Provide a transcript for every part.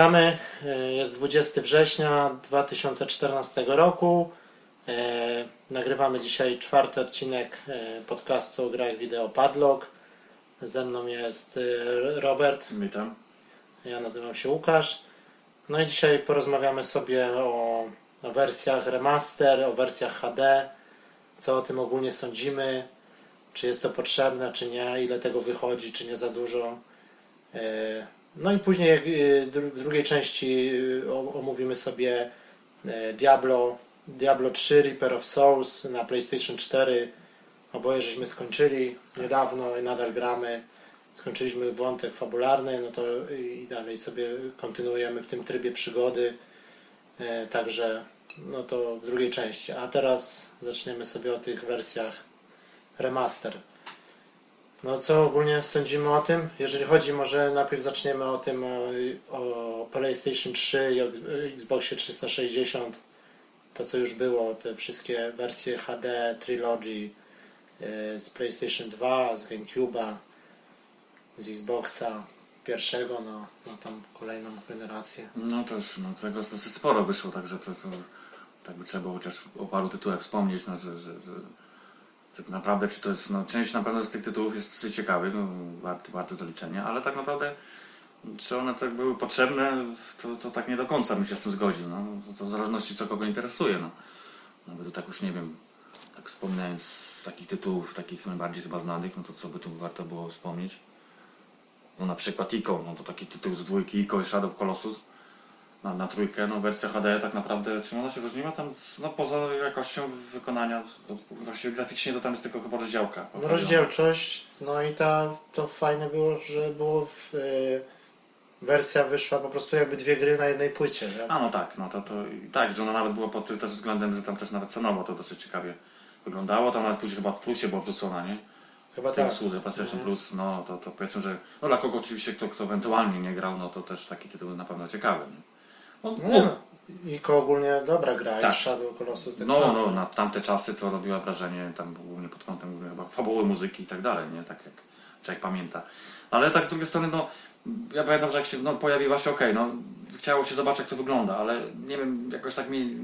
Witamy, jest 20 września 2014 roku. Nagrywamy dzisiaj 4. odcinek podcastu o grach wideo Padlock. Ze mną jest Robert. Witam. Ja nazywam się Łukasz. No i dzisiaj porozmawiamy sobie o wersjach remaster, o wersjach HD. Co o tym ogólnie sądzimy, czy jest to potrzebne, czy nie, ile tego wychodzi, czy nie za dużo. No i później w drugiej części omówimy sobie Diablo 3 Reaper of Souls na PlayStation 4. Oboje żeśmy skończyli niedawno i nadal gramy. Skończyliśmy wątek fabularny, no to i dalej sobie kontynuujemy w tym trybie przygody. Także no to w drugiej części. A teraz zaczniemy sobie o tych wersjach remaster. No co ogólnie sądzimy o tym? Jeżeli chodzi, może najpierw zaczniemy o tym, o PlayStation 3 i o Xboxie 360. To co już było, te wszystkie wersje HD, Trilogy z PlayStation 2, z GameCube'a, z Xboxa pierwszego na tam kolejną generację. No też, tego dosyć sporo wyszło, także to tak by trzeba było chociaż o paru tytułach wspomnieć, że tak naprawdę, czy to jest, część na pewno z tych tytułów jest dosyć ciekawy, warte zaliczenia, ale tak naprawdę, czy one tak były potrzebne, to tak nie do końca bym się z tym zgodził, to w zależności co kogo interesuje, Nawet to tak już nie wiem, tak wspominając z takich tytułów, takich najbardziej chyba znanych, to co by tu warto było wspomnieć. Na przykład Ico, to taki tytuł z dwójki Ico i Shadow of Colossus na trójkę, wersja HD tak naprawdę, czym ona się różniła tam, poza jakością wykonania, właściwie graficznie to tam jest tylko chyba rozdziałka. Rozdzielczość, i to fajne było, że było wersja wyszła po prostu jakby dwie gry na jednej płycie. Nie? Tak, że ona nawet była pod tym też względem, że tam też nawet cenowo to dosyć ciekawie wyglądało, tam nawet później chyba w plusie była wrzucona, nie? Chyba w tej tak. usłudze PlayStation Plus, to powiedzmy, że dla kogo oczywiście, kto ewentualnie nie grał, to też taki tytuł na pewno ciekawy. Ico ogólnie dobra gra, tak. I Shadow of Colossus tak na tamte czasy to robiła wrażenie, tam głównie pod kątem chyba fabuły, muzyki i tak dalej, nie? Tak jak człowiek pamięta. Ale tak z drugiej strony, ja pamiętam, że jak się pojawiła się, chciało się zobaczyć jak to wygląda, ale nie wiem, jakoś tak mi...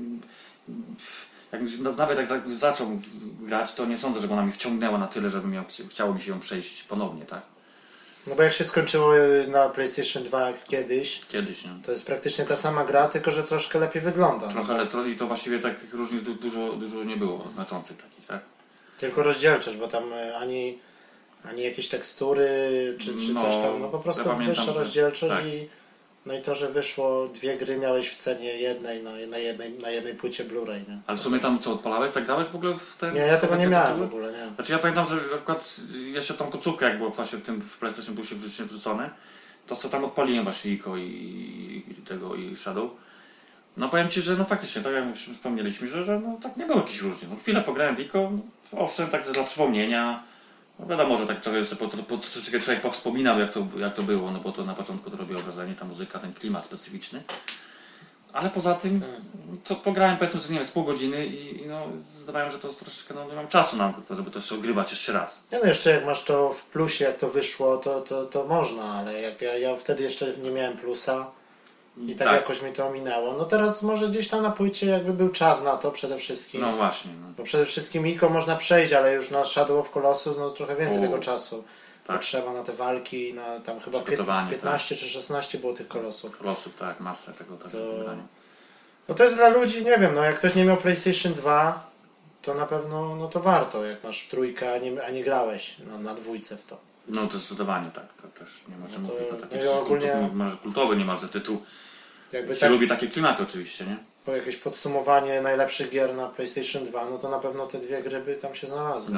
Nawet jak zaczął grać, to nie sądzę, żeby ona mi wciągnęła na tyle, żeby chciało mi się ją przejść ponownie, tak? Bo jak się skończyło na PlayStation 2 kiedyś, nie? To jest praktycznie ta sama gra, tylko że troszkę lepiej wygląda. I to właściwie takich różnic dużo nie było znaczących takich, tak? Tylko rozdzielczość, bo tam ani jakieś tekstury, czy coś tam, po prostu wyższa rozdzielczość tak. I to, że wyszło dwie gry, miałeś w cenie jednej, na jednej płycie Blu-ray, nie? Ale w sumie tam co, odpalałeś, tak grałeś w ogóle w ten... Nie, ja tego nie miałem w ogóle, nie. Znaczy ja pamiętam, że akurat jeszcze tą końcówkę, jak było właśnie w PlayStation Plusie wrzucone, to co tam odpaliłem właśnie Ico i Shadow. Powiem Ci, że faktycznie, tak jak już wspomnieliśmy, że tak nie było jakichś różnic. Chwilę pograłem w Ico, owszem, tak dla przypomnienia. Wiadomo, że tak trochę sobie troszeczkę człowiek powspominał jak to było, bo to na początku to robiło wrażenie, ta muzyka, ten klimat specyficzny. Ale poza tym, to pograłem powiedzmy, że nie wiem, z pół godziny i zdawałem, że to troszeczkę nie mam czasu na to, żeby to jeszcze ogrywać jeszcze raz. Jeszcze jak masz to w plusie, jak to wyszło, to można, ale jak ja wtedy jeszcze nie miałem plusa i tak jakoś mi to ominęło. Teraz może gdzieś tam na płycie jakby był czas na to przede wszystkim. No właśnie. Bo przede wszystkim Ico można przejść, ale już na Shadow of Colossus trochę więcej tego czasu. Tak. Trzeba na te walki, na tam chyba 15 czy 16 było tych kolosów. Kolosów, tak, masę tego to jest dla ludzi, nie wiem, jak ktoś nie miał PlayStation 2, to na pewno to warto, jak masz w trójkę, a nie grałeś na dwójce w to. To zdecydowanie tak, to też nie możemy mówić na taki ogólnie... kultowy, nie masz, że tytuł jakby się lubi takie klimaty oczywiście, nie? Po jakieś podsumowanie najlepszych gier na PlayStation 2, to na pewno te dwie gry by tam się znalazły.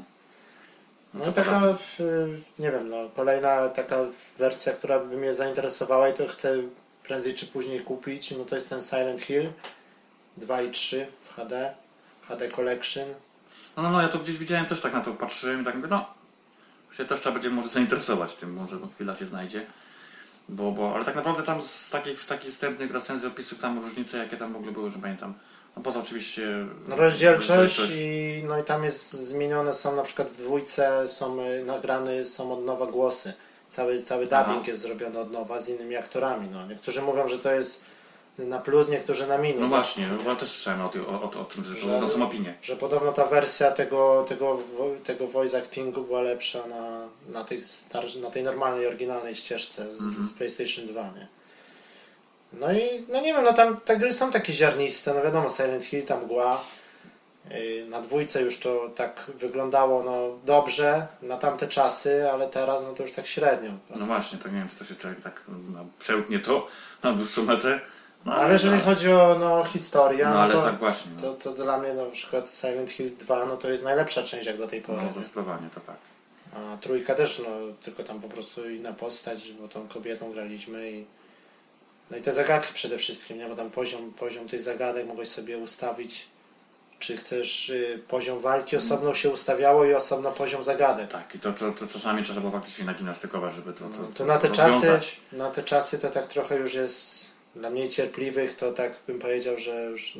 Taka, nie wiem, kolejna taka wersja, która by mnie zainteresowała i to chcę prędzej czy później kupić, to jest ten Silent Hill 2 i 3 w HD Collection. Ja to gdzieś widziałem, też tak na to patrzyłem i tak mówię, się też trzeba będzie może zainteresować tym, może chwila się znajdzie. Ale tak naprawdę tam z takich wstępnych recenzji, opisów tam różnice, jakie tam w ogóle były, że pamiętam. Poza oczywiście... rozdzielczość i tam jest zmienione, są na przykład w dwójce, są nagrane, są od nowa głosy. cały dubbing jest zrobiony od nowa z innymi aktorami. No. Niektórzy mówią, że to jest na plus, niektórzy na minus. No właśnie, ja też słyszałem o tym, że to są opinie. Że podobno ta wersja tego voice actingu była lepsza na tej normalnej, oryginalnej ścieżce z PlayStation 2, nie? No i no nie wiem, no tam te gry są takie ziarniste, no wiadomo, Silent Hill, tam mgła. Na dwójce już to tak wyglądało dobrze na tamte czasy, ale teraz no to już tak średnio. No właśnie, to nie wiem, czy to się człowiek tak przełknie to na dłuższą metę. No, ale jeżeli chodzi o historię, no ale tak właśnie. No. To dla mnie na przykład Silent Hill 2 no to jest najlepsza część jak do tej pory. No zdecydowanie, to fakt. A trójka też, tylko tam po prostu inna postać, bo tą kobietą graliśmy no i te zagadki przede wszystkim, nie? Bo tam poziom tych zagadek mogłeś sobie ustawić, czy chcesz poziom walki osobno się ustawiało i osobno poziom zagadek. Tak, i to czasami trzeba było faktycznie nagimnastykować, żeby to na te czasy to tak trochę już jest dla mniej cierpliwych, to tak bym powiedział, że już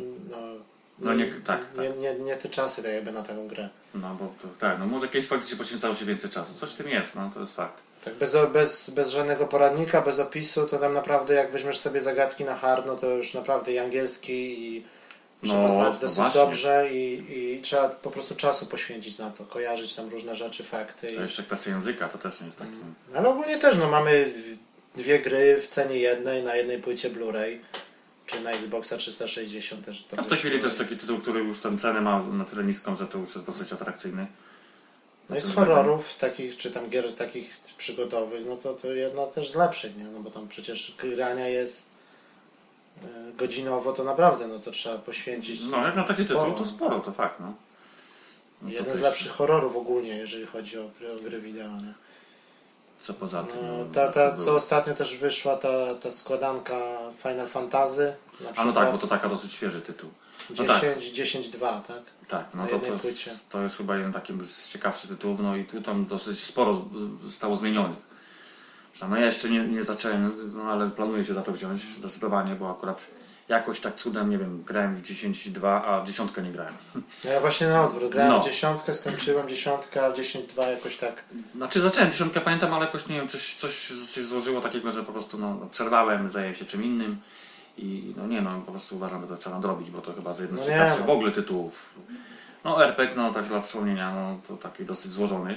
nie te czasy tak jakby na taką grę. No bo no może kiedyś faktycznie poświęcało się więcej czasu. Coś w tym jest, no to jest fakt. Tak, bez żadnego poradnika, bez opisu, to tam naprawdę jak weźmiesz sobie zagadki na hard, no to już naprawdę i angielski i trzeba znać dosyć dobrze i trzeba po prostu czasu poświęcić na to, kojarzyć tam różne rzeczy, fakty. To jeszcze kwestia języka, to też nie jest taki... Ale ogólnie też, mamy 2 gry w cenie jednej, na jednej płycie Blu-ray, czy na Xboxa 360 też. W tej chwili też taki tytuł, który już tę cenę ma na tyle niską, że to już jest dosyć atrakcyjny. No i z horrorów takich, czy tam gier takich przygodowych, no to jedna też z lepszych, nie? No bo tam przecież grania jest godzinowo, to naprawdę, no to trzeba poświęcić. No jak na taki tytuł to sporo, to fakt, no. Jeden z lepszych horrorów ogólnie, jeżeli chodzi o gry wideo, nie? Co poza tym? Co ostatnio też wyszła ta składanka Final Fantasy. A no tak, bo to taka dosyć świeży tytuł. 10.2, tak? Tak, no to jest chyba jeden taki z ciekawszych tytułów, no i tu tam dosyć sporo zostało zmienionych. No ja jeszcze nie zacząłem, no ale planuję się za to wziąć zdecydowanie, bo akurat jakoś tak cudem, nie wiem, grałem w 10.2, a w 10 nie grałem. Ja właśnie na odwrót, grałem w 10, skończyłem 10, a w 10.2 jakoś tak... Znaczy zacząłem 10, pamiętam, ale jakoś nie wiem, coś się złożyło takiego, że po prostu przerwałem, zająłem się czym innym i po prostu uważam, że to trzeba nadrobić, bo to chyba z jednych z ciekawszych w ogóle tytułów. No RPG, tak dla przypomnienia, to taki dosyć złożony.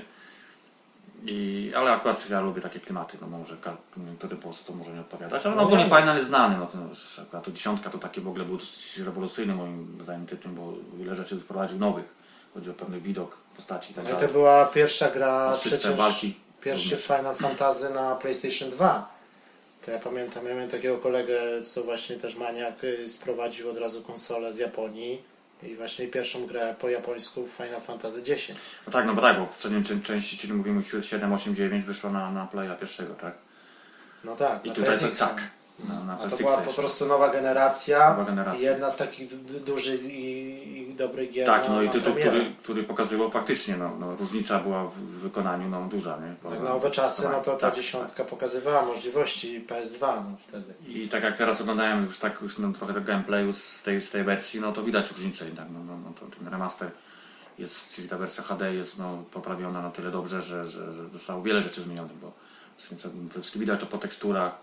Ale akurat ja lubię takie klimaty, może niektóry po prostu to może nie odpowiadać, ale ogólnie Final jest znany, akurat to 10 to taki w ogóle był dosyć rewolucyjny moim zdaniem tytułem, bo wiele rzeczy wprowadził nowych, chodzi o pewny widok postaci i tak dalej. No i to była pierwsza gra, system walki. Pierwszy Final Fantasy na PlayStation 2. To ja pamiętam, ja miałem takiego kolegę, co właśnie też maniak sprowadził od razu konsolę z Japonii. I właśnie pierwszą grę po japońsku Final Fantasy X. No bo w poprzedniej części, czyli mówimy 7, 8, 9 wyszła na Playa pierwszego, tak? No tak, i na tutaj PSX. Tak. A to była po prostu nowa generacja. I jedna z takich dużych i dobrych gier. Tak, i tytuł, który pokazywał faktycznie, różnica była w wykonaniu duża, nie? Jak na owe czasy, to ta 10 pokazywała możliwości PS2 wtedy. I tak jak teraz oglądałem już trochę tego gameplayu z tej wersji, to widać różnicę jednak, ten remaster jest, czyli ta wersja HD jest poprawiona na tyle dobrze, że zostało wiele rzeczy zmienionych, bo widać to po teksturach,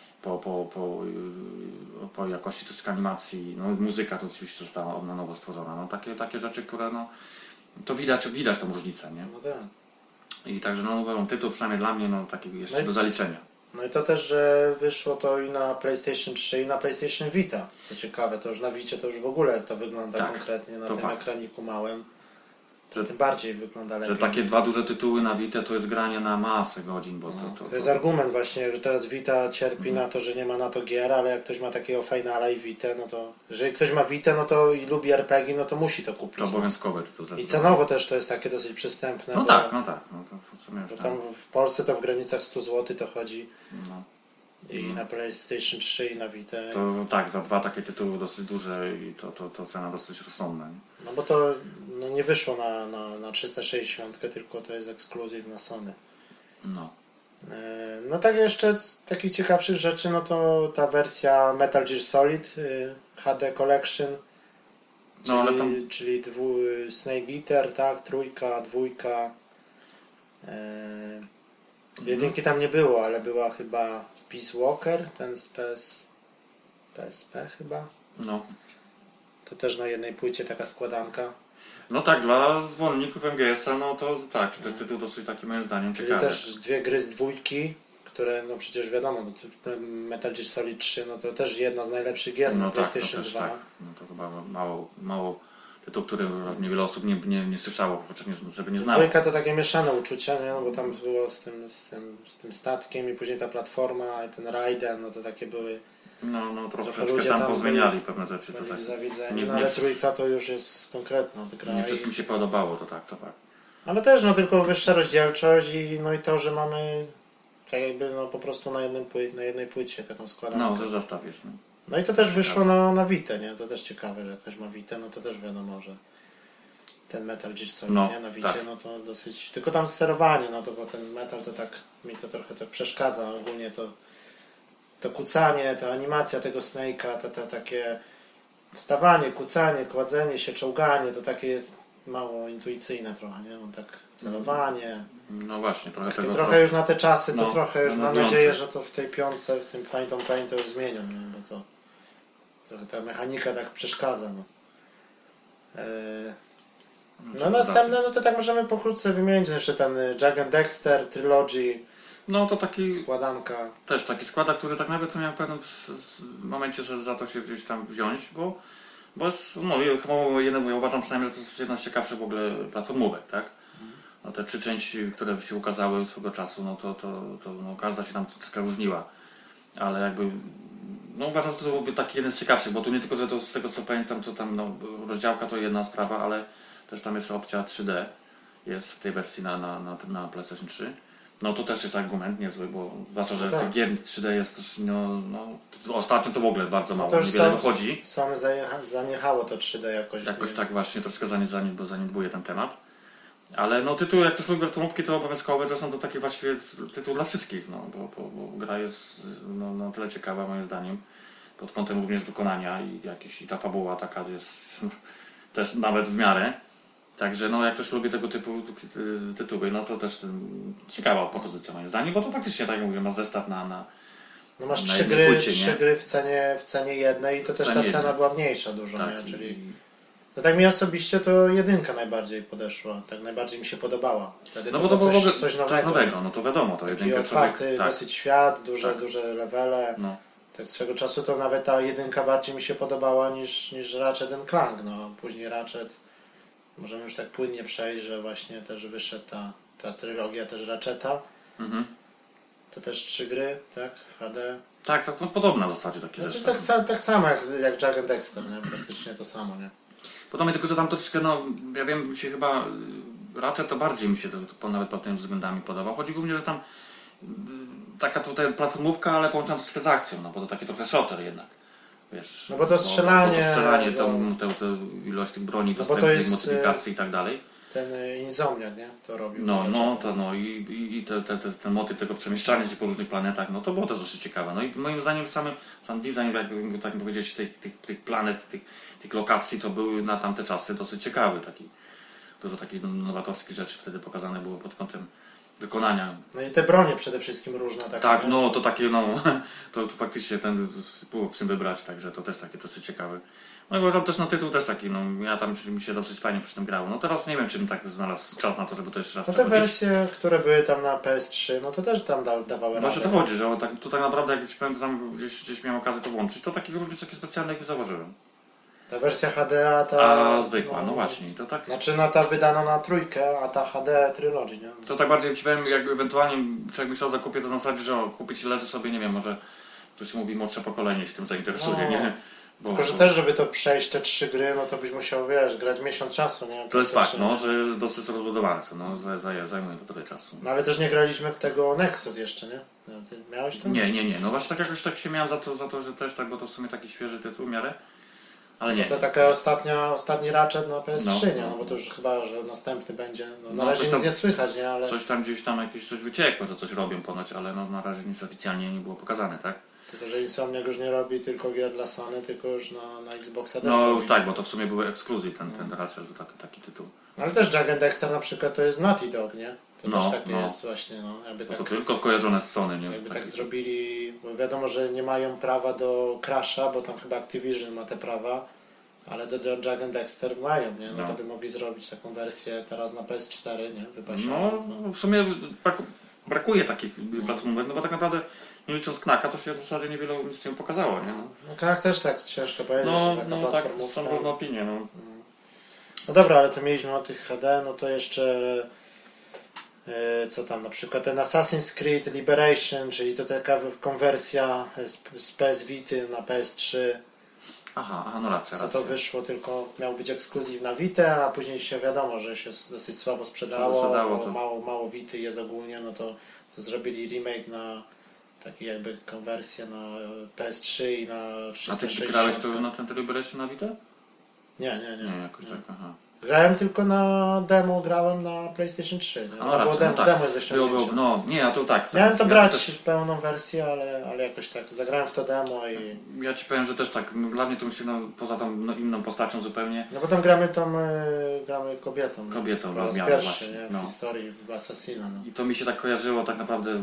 po jakości troszeczkę animacji, muzyka to oczywiście została na nowo stworzona, takie rzeczy, które to widać tą różnicę, nie? No tak. I także tytuł przynajmniej dla mnie taki jeszcze do zaliczenia. No i to też, że wyszło to i na PlayStation 3 i na PlayStation Vita. Co ciekawe, to już na Vicie to już w ogóle to wygląda konkretnie na tym ekraniku małym. To tym bardziej wygląda lepiej. Że takie 2 duże tytuły na Vita to jest granie na masę godzin, bo to jest argument właśnie, że teraz Vita cierpi na to, że nie ma na to gier, ale jak ktoś ma takiego Finala i Vita, to jeżeli ktoś ma Vita, to i lubi RPG, to musi to kupić. To obowiązkowe tytuł. I cenowo też to jest takie dosyć przystępne. No tak. No bo tam w Polsce to w granicach 100 zł to chodzi. I na PlayStation 3 i na Vita. To tak, za 2 takie tytuły dosyć duże i to cena dosyć rozsądna. No bo to nie wyszło na 360, tylko to jest ekskluzyw na Sony. No tak jeszcze z takich ciekawszych rzeczy, to ta wersja Metal Gear Solid HD Collection, czyli Snake Eater, tak, 3, 2, Jedynki tam nie było, ale była chyba Peace Walker, ten z PSP chyba. No. To też na jednej płycie taka składanka. No tak, dla zwolenników MGS-a, no to tak, to jest tytuł dosyć taki moim zdaniem Czyli ciekawy. też dwie gry z dwójki, które no przecież wiadomo, no to Metal Gear Solid 3 no to też jedna z najlepszych gier na No tak, to PlayStation też 2. tak. No to chyba mało tytuł, który niewiele osób nie słyszało, chociaż żeby nie znało. Dwójka to takie mieszane uczucia, nie? No bo tam było z tym statkiem i później ta platforma i ten Raiden, no to takie były No trochę troszeczkę ludzie tam tam pozmieniali pewne rzeczy. To byli tak. zawiedzeni, Nie- no nie ale wsz- trójka to już jest konkretna gra. Nie wszystkim się podobało, to tak. Ale też no tylko wyższa rozdzielczość i no i to, że mamy tak jakby no po prostu na jednej płycie taką składankę. No, że zestaw jest. No. No i to też wyszło na Vitę, nie? To też ciekawe, że jak ktoś ma Vitę, no to też wiadomo, że ten Metal Gear Solid, No, nie? Na Vicie, tak. no to dosyć... Tylko tam sterowanie, no to bo ten Metal to tak, mi to trochę tak przeszkadza. Ogólnie to kucanie, ta animacja tego Snake'a, to takie wstawanie, kucanie, kładzenie się, czołganie, to takie jest mało intuicyjne trochę, nie? On tak celowanie... No właśnie, trochę tego. Trochę już na te czasy, to No, trochę już no, mam nuanse. nadzieję, że to w tej piątce, w tym Phantom Pain to już zmienią, nie? Bo to trochę ta mechanika tak przeszkadza. No, no następne, no to tak możemy pokrótce wymienić, jeszcze ten Jak and Dexter, Trilogy, No to taki składanka. też taki składak, który tak nawet miałem w pewnym momencie, że za to się gdzieś tam wziąć, bo jest, no ja uważam przynajmniej, że to jest jedna z ciekawszych w ogóle platformówek, tak? No te 3 części, które się ukazały swego czasu, no to no, każda się tam troszkę różniła, ale jakby no uważam, że to byłby taki jeden z ciekawszych, bo tu nie tylko, że to z tego co pamiętam, to tam no, rozdziałka to jedna sprawa, ale też tam jest opcja 3D, jest w tej wersji na PlayStation 3. No to też jest argument niezły, bo zwłaszcza, że Tak. tych gier 3D jest też, ostatnio to w ogóle bardzo mało, To już niewiele wychodzi. Sony zaniechało to 3D jakoś. Jakoś tak właśnie troszkę zaniedbuje ten temat. Ale no tytuł, jak ktoś lubi platformówki, to obowiązkowe, że są to taki właściwie tytuł dla wszystkich, no, bo gra jest no tyle ciekawa moim zdaniem, pod kątem również wykonania i ta fabuła taka jest też nawet w miarę. Także no jak ktoś lubi tego typu tytuły, no to też ciekawa propozycja moim zdaniem, bo to faktycznie, tak jak mówię, ma zestaw na No masz na 3 jednej gry, płycie, trzy nie? gry w cenie jednej i to też ta cenie cena jednej. była mniejsza dużo, tak, nie? Czyli... No tak mi osobiście to jedynka najbardziej podeszła, tak najbardziej mi się podobała. Wtedy no to bo to było było w ogóle coś coś nowego. No to wiadomo, to Taki jedynka otwarty tak, dosyć świat, duże Tak. levele. no. Tak swego czasu to nawet ta jedynka bardziej mi się podobała niż Ratchet Clank. No później Ratchet, możemy już tak płynnie przejść, że właśnie też wyszedł ta trylogia też Ratcheta. Mhm. To też 3 gry, tak? W HD. Tak, no, podobna w zasadzie taki Znaczy, zestaw. tak samo jak Jak and Dexter, nie? Praktycznie to samo, nie? Podobnie tylko, że tam troszeczkę, no, ja wiem, mi się chyba raczej to bardziej mi się to nawet pod tymi względami podoba. Chodzi głównie, że tam taka tutaj platformówka, ale połączona troszkę z akcją, no bo to taki trochę shooter jednak. Wiesz, No bo to strzelanie, Bo to strzelanie, no. tę ilość tych broni, No bo to dostępnych, jest, modyfikacji i tak dalej. Ten Insomniak, nie? To robił. I ten motyw tego przemieszczania się po różnych planetach, no to było też dosyć ciekawe. No i moim zdaniem sam design, jakby tak powiedzieć, tych planet, tych lokacji, to były na tamte czasy dosyć ciekawy. Dużo takich nowatorskich rzeczy wtedy pokazane było pod kątem wykonania. No i te bronie przede wszystkim różne. Takie, Tak, nie? no to takie, to faktycznie było w czym wybrać, także to też takie dosyć ciekawe. No i uważam też tytuł też taki, ja tam mi się dosyć fajnie przy tym grało. No teraz nie wiem, czy bym tak znalazł czas na to, żeby to jeszcze raz No te przechodzić. wersje, które były tam na PS3, no to też tam dawały Właśnie radę. to chodzi, że tu tak naprawdę jak ci powiem, to tam gdzieś miałem okazję to włączyć, to takich różnic takich specjalnych nie zauważyłem. Ta wersja HD, a ta... A zwykła, no właśnie, to tak. Znaczy ta wydana na trójkę, a ta HD Trilogy, nie? To tak bardziej ci powiem, jak ewentualnie człowiek myślał o zakupie, to na zasadzie, że kupić leży sobie, nie wiem, może ktoś mówi młodsze pokolenie się tym zainteresuje, No. nie? Bo, Tylko, że też, żeby to przejść te 3 gry, no to byś musiał, wiesz, grać miesiąc czasu, nie? to jest Te fakt, 3. że dosyć rozbudowane są, zajmuje to trochę czasu. No ale też nie graliśmy w tego Nexus jeszcze, nie? No, ty miałeś to? Nie, no właśnie tak jakoś tak się miałem za to, że też tak, bo to w sumie taki świeży tytuł w miarę, ale nie. To taka ostatni Ratchet na PS3, No. nie? No bo to już chyba, że następny będzie. No, na No, razie coś nic tam- nie słychać, nie? Ale Coś tam gdzieś tam jakieś coś wyciekło, że coś robią ponoć, ale na razie nic oficjalnie nie było pokazane, tak? Tylko, że Insomniac już nie robi tylko gier dla Sony, tylko już na Xboxa też No robi. już tak, bo to w sumie był ekskluzyw ten Ratchet, taki tytuł. Ale też Jak and Dexter na przykład to jest Naughty Dog, nie? To No, też takie no. jest właśnie, no, jakby To tak, tylko kojarzone z Sony, nie? jakby tak Taki- zrobili, bo wiadomo, że nie mają prawa do Crasha, bo tam chyba Activision ma te prawa, ale do Jak and Dexter mają, nie? No, No. to by mogli zrobić taką wersję teraz na PS4, nie? No, w sumie brakuje takich platformówek, no bo tak naprawdę nie licząc Knaka, to się w zasadzie niewiele nic nie pokazało, nie? No, No Knak też tak ciężko powiedzieć, no, że taka no tak, platformówka. są różne opinie, no. No dobra, ale to mieliśmy o tych HD, no to jeszcze co tam, na przykład ten Assassin's Creed Liberation, czyli to taka konwersja z PS Vity na PS3, Aha, no racja, co racja. to wyszło, tylko miał być ekskluzyw na Vita, a później się wiadomo, że się dosyć słabo sprzedało, Sprzedało bo to. mało Vity jest ogólnie, no to zrobili remake na taki jakby konwersję na PS3 i na A ty 360. grałeś to na ten Liberation na Vita? Nie. Nie, jakoś tak, aha. Grałem tylko na demo, grałem na PlayStation 3. Nie? A Było racja, demo, no tak. demo jest do ściągnięcia. No, nie, a to tak. Miałem to ja brać też- pełną wersję, ale jakoś tak zagrałem w to demo i... Ja ci powiem, że też tak, dla mnie to myślę, no, poza tą inną postacią zupełnie, No bo tam gramy gramy kobietą. nie? Kobietą, Po raz no, pierwszy, właśnie, nie? W no. historii Assassina. No. i to mi się tak kojarzyło tak naprawdę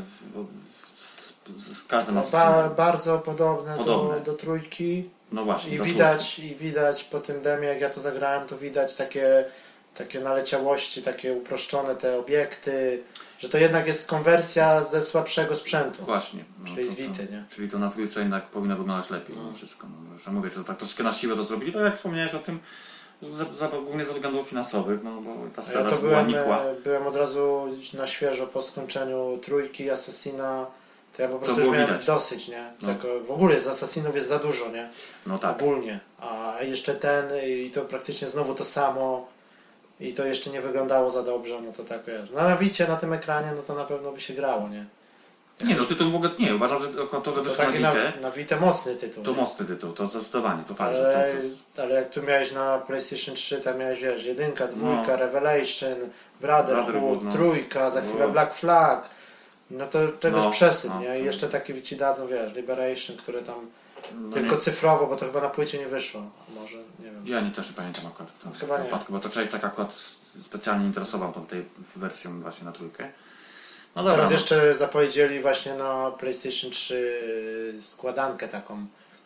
z każdym No, Assassinem. bardzo podobne. Podobne. Do trójki No właśnie, i do widać po tym demie, jak ja to zagrałem, to widać takie naleciałości, takie uproszczone te obiekty, że to jednak jest konwersja ze słabszego sprzętu. Właśnie. No, Czyli z Vity, nie? Czyli to na trójce jednak powinno wyglądać lepiej wszystko. No, że mówię, że tak troszkę na siłę to zrobili, tak jak wspomniałeś o tym, głównie ze względów finansowych, no bo ta Ja sprzedaż to była nikła. byłem od razu na świeżo po skończeniu trójki Assassina, to ja po prostu już było miałem widać. dosyć, nie? No. Tego, w ogóle z Assassinów jest za dużo, nie? No tak. Ogólnie. A jeszcze ten i to praktycznie znowu to samo i to jeszcze nie wyglądało za dobrze, no to tak wiesz. No na Vicie, na tym ekranie, no to na pewno by się grało, nie? Nie, no tytuł w ogóle nie. Uważam, że to, że To wyszło na taki Vitę, na Vite mocny tytuł. to nie? mocny tytuł, to zdecydowanie, to fakt, że Ale, to... ale jak tu miałeś na PlayStation 3, tam miałeś, wiesz, jedynka, dwójka, No. Revelation, Brotherhood, Brotherhood, no. trójka, za chwilę No. Black Flag. No to tego No, jest przesyt, no, nie? to- I jeszcze taki ci dadzą, wiesz, Liberation, które tam No tylko nie, cyfrowo, bo to chyba na płycie nie wyszło. A może, nie wiem. ja też nie pamiętam akurat w tym Chyba nie. wypadku, bo to człowiek tak akurat specjalnie interesował tą tej wersją właśnie na trójkę. No Teraz dobra, jeszcze zapowiedzieli właśnie na PlayStation 3 składankę taką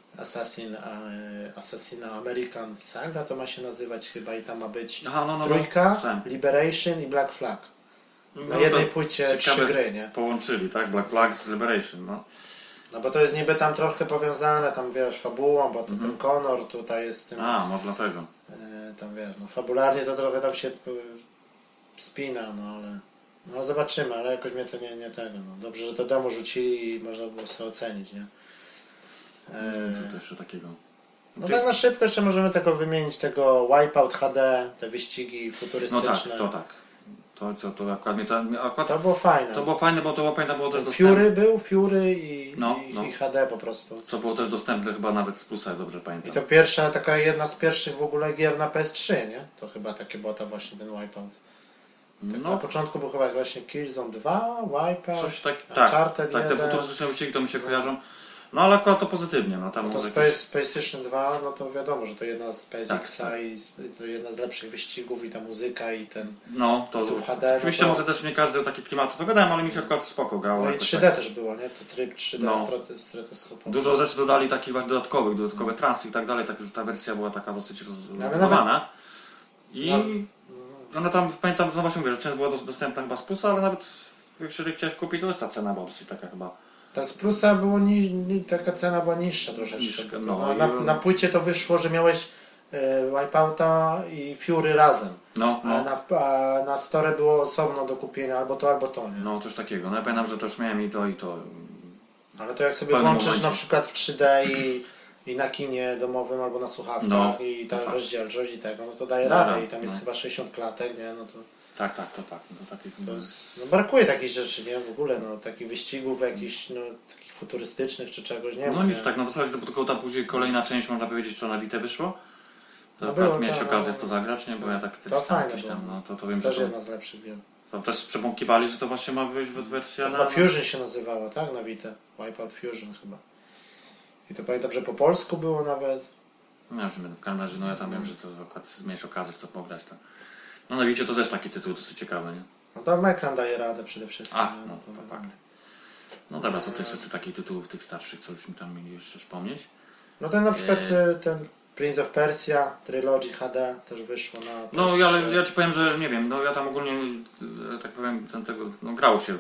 Assassina American Saga to ma się nazywać chyba i tam ma być Aha, no, trójka, słyszałem. Liberation i Black Flag. Na No jednej to płycie ciekawe 3 gry, nie? Połączyli, tak? Black Flag z Liberation, no. No bo to jest niby tam trochę powiązane, tam wiesz, fabułą, bo to ten Connor tutaj jest tym, A, może dlatego. tam wiesz, no fabularnie to trochę tam się spina, no ale no zobaczymy, ale jakoś mnie to nie tego, no. Dobrze, że to demo rzucili i można było sobie ocenić, nie? Co to jeszcze takiego? No tak na szybko jeszcze możemy tego wymienić, tego Wipeout HD, te wyścigi No futurystyczne. tak, to tak. To akurat mnie akurat To było fajne. to było fajne, bo to pamiętam było też dostępne. Fury i i HD po prostu. Co było też dostępne chyba nawet z plusa, jak dobrze I pamiętam. to pierwsza, taka jedna z pierwszych w ogóle gier na PS3, nie? To chyba takie była ta właśnie ten Wipeout. Tak, na No, początku był chyba właśnie Killzone 2, Wipeout, coś tak, Uncharted tak, te 1. futurystyczne wyścigi to mi się kojarzą. No ale akurat to pozytywnie, no tam No to może z PlayStation 2, no to wiadomo, że to jedna z PSX-a Tak. i to jedna z lepszych wyścigów i ta muzyka i ten... No, to tu w HD, oczywiście no to- może też nie każdy taki klimat opowiadałem, ale mi się akurat spoko grało. No i jakoś 3D tak. też było, nie? To tryb 3D No. stretoskopowy. Dużo rzeczy dodali takich właśnie dodatkowe transy i tak dalej, tak że ta wersja była taka dosyć nawet- rozbudowana. I Nawet- ona tam, pamiętam, że no właśnie mówię, że część była dostępna chyba z plusa, ale nawet jeżeli chciałeś kupić, to też ta cena była dosyć taka chyba. Ta z plusa było taka cena była niższa troszeczkę. Niższa, no, no i- na płycie to wyszło, że miałeś Wipeouta i Fury razem. No, A no, na Store było osobno do kupienia albo to, nie? no coś takiego. No ja pamiętam, że też miałem i to. Ale to jak sobie pewnym włączysz momencie. na przykład w 3D i na kinie domowym albo na słuchawkach No, i to ta fakt. rozdzielczość i tego, no to daje No, radę no, i tam jest no. chyba 60 klatek, nie? No to Tak. No to takich, no brakuje takich rzeczy, nie? W ogóle, no takich wyścigów jakichś, no takich futurystycznych czy czegoś, nie? no ma, nic, nie? tak, no w zasadzie to tylko tam później kolejna część, można powiedzieć, co na Vita wyszło. To No akurat było, miałeś tak, okazję no. w to zagrać, nie? Bo ja tak To też tam fajne jakieś tam, było. no to wiem, Też że jedna z lepszych gier. to też przebąkiwali, że to właśnie ma być wersja To chyba Fusion się nazywało, tak? Na Vita. Wipeout Fusion chyba. I to pamiętam, że po polsku było nawet. No już w każdym razie, no ja tam wiem, że to akurat z mniejszych okazji kto pograć to. No na Wicie to też taki tytuł dosyć ciekawy, nie? No tam ekran daje radę przede wszystkim. A, nie? no to fakt. No dobra, co ty jeszcze z takich tytułów tych starszych, co byśmy tam mieli jeszcze wspomnieć? No ten na przykład ten Prince of Persia, Trilogy HD też wyszło na No PS3. ale ja ci powiem, że nie wiem, no ja tam ogólnie, tak powiem, no grało się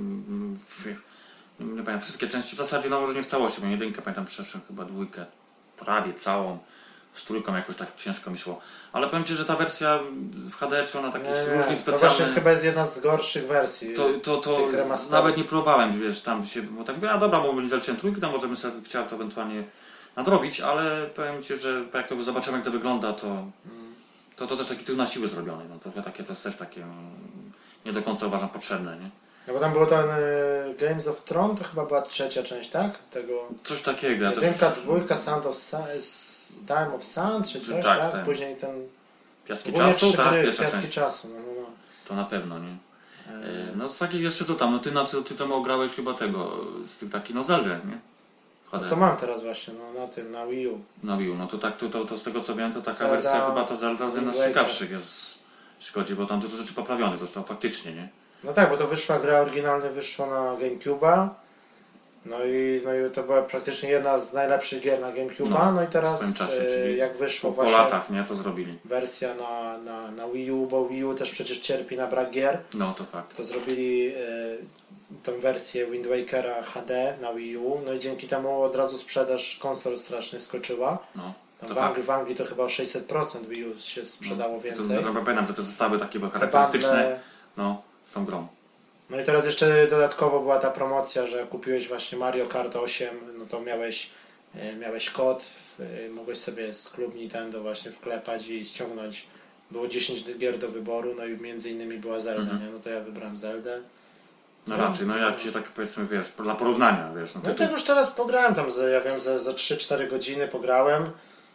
nie pamiętam, wszystkie części, w zasadzie no może nie w całości, bo jedynkę pamiętam, przeszedłem chyba dwójkę, prawie całą, z trójką jakoś tak ciężko mi szło. Ale powiem ci, że ta wersja w HD, czy ona takie różni To specjalne... właśnie chyba jest jedna z gorszych wersji To tych remasterów. nawet nie próbowałem, wiesz, tam się, bo tak mówię, a dobra, bo zaliczyłem trójkę, to możemy sobie chciał to ewentualnie nadrobić, ale powiem ci, że jak to zobaczymy, jak to wygląda, to też taki tytuł na siłę zrobiony. No to jest też takie nie do końca uważam potrzebne, nie? No bo tam było ten Games of Thrones, to chyba była trzecia część, tak? Tego... Coś takiego. Jedynka, dwójka, Time of Sand, czy coś, tak? Tak. Później ten... Piaski Ogólnie czasu, trzy tak? gry, Pierwsza Piaski część. czasu, no. To na pewno, nie? No z takich jeszcze co tam, no ty tam grałeś chyba tego, z tych takich, no Zelda, nie? No to mam teraz właśnie, no na tym, na Wii U. Na Wii U, no to tak, to z tego co wiem, to taka Zelda, wersja chyba ta Zelda jedna z Wind ciekawszych jest, jeśli chodzi, bo tam dużo rzeczy poprawionych zostało faktycznie, nie? No tak, bo to wyszła gra oryginalnie, wyszła na GameCube'a. No i to była praktycznie jedna z najlepszych gier na GameCube'a. No i teraz czasie, czyli jak wyszło po właśnie latach, nie? To zrobili. wersja na Wii U, bo Wii U też przecież cierpi na brak gier. No to fakt. To zrobili tą wersję Wind Wakera HD na Wii U. No i dzięki temu od razu sprzedaż konsol strasznie skoczyła. No. Tam w Anglii to chyba o 600% Wii U się sprzedało więcej. To pamiętam, że te zestawy takie były Te charakterystyczne, bundle. no, z tą grą. No i teraz jeszcze dodatkowo była ta promocja, że kupiłeś właśnie Mario Kart 8, no to miałeś kod, mogłeś sobie z klub Nintendo właśnie wklepać i ściągnąć. Było 10 gier do wyboru, no i między innymi była Zelda, nie? No to ja wybrałem Zeldę. No raczej, no jak ci tak powiedzmy, wiesz, dla porównania, wiesz. No to już teraz pograłem tam, ja wiem, za 3-4 godziny pograłem.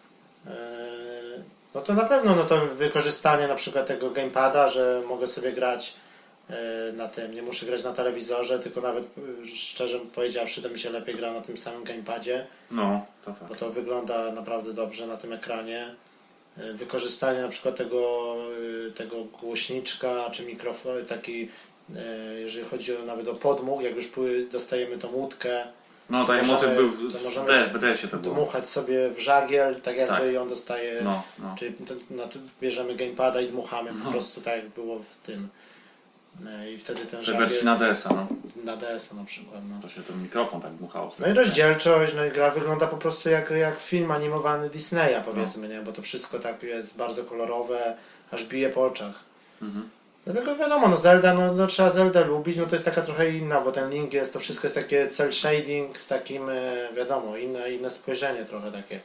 No to na pewno, no to wykorzystanie na przykład tego gamepada, że mogę sobie grać na tym, nie muszę grać na telewizorze, tylko nawet szczerze powiedziawszy, to mi się lepiej gra na tym samym gamepadzie. No, to fakt. Bo to wygląda naprawdę dobrze na tym ekranie. Wykorzystanie na przykład tego głośniczka czy mikrofon, taki, jeżeli chodzi nawet o podmuch, jak już dostajemy tą łódkę, No, tak motyw był z DBD-sie to było. dmuchać sobie w żagiel, tak jakby Tak. ją dostaje, No. czyli bierzemy gamepada i dmuchamy po prostu tak jak było w tym. I wtedy ten W żagiel wersji na DS-a, no. na DS na przykład. No. To się ten mikrofon tak dmuchał. No i rozdzielczość, no i gra wygląda po prostu jak film animowany Disneya, powiedzmy, nie? Bo to wszystko tak jest bardzo kolorowe, aż bije po oczach. Dlatego wiadomo, no Zelda, no trzeba Zeldę lubić, no to jest taka trochę inna, bo ten Link jest, to wszystko jest takie cel shading z takim, wiadomo, inne spojrzenie trochę takie.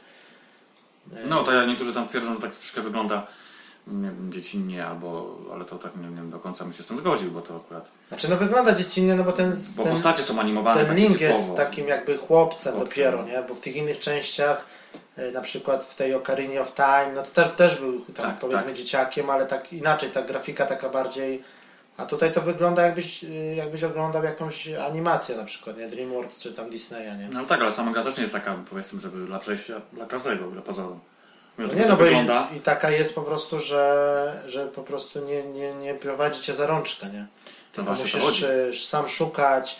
No, to ja niektórzy tam twierdzą, że tak troszkę wygląda, nie wiem, dziecinnie, ale to tak nie do końca bym się z tym zgodził, bo to akurat... Znaczy no wygląda dziecinnie, no bo Bo postacie są animowane ten takie Link typowo. jest takim jakby chłopcem dopiero, nie? Bo w tych innych częściach, na przykład w tej Ocarina of Time, no to też był tam Tak, powiedzmy tak. dzieciakiem, ale tak inaczej, ta grafika taka bardziej... A tutaj to wygląda jakbyś oglądał jakąś animację na przykład, nie? DreamWorks czy tam Disneya, nie? No tak, ale sama gra też nie jest taka, powiedzmy, żeby dla przejścia dla każdego, dla pozoru. No nie, no bo i taka jest po prostu, że po prostu nie prowadzi cię za rączkę, nie? Tylko musisz sam szukać,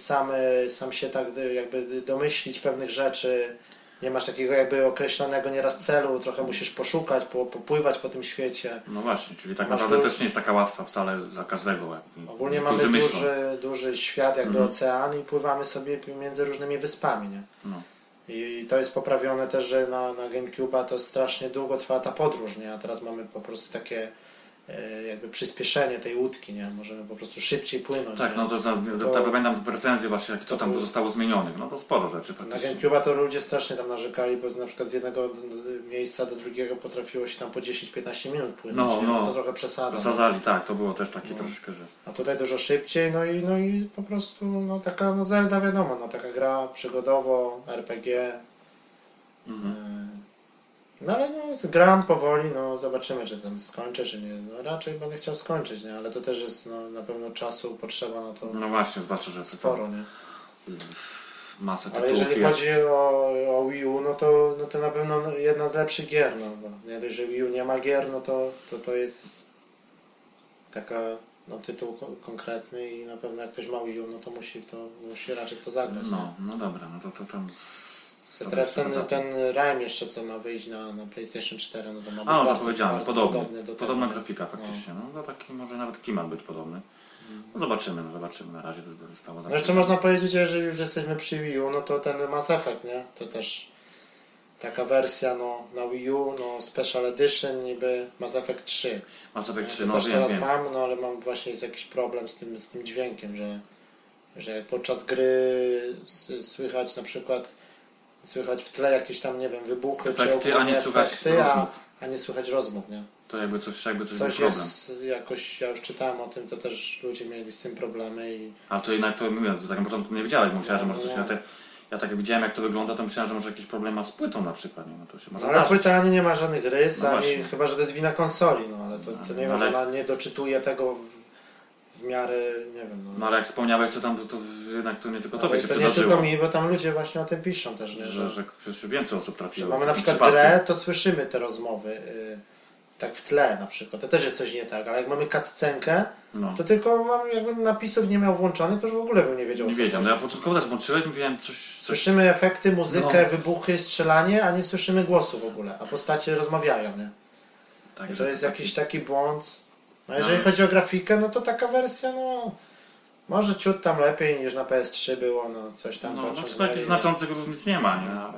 sam się tak jakby domyślić pewnych rzeczy. Nie masz takiego jakby określonego nieraz celu, trochę musisz poszukać, popływać po tym świecie. No właśnie, czyli tak naprawdę też nie jest taka łatwa wcale dla każdego. Ogólnie mamy duży świat, jakby ocean i pływamy sobie między różnymi wyspami, nie? No. I to jest poprawione też, że na GameCube'a to strasznie długo trwa ta podróż, nie? A teraz mamy po prostu takie jakby przyspieszenie tej łódki, nie? Możemy po prostu szybciej płynąć. Tak, nie? no to pamiętam w recenzji właśnie, co tam zostało zmienionych, no to sporo rzeczy Na faktycznie. GameCube'a to ludzie strasznie tam narzekali, bo na przykład z jednego miejsca do drugiego potrafiło się tam po 10-15 minut płynąć, no to trochę przesada. Przesadzali, tak, to było też takie troszeczkę, że... A tutaj dużo szybciej, no i po prostu taka Zelda wiadomo, taka gra przygodowo, RPG. No ale gram powoli, zobaczymy, czy tam skończę, czy nie. No raczej będę chciał skończyć, nie? Ale to też jest na pewno czasu potrzeba na to No właśnie, zwłaszcza, że sporo, nie? masę Ale tytułów jeżeli jest. chodzi o Wii U, no to na pewno jedna z lepszych gier, no bo nie dość, że Wii U nie ma gier, no to jest taka, no tytuł konkretny i na pewno jak ktoś ma Wii U, no to musi raczej w to zagrać. No dobra, no to tam... Teraz ten Rime jeszcze co ma wyjść na PlayStation 4, no to ma być A, bardzo, powiedziałem, bardzo podobny. do Podobna tego. grafika faktycznie. No taki może nawet klimat być podobny. No zobaczymy. Na razie to zostało No jeszcze można powiedzieć, że jeżeli już jesteśmy przy Wii U, no to ten Mass Effect, nie? To też taka wersja na Wii U, Special Edition niby Mass Effect 3. Mass Effect 3, To no też teraz wiem. mam, ale mam właśnie jest jakiś problem z tym dźwiękiem, że podczas gry słychać na przykład w tle jakieś tam, nie wiem, wybuchy Efekty, czy a nie słychać efekty, rozmów. a nie słychać rozmów, nie? To jakby coś był Coś problem. jest jakoś, ja już czytałem o tym, to też ludzie mieli z tym problemy i Ale to jednak to mówię, to tak na początku nie wiedziałem, bo myślałem, że może coś No. ja tak jak widziałem jak to wygląda, to myślałem, że może jakieś problemy ma z płytą na przykład, nie? No to się może ale zdarzyć. płyta ani nie ma żadnych rys, No ani właśnie. chyba, że to jest wina konsoli, ale to nie wiem, ale- że ona nie doczytuje tego w miarę, nie wiem. No ale jak wspomniałeś, to tam to jednak to nie tylko tobie Ale się to nie przydarzyło. tylko mi, bo tam ludzie właśnie o tym piszą też, nie? Że przecież więcej osób trafiło. Mamy na przykład Przypadkiem. grę, to słyszymy te rozmowy, tak w tle na przykład, to też jest coś nie tak, ale jak mamy cutscenkę, No. to tylko mam, jakbym napisów nie miał włączonych, to już w ogóle bym nie wiedział Nie o co wiedziałem, chodzi. no ja początkowo też włączyłeś, mówiłem coś... Słyszymy efekty, muzykę, No. wybuchy, strzelanie, a nie słyszymy głosu w ogóle, a postacie rozmawiają, nie? Tak, I że to jest taki- jakiś taki błąd. No jeżeli No. chodzi o grafikę, no to taka wersja, może ciut tam lepiej niż na PS3 było, coś tam No pociągnęli. takich znaczących różnic nie ma, nie? Ale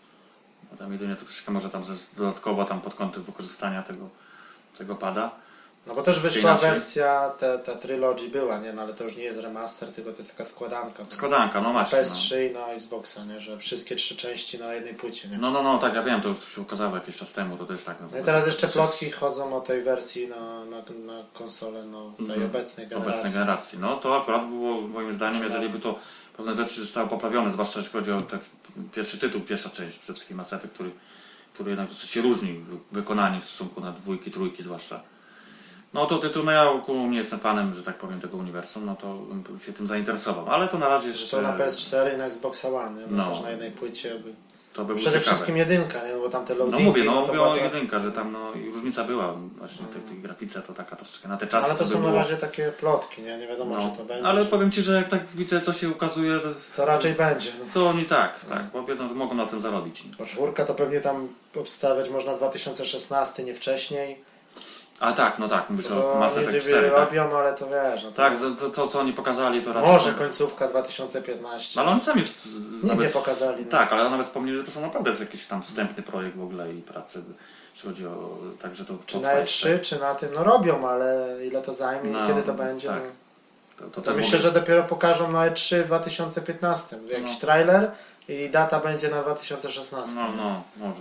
tam jedynie to troszeczkę może tam dodatkowo tam pod kątem wykorzystania tego pada. No bo też wyszła Inaczej. wersja, ta Trilogy była, nie? No ale to już nie jest remaster, tylko to jest taka składanka. Składanka, no właśnie. PS3 i na Xboxa, nie? Że wszystkie 3 części na jednej płycie, nie? No, tak, ja wiem, to już się ukazało jakiś czas temu, to też tak. No i teraz jeszcze plotki chodzą o tej wersji na konsolę, tej obecnej generacji. Obecnej generacji. No to akurat było moim zdaniem, jeżeli by to pewne rzeczy zostały poprawione, zwłaszcza jeśli chodzi o ten pierwszy tytuł, pierwsza część przede wszystkim Mass Effect, który jednak dosyć się różni w wykonaniu w stosunku na dwójki, trójki zwłaszcza. No to tytuł, ja ogólnie nie jestem fanem, że tak powiem, tego uniwersum, no to bym się tym zainteresował, ale to na razie Że jeszcze... to na PS4 i na Xboxa One, nie? No. Też na jednej płycie. To by było Przede ciekawe. wszystkim jedynka, nie? Bo tam te No loadingi... mówię, to mówię była o ta- jedynka, że tam i różnica była właśnie tej grafice, to taka troszeczkę na te czasy Ale to by są na było... razie takie plotki, nie wiadomo czy to będzie. Ale czy... powiem Ci, że jak tak widzę, co się ukazuje, To raczej będzie. No. to oni tak, bo wiedzą, że mogą na tym zarobić. Nie? Bo czwórka to pewnie tam obstawiać można 2016, nie wcześniej. A tak, mówisz o To Mass nie Effect 4, tak? robią, ale to wiesz. No to Tak, to co oni pokazali, to raczej... może końcówka 2015. Ale oni sami nie pokazali, no. Tak, ale nawet wspomnieli, że to są naprawdę jakiś tam wstępny projekt w ogóle i pracy, jeśli chodzi o... Także to Czy na E3, czy na tym, robią, ale ile to zajmie i kiedy to będzie. tak. No. To To też myślę, że dopiero pokażą na E3 w 2015. Jakiś trailer i data będzie na 2016. No, może.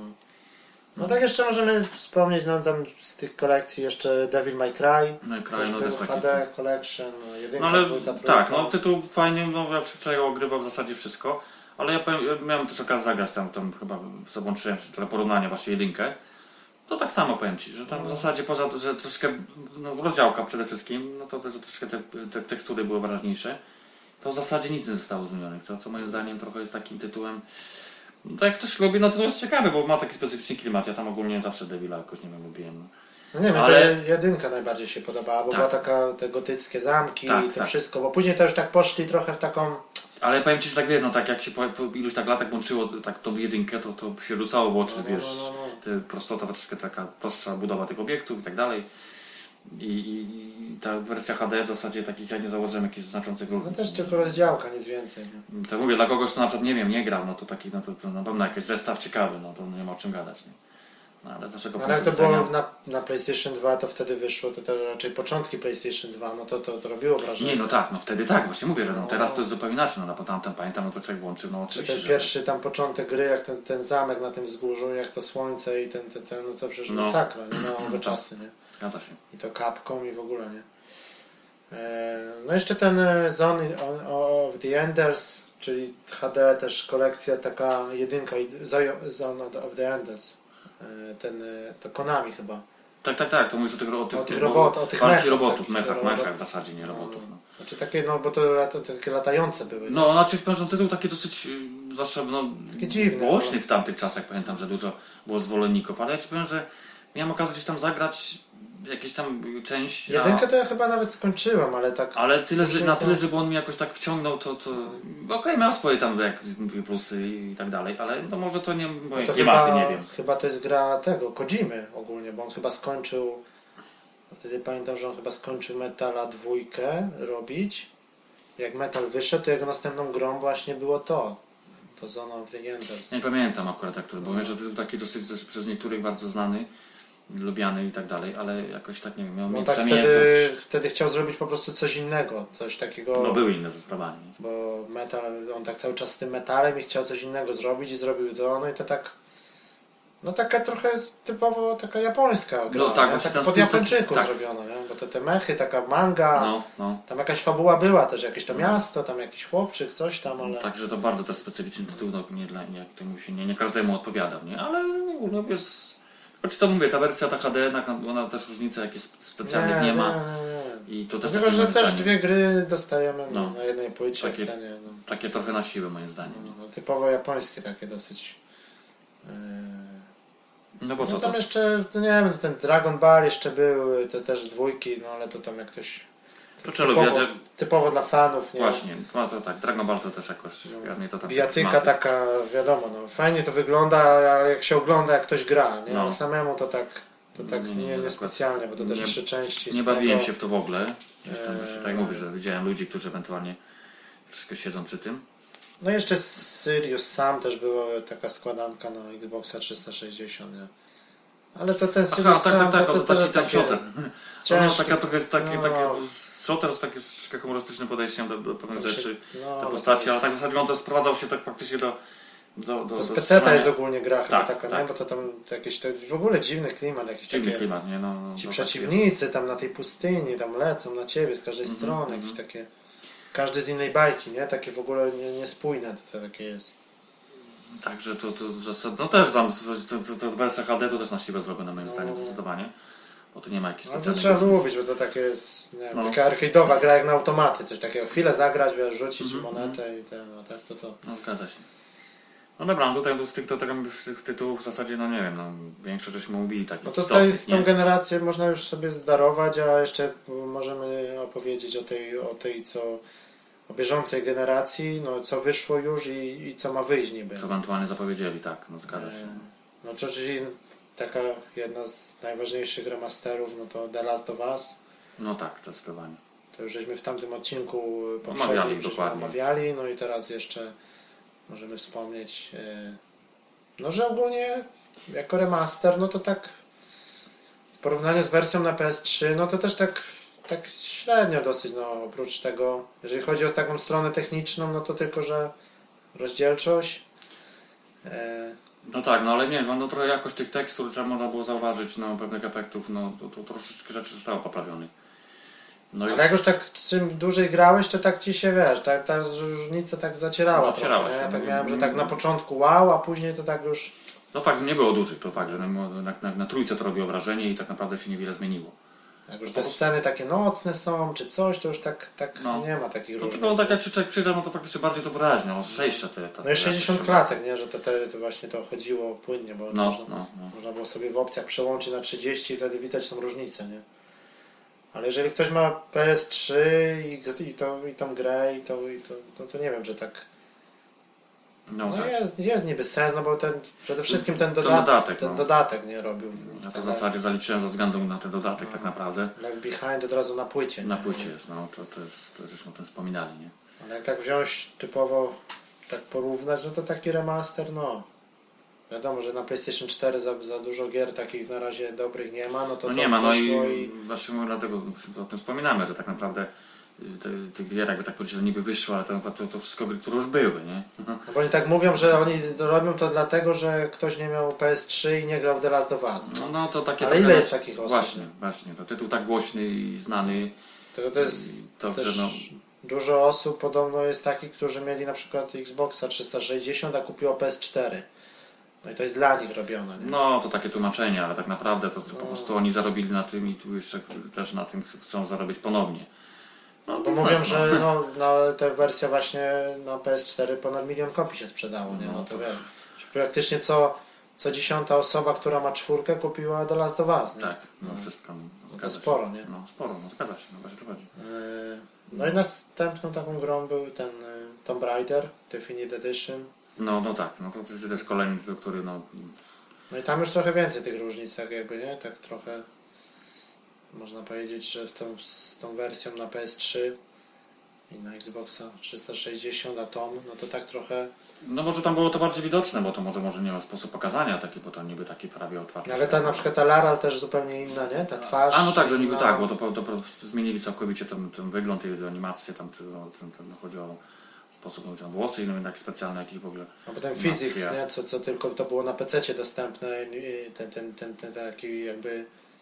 No tak jeszcze możemy wspomnieć tam z tych kolekcji jeszcze Devil May Cry. No i Cry, też no był też taki... HD Collection, jedynka, No ale dwójka, trójka. tak, tytuł fajnie, ja wczoraj ogrywał w zasadzie wszystko, ale ja miałem też okazję zagrać tam chyba sobie włączyłem trochę porównania właśnie jedynkę. To tak samo powiem Ci, że tam w zasadzie poza że troszkę rozdziałka przede wszystkim, no to też że troszkę te tekstury były wyraźniejsze, to w zasadzie nic nie zostało zmienione, co moim zdaniem trochę jest takim tytułem. No to jak ktoś lubi, no to jest ciekawe, bo ma taki specyficzny klimat. Ja tam ogólnie zawsze Devila jakoś, nie wiem, lubiłem. No nie wiem, ale... to jedynka najbardziej się podobała, bo Tak. była taka, te gotyckie zamki Tak, i to tak. wszystko, bo później to już tak poszli trochę w taką... Ale powiem Ci, że tak wiesz, no tak jak się po iluś tak latach łączyło tak tą jedynkę, to się rzucało w oczy, wiesz, te prostota, troszkę taka prostsza budowa tych obiektów i tak dalej. I ta wersja HD w zasadzie takich ja nie założyłem jakichś znaczących No różnic. też tylko rozdziałka, nic więcej. Nie? Tak mówię, dla kogoś, kto na przykład nie wiem, nie grał, no to taki, no to na pewno jakiś zestaw ciekawy, no to nie ma o czym gadać, nie? No ale z naszego Ale jak to punktu widzenia... było na PlayStation 2, to wtedy wyszło, to raczej początki PlayStation 2, no to robiło wrażenie. Nie, no tak, no wtedy tak, właśnie mówię, że teraz to jest zupełnie inaczej, no bo tamten pamiętam, no to człowiek włączył, no Czy oczywiście, ten że... pierwszy tam początek gry, jak ten zamek na tym wzgórzu, jak to słońce i ten no to przecież masakra, nie? Na nowe czasy, nie? Zgadza się. I to Capcom i w ogóle, nie? No jeszcze ten Zone of the Enders, czyli HD też kolekcja taka jedynka, Zone of the Enders. To Konami chyba. Tak, to mówisz o tych mechach, robotów, takich mechach w zasadzie, nie robotów. No. Znaczy takie, no bo to takie latające były. No, znaczy ten tytuł taki dosyć, zwłaszcza Takie dziwne. głośny w tamtych czasach, pamiętam, że dużo było zwolenników, ale ja ci powiem, że miałem okazję gdzieś tam zagrać jakieś tam część. Jedynkę to ja chyba nawet skończyłem, ale tak... Ale tyle, żeby on mi jakoś tak wciągnął, to okej, miał swoje tam, jak mówię, plusy i tak dalej, ale to może to nie moje klimaty, nie wiem. Chyba to jest gra tego, Kojimy ogólnie, bo on chyba skończył... Wtedy pamiętam, że on chyba skończył Metala 2 robić. Jak Metal wyszedł, to jego następną grą właśnie było to Zone of the Enders. Nie pamiętam akurat jak to, bo wiem, że to był taki dosyć przez niektórych bardzo znany, lubiany i tak dalej, ale jakoś tak nie wiem, miał No mnie tak wtedy chciał zrobić po prostu coś innego, coś takiego... No były inne zestawanie. Bo on tak cały czas z tym metalem i chciał coś innego zrobić i zrobił to, no i to tak... No taka trochę typowo taka japońska gra, no tak, tak pod Japończyków zrobiono, nie? Bo te mechy, taka manga, tam jakaś fabuła była też, jakieś to miasto, tam jakiś chłopczyk, coś tam, ale... Także to bardzo też specyficzny tytuł, no, nie każdemu odpowiadał, nie? Ale no jest... Choć to mówię, ta wersja ta HD, ona też różnicy jakieś specjalnych nie ma. I to też dlatego, że też dwie gry dostajemy na jednej płycie takie, w cenie. No. Takie trochę na siłę moim zdaniem. No, typowo japońskie takie dosyć... No bo co tam to... jeszcze, no nie wiem, ten Dragon Ball jeszcze był, to też z 2, no ale to tam jak ktoś... To trzeba lubić, że... Typowo dla fanów, nie? Właśnie, to tak, Dragon Ball to też jakoś... mnie to tam bijatyka taka, wiadomo, no fajnie to wygląda, ale jak się ogląda, jak ktoś gra, nie? Ale samemu to tak nie specjalnie, bo to też 3 części. Nie bawiłem się w to w ogóle. Tak jak mówię, że widziałem ludzi, którzy ewentualnie troszkę siedzą przy tym. No jeszcze Sirius sam też była taka składanka na Xboxa 360, nie? Ale to ten Sirius sam, to jest taki shooter. Ciężkie. Shooter z takim troszkę humorystycznym podejściem do pewnych rzeczy, te postaci, ale tak w zasadzie on też sprowadzał się tak praktycznie do to z PC jest ogólnie gra chyba taka, tak. nie? Bo to tam jakiś w ogóle dziwny klimat, jakiś dziwny takie, klimat, nie? ci przeciwnicy tam na tej pustyni, tam lecą na ciebie z każdej strony, jakieś takie, każdy z innej bajki, nie? Takie w ogóle niespójne to takie jest. Także to no też tam, to wersja HD to też na siłę zrobione moim zdaniem zdecydowanie. Bo to nie ma jakichś specjalnych... No to trzeba lubić, bo to takie jest, nie wiem, taka arcade'owa gra jak na automaty, coś takiego, chwilę zagrać, wiesz, rzucić monetę i no tak to... No zgadza się. No dobra, no tutaj z tych tytułów w zasadzie, no nie wiem, większość żeśmy mówili takich no to z tą generację można już sobie zdarować, a jeszcze możemy opowiedzieć o tej o bieżącej generacji, no co wyszło już i co ma wyjść niby. Co ewentualnie zapowiedzieli, tak, no zgadza się. No czyli taka jedna z najważniejszych remasterów, no to The Last of Us. No tak, zdecydowanie. To już żeśmy w tamtym odcinku omawiali, no i teraz jeszcze możemy wspomnieć, no że ogólnie jako remaster, no to tak w porównaniu z wersją na PS3, no to też tak średnio dosyć, no oprócz tego, jeżeli chodzi o taką stronę techniczną, no to tylko, że rozdzielczość. No tak, no ale nie, no trochę jakość tych tekstur trzeba można było zauważyć, no pewnych efektów, no to troszeczkę rzeczy zostało poprawionych. No ale jak już tak czym dłużej grałeś, to tak ci się, wiesz, ta różnica tak zacierała trochę, się. Ja tak miałem, że tak na początku wow, a później to tak już... No fakt, nie było dużych, to fakt, że na trójce to robiło wrażenie i tak naprawdę się niewiele zmieniło. Jak już te sceny takie nocne są, czy coś, to już tak nie ma takich różnic. No tak jak się człowiek przyjrzał, no to faktycznie bardziej to wyraźnie, o 6 No i 60 klatek, nie, że to właśnie to chodziło płynnie, bo można było sobie w opcjach przełączyć na 30 i wtedy widać tą różnicę, nie? Ale jeżeli ktoś ma PS3 i tą grę to nie wiem, że tak... No tak. Jest niby sens, no bo przede wszystkim ten dodatek nie robił. Ja to w zasadzie zaliczyłem ze względu na ten dodatek tak naprawdę. Left Behind od razu na płycie. Na płycie jest, no to żeśmy o tym wspominali, nie? Ale jak tak wziąć typowo, tak porównać, no to taki remaster, no. Wiadomo, że na PlayStation 4 za dużo gier takich na razie dobrych nie ma, no to nie ma, no i właśnie dlatego o tym wspominamy, że tak naprawdę tych gier, jakby tak powiedzieć, niby wyszło, ale to wszystko gry, które już były, nie? No bo oni tak mówią, że oni robią to dlatego, że ktoś nie miał PS3 i nie grał w The Last of Us. No to takie... Ale ile jest takich osób? Właśnie, to tytuł tak głośny i znany. To jest też dużo osób podobno jest takich, którzy mieli na przykład Xboxa 360, a kupiło PS4. No i to jest dla nich robione, nie? No, to takie tłumaczenie, ale tak naprawdę to po prostu oni zarobili na tym i tu jeszcze też na tym chcą zarobić ponownie. No, Bo mówią, że ta wersja właśnie na PS4 ponad 1 milion kopii się sprzedało, nie? No to wiesz, praktycznie co 10. osoba, która ma 4 kupiła The Last of Us, nie? Tak, no wszystko. No, to sporo, nie? No sporo, no zgadza się, no właśnie to chodzi. No i następną taką grą był ten Tomb Raider Definitive Edition. No tak, no to też kolejny tytuł, który No i tam już trochę więcej tych różnic, tak jakby, nie? Tak trochę można powiedzieć, że z tą wersją na PS3 i na Xboxa 360, a Tom, no to tak trochę... No może tam było to bardziej widoczne, bo to może nie miał sposób pokazania taki, bo to niby taki prawie otwarty. No ale na przykład ta Lara też zupełnie inna, nie? Ta twarz... A no tak, że niby tak, bo to zmienili całkowicie ten wygląd, tę animację, tam chodziło o sposób, no, tam włosy i no jednak specjalne jakieś w ogóle... No bo ten physics, nie? Co tylko to było na PC-cie dostępne, ten taki jakby...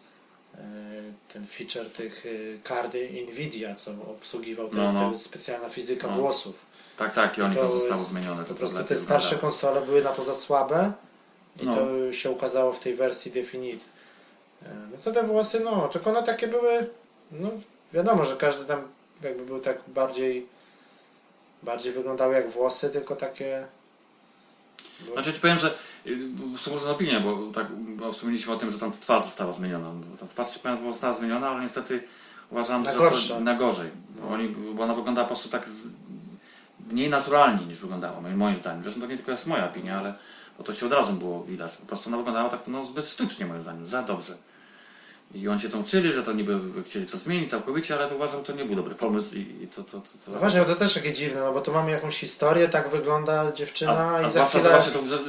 ten feature tych kardy Nvidia, co obsługiwał ten specjalna fizyka włosów. Tak, i oni to zostało zmienione. Po prostu te starsze konsole były na to za słabe i to się ukazało w tej wersji Definite. No to te włosy, no, tylko one takie były, no wiadomo, że każdy tam jakby był tak bardziej wyglądały jak włosy, tylko takie... Znaczy ci powiem, że są różne opinie, bo tak wspomnieliśmy o tym, że tam twarz została zmieniona. Ta twarz się powiem, została zmieniona, ale niestety uważam, że to na gorzej. Bo ona wyglądała po prostu tak mniej naturalnie niż wyglądała, moim zdaniem. Zresztą to nie tylko jest moja opinia, ale bo to się od razu było widać. Po prostu ona wyglądała tak zbyt sztucznie moim zdaniem, za dobrze. I oni się to uczyli, że to niby chcieli coś zmienić całkowicie, ale to uważam, że to nie był dobry pomysł i to... No właśnie, bo to też takie dziwne, no bo tu mamy jakąś historię, tak wygląda dziewczyna i za zwłaszcza, chwilę...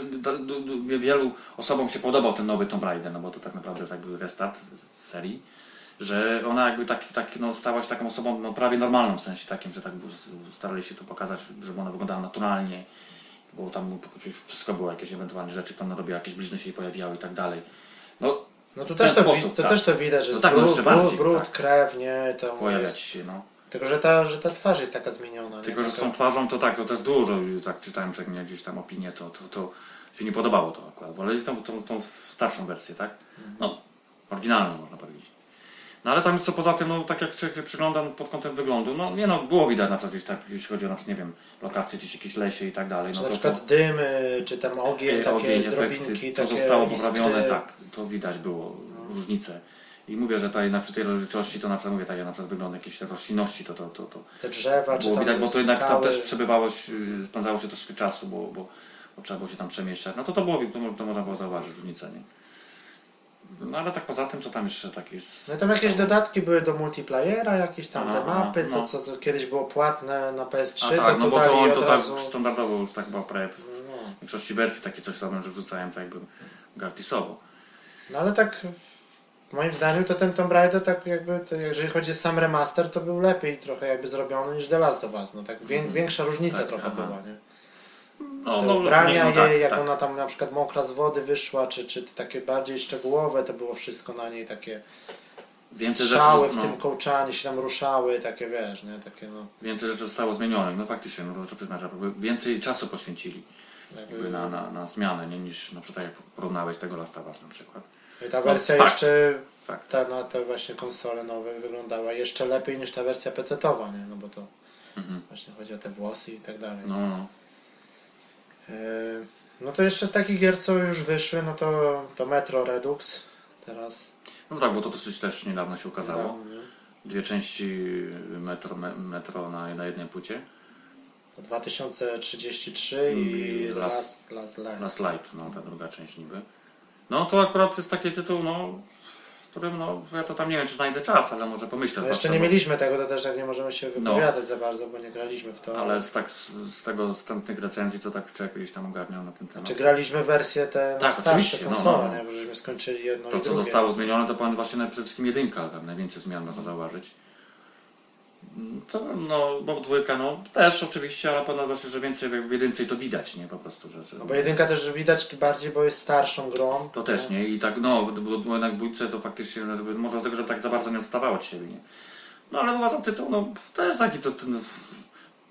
że wielu osobom się podobał ten nowy Tomb Raider, no bo to tak naprawdę jest jakby restart serii, że ona jakby stała się taką osobą prawie normalną, w sensie takim, że tak starali się to pokazać, żeby ona wyglądała naturalnie, bo tam wszystko było jakieś ewentualnie rzeczy, które ona robiła, jakieś blizny się pojawiały i tak dalej. No tu też też to widać, że jest brud, krew, nie? To pojawia się, no. Tylko, że ta twarz jest taka zmieniona. Tylko, że z tą twarzą to tak, to też dużo, tak czytałem gdzieś tam opinię, to się nie podobało to akurat, woleli tą starszą wersję, tak? No, oryginalną można powiedzieć. No ale tam co poza tym, no tak jak się przyglądam pod kątem wyglądu, było widać na przykład gdzieś tak, jeśli chodzi o na przykład, nie wiem, lokacje gdzieś jakieś lesie i tak dalej. Czy na przykład dymy, czy tam ogień, takie drobinki, to takie zostało iskry. poprawione, tak, to widać było różnice. I mówię, że tutaj przy tej rozdzielczości to na przykład mówię, tak jak na przykład wygląda jakieś roślinności, to te drzewa, było czy tam widać, bo to jednak skały. tam też spędzało się troszkę czasu, bo trzeba było się tam przemieszczać. No to można było zauważyć różnicę, nie? No ale tak poza tym, co tam jeszcze tak jest... No tam jakieś dodatki były do multiplayera, jakieś tam te mapy, co kiedyś było płatne na PS3, tak, to no tutaj bo to od tak razu... standardowo już tak było prawie w większości wersji takie coś robią, że wrzucają tak jakby gratisowo. No ale tak moim zdaniem to ten Tomb Raider tak jakby, jeżeli chodzi o sam remaster, to był lepiej trochę jakby zrobiony niż The Last of Us. No tak większa różnica trochę była, nie? Te ubrania, jak ona tam na przykład mokra z wody wyszła, czy takie bardziej szczegółowe, to było wszystko na niej takie strzały w tym kołczanie się tam ruszały, takie wiesz, nie? Takie, no. Więcej rzeczy zostało zmienionych, no faktycznie, no to trzeba przyznać, że więcej czasu poświęcili jakby na zmianę, nie, niż na przykład jak porównałeś tego Last of Us na przykład. I ta wersja jeszcze na te właśnie konsole nowe wyglądała jeszcze lepiej niż ta wersja PC-towa, nie? No bo to właśnie chodzi o te włosy i tak dalej. No to jeszcze z takich gier, co już wyszły, no to Metro Redux teraz. No tak, bo to dosyć też niedawno się ukazało. 2 części Metro na jednej płycie. To 2033 i Last Light, no ta druga część niby. No to akurat jest taki tytuł, w którym ja to tam nie wiem, czy znajdę czas, ale może pomyślę. No jeszcze nie mieliśmy tego, to też tak nie możemy się wypowiadać za bardzo, bo nie graliśmy w to. Ale z tego wstępnych recenzji, co tak wczoraj gdzieś tam ogarniał na ten temat. Czy graliśmy wersję na starsze konsole, nie? Bo żeśmy skończyli jedno to, i drugie. co zostało zmienione, to pan właśnie przede wszystkim jedynka, tam najwięcej zmian można zauważyć. Bo w dwójkę, też oczywiście, ale ponad właśnie, że więcej w jedynce i to widać, nie? Po prostu, że... No bo jedynka też widać bardziej, bo jest starszą grą. To też, nie? I tak, bo jednak w dwójce to faktycznie, może dlatego, że tak za bardzo nie odstawało od siebie, nie? No ale uważam tytuł, też taki,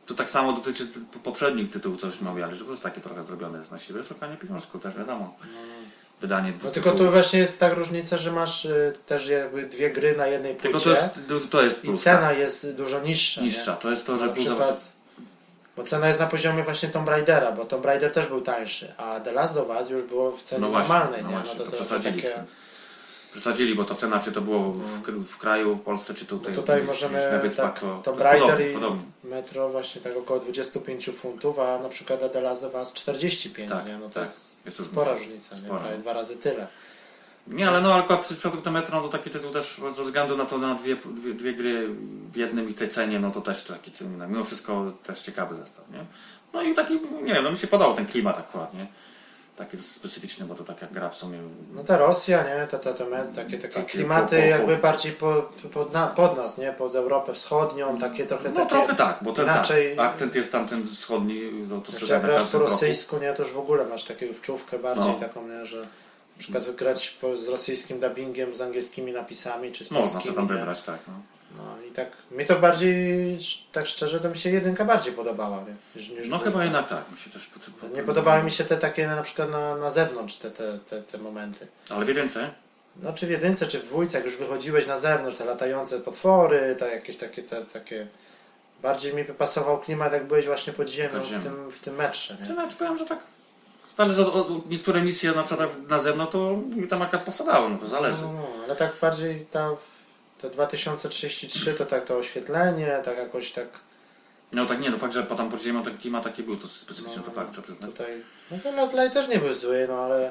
To tak samo dotyczy poprzednich tytułów, co żeśmy omawiali, że to jest takie trochę zrobione jest na siłę, szukanie pieniążków też wiadomo. Wydanie No dwóch tylko tu tytułów. właśnie jest ta różnica, że masz też jakby 2 gry na jednej Tylko płycie to jest i plus. cena jest dużo niższa. Niższa. Nie? To jest to, że Na plus przykład, bo cena jest na poziomie właśnie Tomb Raidera, bo Tomb Raider też był tańszy, a The Last of Us już było w cenie normalnej. Nie? właśnie, No to to przesadzili. takie... Przesadzili, bo to cena, czy to było w kraju, w Polsce, czy tutaj, No tutaj gdzieś możemy na wyspach, tak, to Tomb jest Raider podobnie. i Metro właśnie tak około 25 funtów, a na przykład The Last of Us 45, Tak, nie? No to tak. jest Jest spora różnica. różnica, nie? Spora. Prawie 2 razy tyle. Nie, ale no akurat w przypadku Metro, to taki tytuł też ze względu na to, na dwie gry w jednym i tej cenie, no to też taki, mimo wszystko też ciekawy zestaw, nie? No i taki, nie wiem, no mi się podobał ten klimat akurat, nie? Taki specyficzny, bo to taka gra w sumie... No ta Rosja, nie? Takie klimaty jakby bardziej pod nas, nie? Pod Europę Wschodnią, takie trochę No takie... trochę tak, bo ten inaczej... akcent jest tam ten wschodni, to Jeszcze jak grasz po rosyjsku, nie? To już w ogóle masz taką wczówkę bardziej taką, nie? Że na przykład grać z rosyjskim dubbingiem, z angielskimi napisami, czy z polskimi. Można sobie tam wybrać, tak. No. No i tak, mi to bardziej, tak szczerze, to mi się 1 bardziej podobała, nie? Niż No dwójka. chyba jednak tak, mi się też Nie podobały mi się te takie na przykład na zewnątrz te momenty. Ale w jedynce? No czy w 1, czy w 2, jak już wychodziłeś na zewnątrz, te latające potwory, te jakieś takie... Bardziej mi pasował klimat, jak byłeś właśnie pod ziemią, w tym metrze, nie? Znaczy powiem, że tak zależy od niektóre misje na przykład na zewnątrz, to mi tam akurat pasowało, no to zależy. No, ale tak bardziej te 2033 to tak to oświetlenie, tak jakoś tak... No tak nie, no fakt, że potem pod ziemią taki klimat taki był, to specyficzny, to fakt, trzeba przyznać. Tutaj... No ten Last Light też nie był zły, no ale...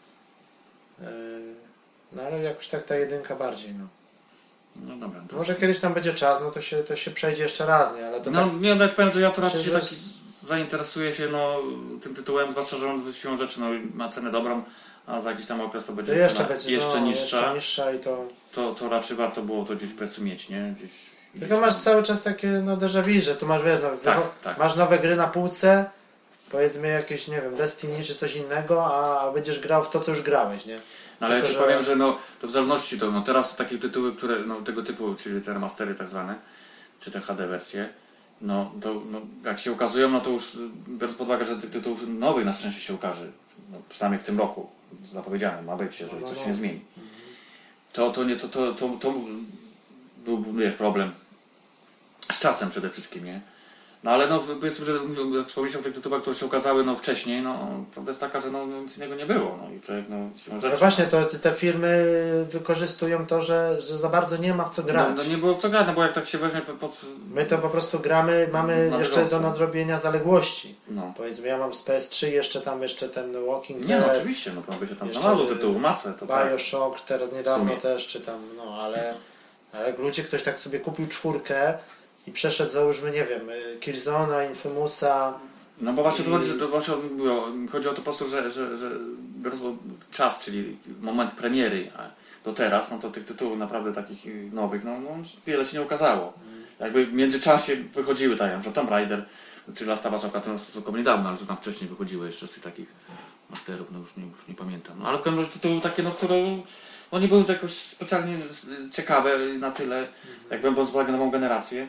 no ale jakoś tak ta 1 bardziej, no. No dobra. To Może kiedyś tam będzie czas, no to się przejdzie jeszcze raz, nie? Ale to no tak... nie, no ja powiem, że ja to raczej Myślę, tak że zainteresuję się tym tytułem, zwłaszcza, że on siłą rzeczy ma cenę dobrą, a za jakiś tam okres to będzie To jeszcze cena będzie jeszcze niższa. niższa. Jeszcze niższa i To raczej warto było to gdzieś po prostu mieć, nie? Tylko masz cały czas takie déjà vu, że tu masz, wiesz, tak. masz nowe gry na półce, powiedzmy jakieś, nie wiem, Destiny czy coś innego, a będziesz grał w to, co już grałeś, nie? No, ale ja Tylko, ci powiem, że no, to w zależności no teraz takie tytuły, które, no tego typu, czyli te remastery tak zwane, czy te HD wersje, no to no, jak się ukazują, no to już biorąc pod uwagę, że tych tytułów nowych na szczęście się ukaże, no, przynajmniej w tym roku, zapowiedziane, ma być, jeżeli coś się nie zmieni. To był, wiesz, problem z czasem przede wszystkim, nie? No ale no powiedzmy, że jak wspomnieć o tych tytułach, które się ukazały no wcześniej, no prawda jest taka, że no nic innego nie było. No i człowiek siłą rzeczy, No właśnie, to te firmy wykorzystują to, że za bardzo nie ma w co grać. no nie było w co grać, no bo jak tak się weźmie My to po prostu gramy, mamy Na jeszcze bieżąco. do nadrobienia zaległości. No. Powiedzmy, ja mam z PS3 jeszcze ten Walking Nie, no Dead, oczywiście, no to by się tam jeszcze znalazło tytułu, masę, to tak. Bioshock, teraz niedawno sumie. też czytam, no ale jak ludzie, ktoś tak sobie kupił 4 i przeszedł, załóżmy, nie wiem, Killzone'a, Infamousa. No bo właśnie to chodzi, że to właśnie chodzi o to po prostu, że biorąc czas, czyli moment premiery do teraz, no to tych tytułów naprawdę takich nowych, no wiele się nie ukazało. Jakby w międzyczasie wychodziły tak, że Tomb Raider, czy Last of Us akurat tylko niedawno, ale to tam wcześniej wychodziły jeszcze z tych takich masterów, no już nie pamiętam. No ale w każdym razie tytuły takie, no które no nie były jakoś specjalnie ciekawe na tyle, jak biorąc pod uwagę nową generację.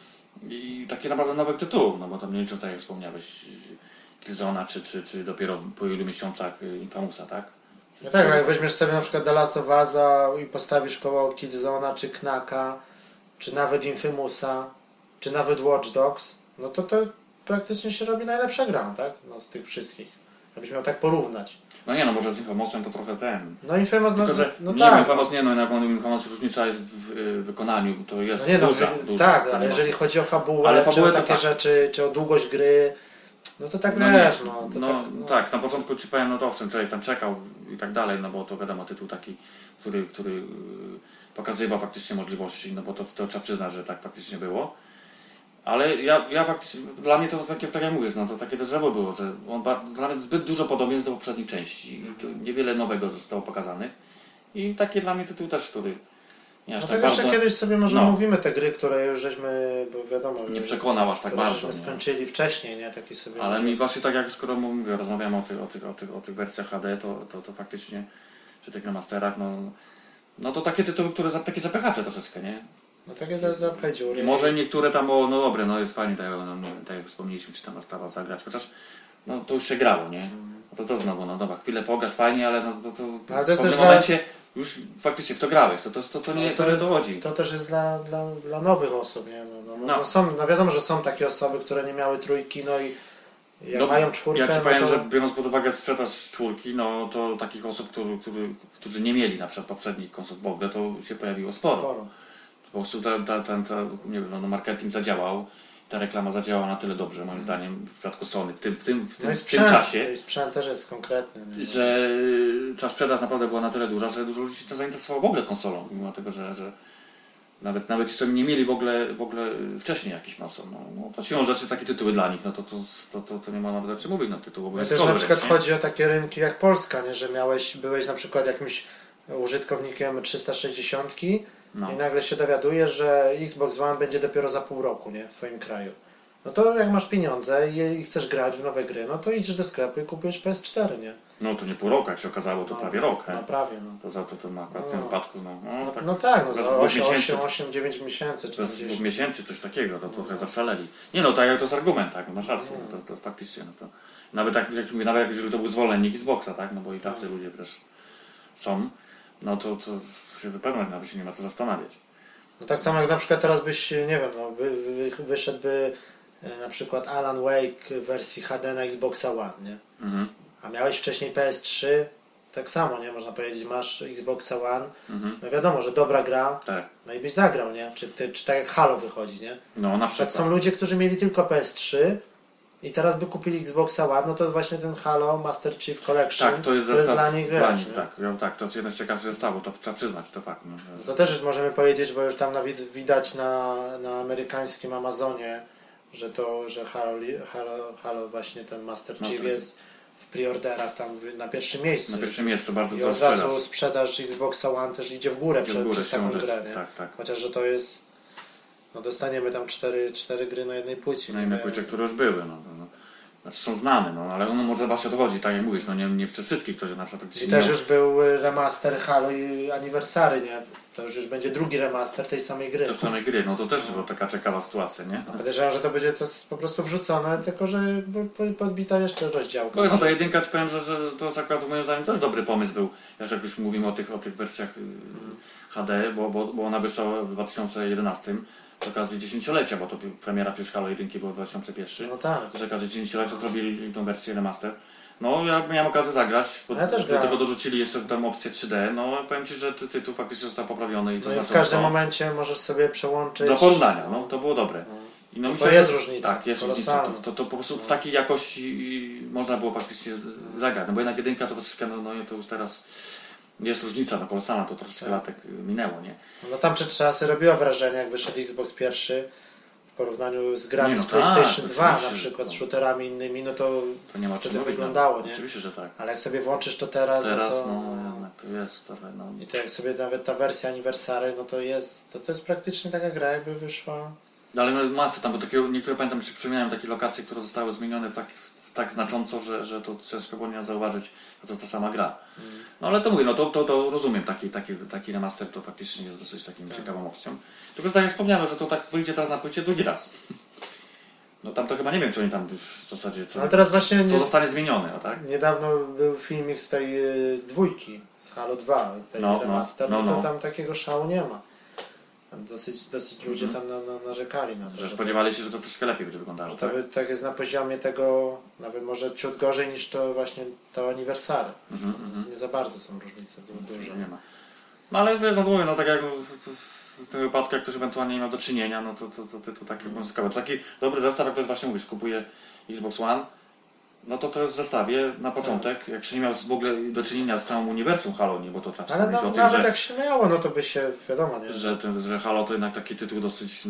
I takie naprawdę nowych tytułów, no bo tam nie liczą, tak jak wspomniałeś, Killzone'a, czy dopiero po ilu miesiącach Infamousa, tak? No tak, ale jak weźmiesz sobie na przykład The Last of Us'a i postawisz koło Killzone'a, czy Knacka, czy nawet Infamousa, czy nawet Watch Dogs, no to praktycznie się robi najlepsza gra, tak? No z tych wszystkich. Jakbyś miał tak porównać. No nie, no może z Infamousem to trochę ten. No Infamous, Tylko, że no nie, tak. Infamous nie, no jednak Infamous różnica jest w wykonaniu, to jest No nie, duża. tak, ale jeżeli chodzi o fabułę, Ale czy fabułę o to takie tak. rzeczy, czy o długość gry, no to tak No wiesz, nie, no. To no, tak, tak, na początku ci powiem, no to owszem, człowiek tam czekał i tak dalej, no bo to wiadomo, tytuł taki, który pokazywał faktycznie możliwości, no bo to trzeba przyznać, że tak faktycznie było. Ale ja faktycznie, dla mnie to takie, tak jak mówisz, no to takie drzewo było, że on dla mnie zbyt dużo podobieństw do poprzedniej części i tu niewiele nowego zostało pokazanych i taki dla mnie tytuł też, który nie aż no tak tak jeszcze bardzo kiedyś sobie może mówimy te gry, które już żeśmy, bo wiadomo, nie przekonał aż tak które bardzo. żeśmy skończyli wcześniej, nie? Taki sobie Ale mi właśnie tak jak skoro mówię, rozmawiamy o tych wersjach HD, to faktycznie przy tych remasterach, no to takie tytuły, które takie zapychacze troszeczkę, nie? No takie zapchaj dziury. I może niektóre tam, no dobre, no jest fajnie, tak jak wspomnieliśmy, czy tam została zagrać, chociaż no to już się grało, nie? No to znowu, no dobra, chwilę pograsz fajnie, ale no to ale to jest w pewnym też momencie już faktycznie w to grałeś, to nie dochodzi. To też jest dla nowych osób, nie? No wiadomo, że są takie osoby, które nie miały trójki, no i jak mają czwórkę... Ja ci powiem, to... że biorąc pod uwagę sprzedaż czwórki, no to takich osób, którzy nie mieli na przykład poprzednich konsol w ogóle, to się pojawiło sporo. Po prostu nie wiem, no marketing zadziałał, ta reklama zadziałała na tyle dobrze, moim zdaniem, w przypadku Sony, w tym czasie, i sprzęt też jest konkretny. Nie? Że ta sprzedaż naprawdę była na tyle duża, że dużo ludzi się to zainteresowało w ogóle konsolą, mimo tego, że nawet ci, co nie mieli w ogóle wcześniej jakiś konsol. No to siłą rzeczy takie tytuły dla nich, no to nie ma nawet o czym mówić, no tytuł obowiązkowy. Też na przykład chodzi o takie rynki jak Polska, nie? Że byłeś na przykład jakimś użytkownikiem 360 i nagle się dowiadujesz, że Xbox One będzie dopiero za pół roku, nie? W twoim kraju. No to jak masz pieniądze i chcesz grać w nowe gry, no to idziesz do sklepu i kupujesz PS4, nie? No to nie pół roku, jak się okazało, to prawie rok. No prawie, no. To za to akurat w tym wypadku, za 8-9 miesięcy. Czy przez 2 miesięcy, coś takiego, to trochę zaszaleli. Nie no, tak jak to jest argument, tak, masz rację, to faktycznie, no to nawet jeżeli to był zwolennik Xboxa, tak, no bo i tacy ludzie też są, no to się zupełnie nawet się nie ma co zastanawiać. No tak samo jak na przykład teraz byś, nie wiem, no, wyszedłby na przykład Alan Wake w wersji HD na Xboxa One, nie? A miałeś wcześniej PS3, tak samo, nie? Można powiedzieć, masz Xboxa One, no wiadomo, że dobra gra, tak. No i byś zagrał, nie? Czy tak jak Halo wychodzi, nie? No na przykład. Są ludzie, którzy mieli tylko PS3 i teraz by kupili Xboxa One, no to właśnie ten Halo Master Chief Collection, tak, to jest dla nich grać, tak, to jest jedno z ciekawszych zestawów, to trzeba przyznać, to fakt. No, że... To też już możemy powiedzieć, bo już tam widać na amerykańskim Amazonie, że Halo właśnie ten Master Chief jest w preorderach tam na pierwszym miejscu. Na pierwszym miejscu, bardzo dużo sprzedaż. I od razu sprzedaż Xboxa One też idzie w górę przez taką grę, nie? Tak. Chociaż, że to jest... No dostaniemy tam 4 gry na jednej płycie. Na jednej płycie, które już były, Znaczy są znane, ale ono może właśnie dochodzi, tak jak mówisz, nie przez wszystkich, którzy na przykład... I też już był remaster Halo i Anniversary, nie? To już będzie drugi remaster tej samej gry. Tej samej gry, no to też była taka ciekawa sytuacja, nie? Podejrzewam, że to będzie po prostu wrzucone, tylko że podbita jeszcze rozdziałka. No ta jedynka, ci powiem, że to jest akurat moim zdaniem też dobry pomysł był, jak już mówimy o tych wersjach HD, bo ona wyszła w 2011 z okazji 10-lecia, bo to premiera przecież Halo 1 była w 2001. No tak. Z okazji 10-lecia zrobili tą wersję remaster. No, ja miałem okazję zagrać, do tego dorzucili jeszcze tam opcję 3D, no powiem Ci, że tytuł faktycznie został poprawiony. I to w każdym momencie możesz sobie przełączyć... Do porównania, to było dobre. I to jest różnica. Tak, jest różnica. To po prostu w takiej jakości można było faktycznie zagrać, bo jednak jedynka to troszeczkę, to już teraz jest różnica, kolosalna, to troszeczkę latek minęło, nie? No tam czy czasy robiło wrażenie, jak wyszedł Xbox pierwszy, w porównaniu z grami z PlayStation 2 na przykład, z shooterami innymi, to nie ma wtedy wyglądało, nie? Oczywiście, że tak. Ale jak sobie włączysz to teraz jednak to jest trochę, I to jak sobie nawet ta wersja Anniversary, to jest praktycznie taka gra, jakby wyszła... No ale masę tam, bo niektóre pamiętam, że przypominają takie lokacje, które zostały zmienione tak znacząco, że to ciężko było nie zauważyć, że to ta sama gra. No ale to mówię, to rozumiem, taki remaster to faktycznie jest dosyć taką ciekawą opcją. Tylko, że tak jak wspomniałem, że to tak wyjdzie teraz na płycie drugi raz. No tam to chyba nie wiem, czy oni tam w zasadzie co teraz właśnie zostanie zmienione, tak? Niedawno był filmik z tej dwójki, z Halo 2, tej remaster, to tam takiego szału nie ma. Tam dosyć ludzie tam narzekali na to. Że spodziewali się, że to troszkę lepiej będzie wyglądało. Tak jest na poziomie tego, nawet może ciut gorzej niż to właśnie to Anniversary. Nie za bardzo są różnice duże. Nie ma. No ale wiesz, mówię, tak jak w tym wypadku, jak ktoś ewentualnie nie miał do czynienia, to taki obowiązkowy. To taki dobry zestaw, jak ktoś właśnie mówisz, kupuje Xbox One, to jest w zestawie na początek, jak się nie miał w ogóle do czynienia z całym uniwersum Halo, nie, bo to trzeba wspomnieć o tym, nawet jak się miało, to by się, wiadomo, nie? Że Halo to jednak taki tytuł dosyć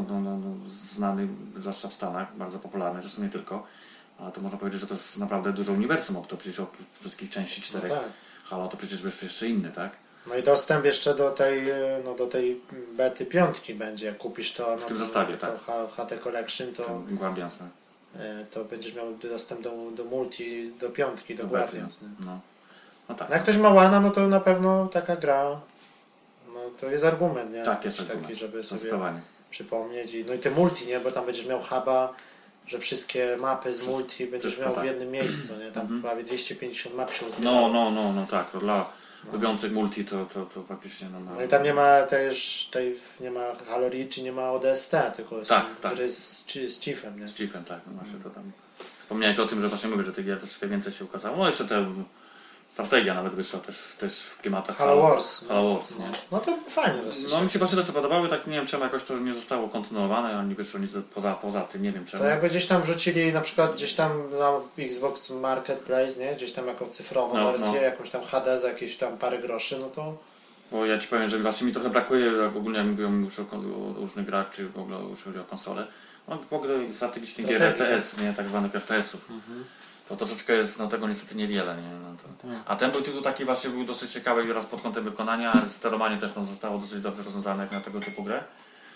znany, zwłaszcza w Stanach, bardzo popularny, zresztą nie tylko, ale to można powiedzieć, że to jest naprawdę duże uniwersum, to przecież oprócz wszystkich części 4 Halo to przecież jeszcze inny, tak? No i dostęp jeszcze do tej bety 5 będzie, jak kupisz to w tym zestawie, tak? To HD Collection, Guardians, to będziesz miał dostęp do multi, do 5, do Guardians. No tak. Jak ktoś ma Łana, to na pewno taka gra to jest argument, nie? Tak, jest taki, argument. żeby sobie Zdecydowanie. przypomnieć. No i te multi, nie? Bo tam będziesz miał huba, że wszystkie mapy z multi będziesz wszystko miał tak. w jednym miejscu, nie? Tam prawie 250 map się uzbierało. No tak, to dla lubiących multi to faktycznie No i tam nie ma też nie ma Halo Reach i nie ma ODST, tylko są tak. gry z Chiefem, nie? z Chiefem, tak. No właśnie to tam. Wspomniałeś o tym, że właśnie mówię, że tych gier troszkę więcej się ukazało. No jeszcze te strategia nawet wyszła też w klimatach Halo Wars. Halo Wars, no. No to fajnie dosyć. No mi się właśnie też podobały, tak nie wiem czemu jakoś to nie zostało kontynuowane, ani wyszło nic poza tym, nie wiem czemu. To jakby gdzieś tam wrzucili na przykład gdzieś tam na Xbox Marketplace, nie? Gdzieś tam jako cyfrową wersję, jakąś tam HD za jakieś tam parę groszy, no to... Bo ja ci powiem, że właśnie mi trochę brakuje, jak ogólnie mówiłem już o różnych grach, czy w ogóle już chodzi o konsolę. No w ogóle strategicznych gier RTS, nie? Tak zwanych RTS-ów. To troszeczkę jest, no tego niestety niewiele, nie? No to... A ten tytuł taki właśnie był dosyć ciekawy raz pod kątem wykonania, sterowanie też tam zostało dosyć dobrze rozwiązane jak na tego typu grę.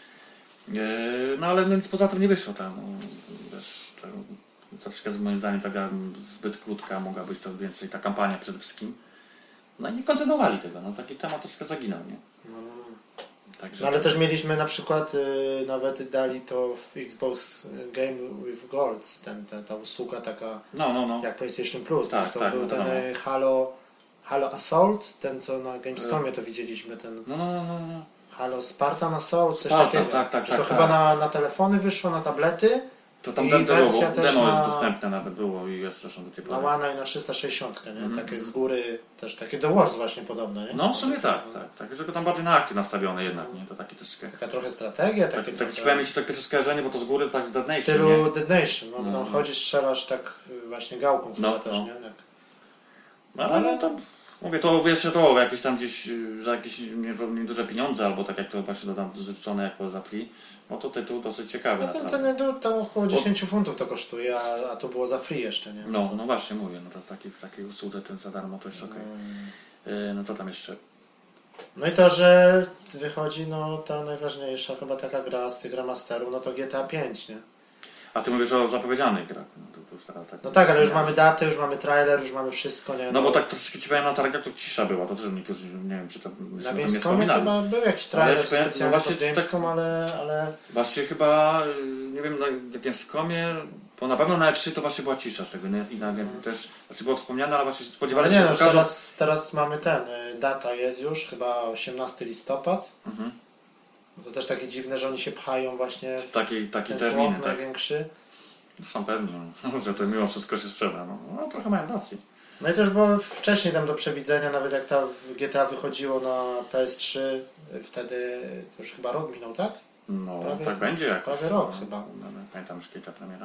No ale nic poza tym nie wyszło tam. Wiesz, troszeczkę moim zdaniem ta gra zbyt krótka, mogła być to więcej ta kampania przede wszystkim. No i nie kontynuowali tego, no taki temat troszkę zaginął, nie? No. Także... No ale też mieliśmy na przykład, nawet dali to w Xbox Game with Golds, ta usługa taka No. jak PlayStation Plus. Tak, to tak, był no to ten Halo Assault, ten co na Gamescomie to widzieliśmy, ten No. Halo Spartan Assault, coś Spartan, takiego. tak, to chyba na telefony wyszło, na tablety. To tam I demo wersja też jest na- dostępne nawet było i jest zresztą do tej Na pory. One i na 360, nie? Takie z góry, też takie The Wars właśnie podobne, nie? No w sumie tak, że tam bardziej na akcję nastawione jednak, nie? To takie troszeczkę... Taka trochę strategia, takie Tak trochę... przypomina mi się takie skojarzenie, bo to z góry tak z Dead W Nation, stylu nie? Dead Nation, no, bo tam chodzisz, strzelasz tak właśnie gałką chyba też, nie? Tak. No ale to... Mówię, to jeszcze to jakieś tam gdzieś za jakieś nieduże pieniądze, albo tak jak to właśnie dodam, zrzucone jako za free, no to tytuł dosyć ciekawy. No naprawdę. tam około 10 funtów to kosztuje, a to było za free jeszcze, nie? No właśnie mówię, no to w takiej usłudze ten za darmo to jest okej. No co tam jeszcze? No i to, że wychodzi no ta najważniejsza chyba taka gra z tych remasterów, no to GTA 5, nie? A ty mówisz o zapowiedzianych grach, no to już teraz tak... No tak, ale już mamy datę, już mamy trailer, już mamy wszystko, nie? No bo tak troszeczkę ci powiem na targach to cisza była, to też niektórzy, nie wiem czy to Na nie Gamescomie wspominali. chyba był jakiś trailer Ale ja ci powiem, specjalny no pod właśnie Gamescom, ale... Właśnie chyba, nie wiem, na Gamescomie, bo na pewno na E3 to właśnie była cisza z tego, nie? I na też, znaczy było wspomniane, ale właśnie spodziewali Ale się, nie, że no pokażą... teraz mamy data jest już, chyba 18 listopad. To też takie dziwne, że oni się pchają właśnie w Taki ten terminy, tłok tak? największy. Są pewni, że to mimo wszystko się sprzeda, no trochę mają rację. No i to już było wcześniej tam do przewidzenia, nawet jak ta GTA wychodziło na PS3, wtedy to już chyba rok minął, tak? No, Prawie- tak będzie jakoś. prawie rok no, chyba. No, pamiętam już kilka premiera.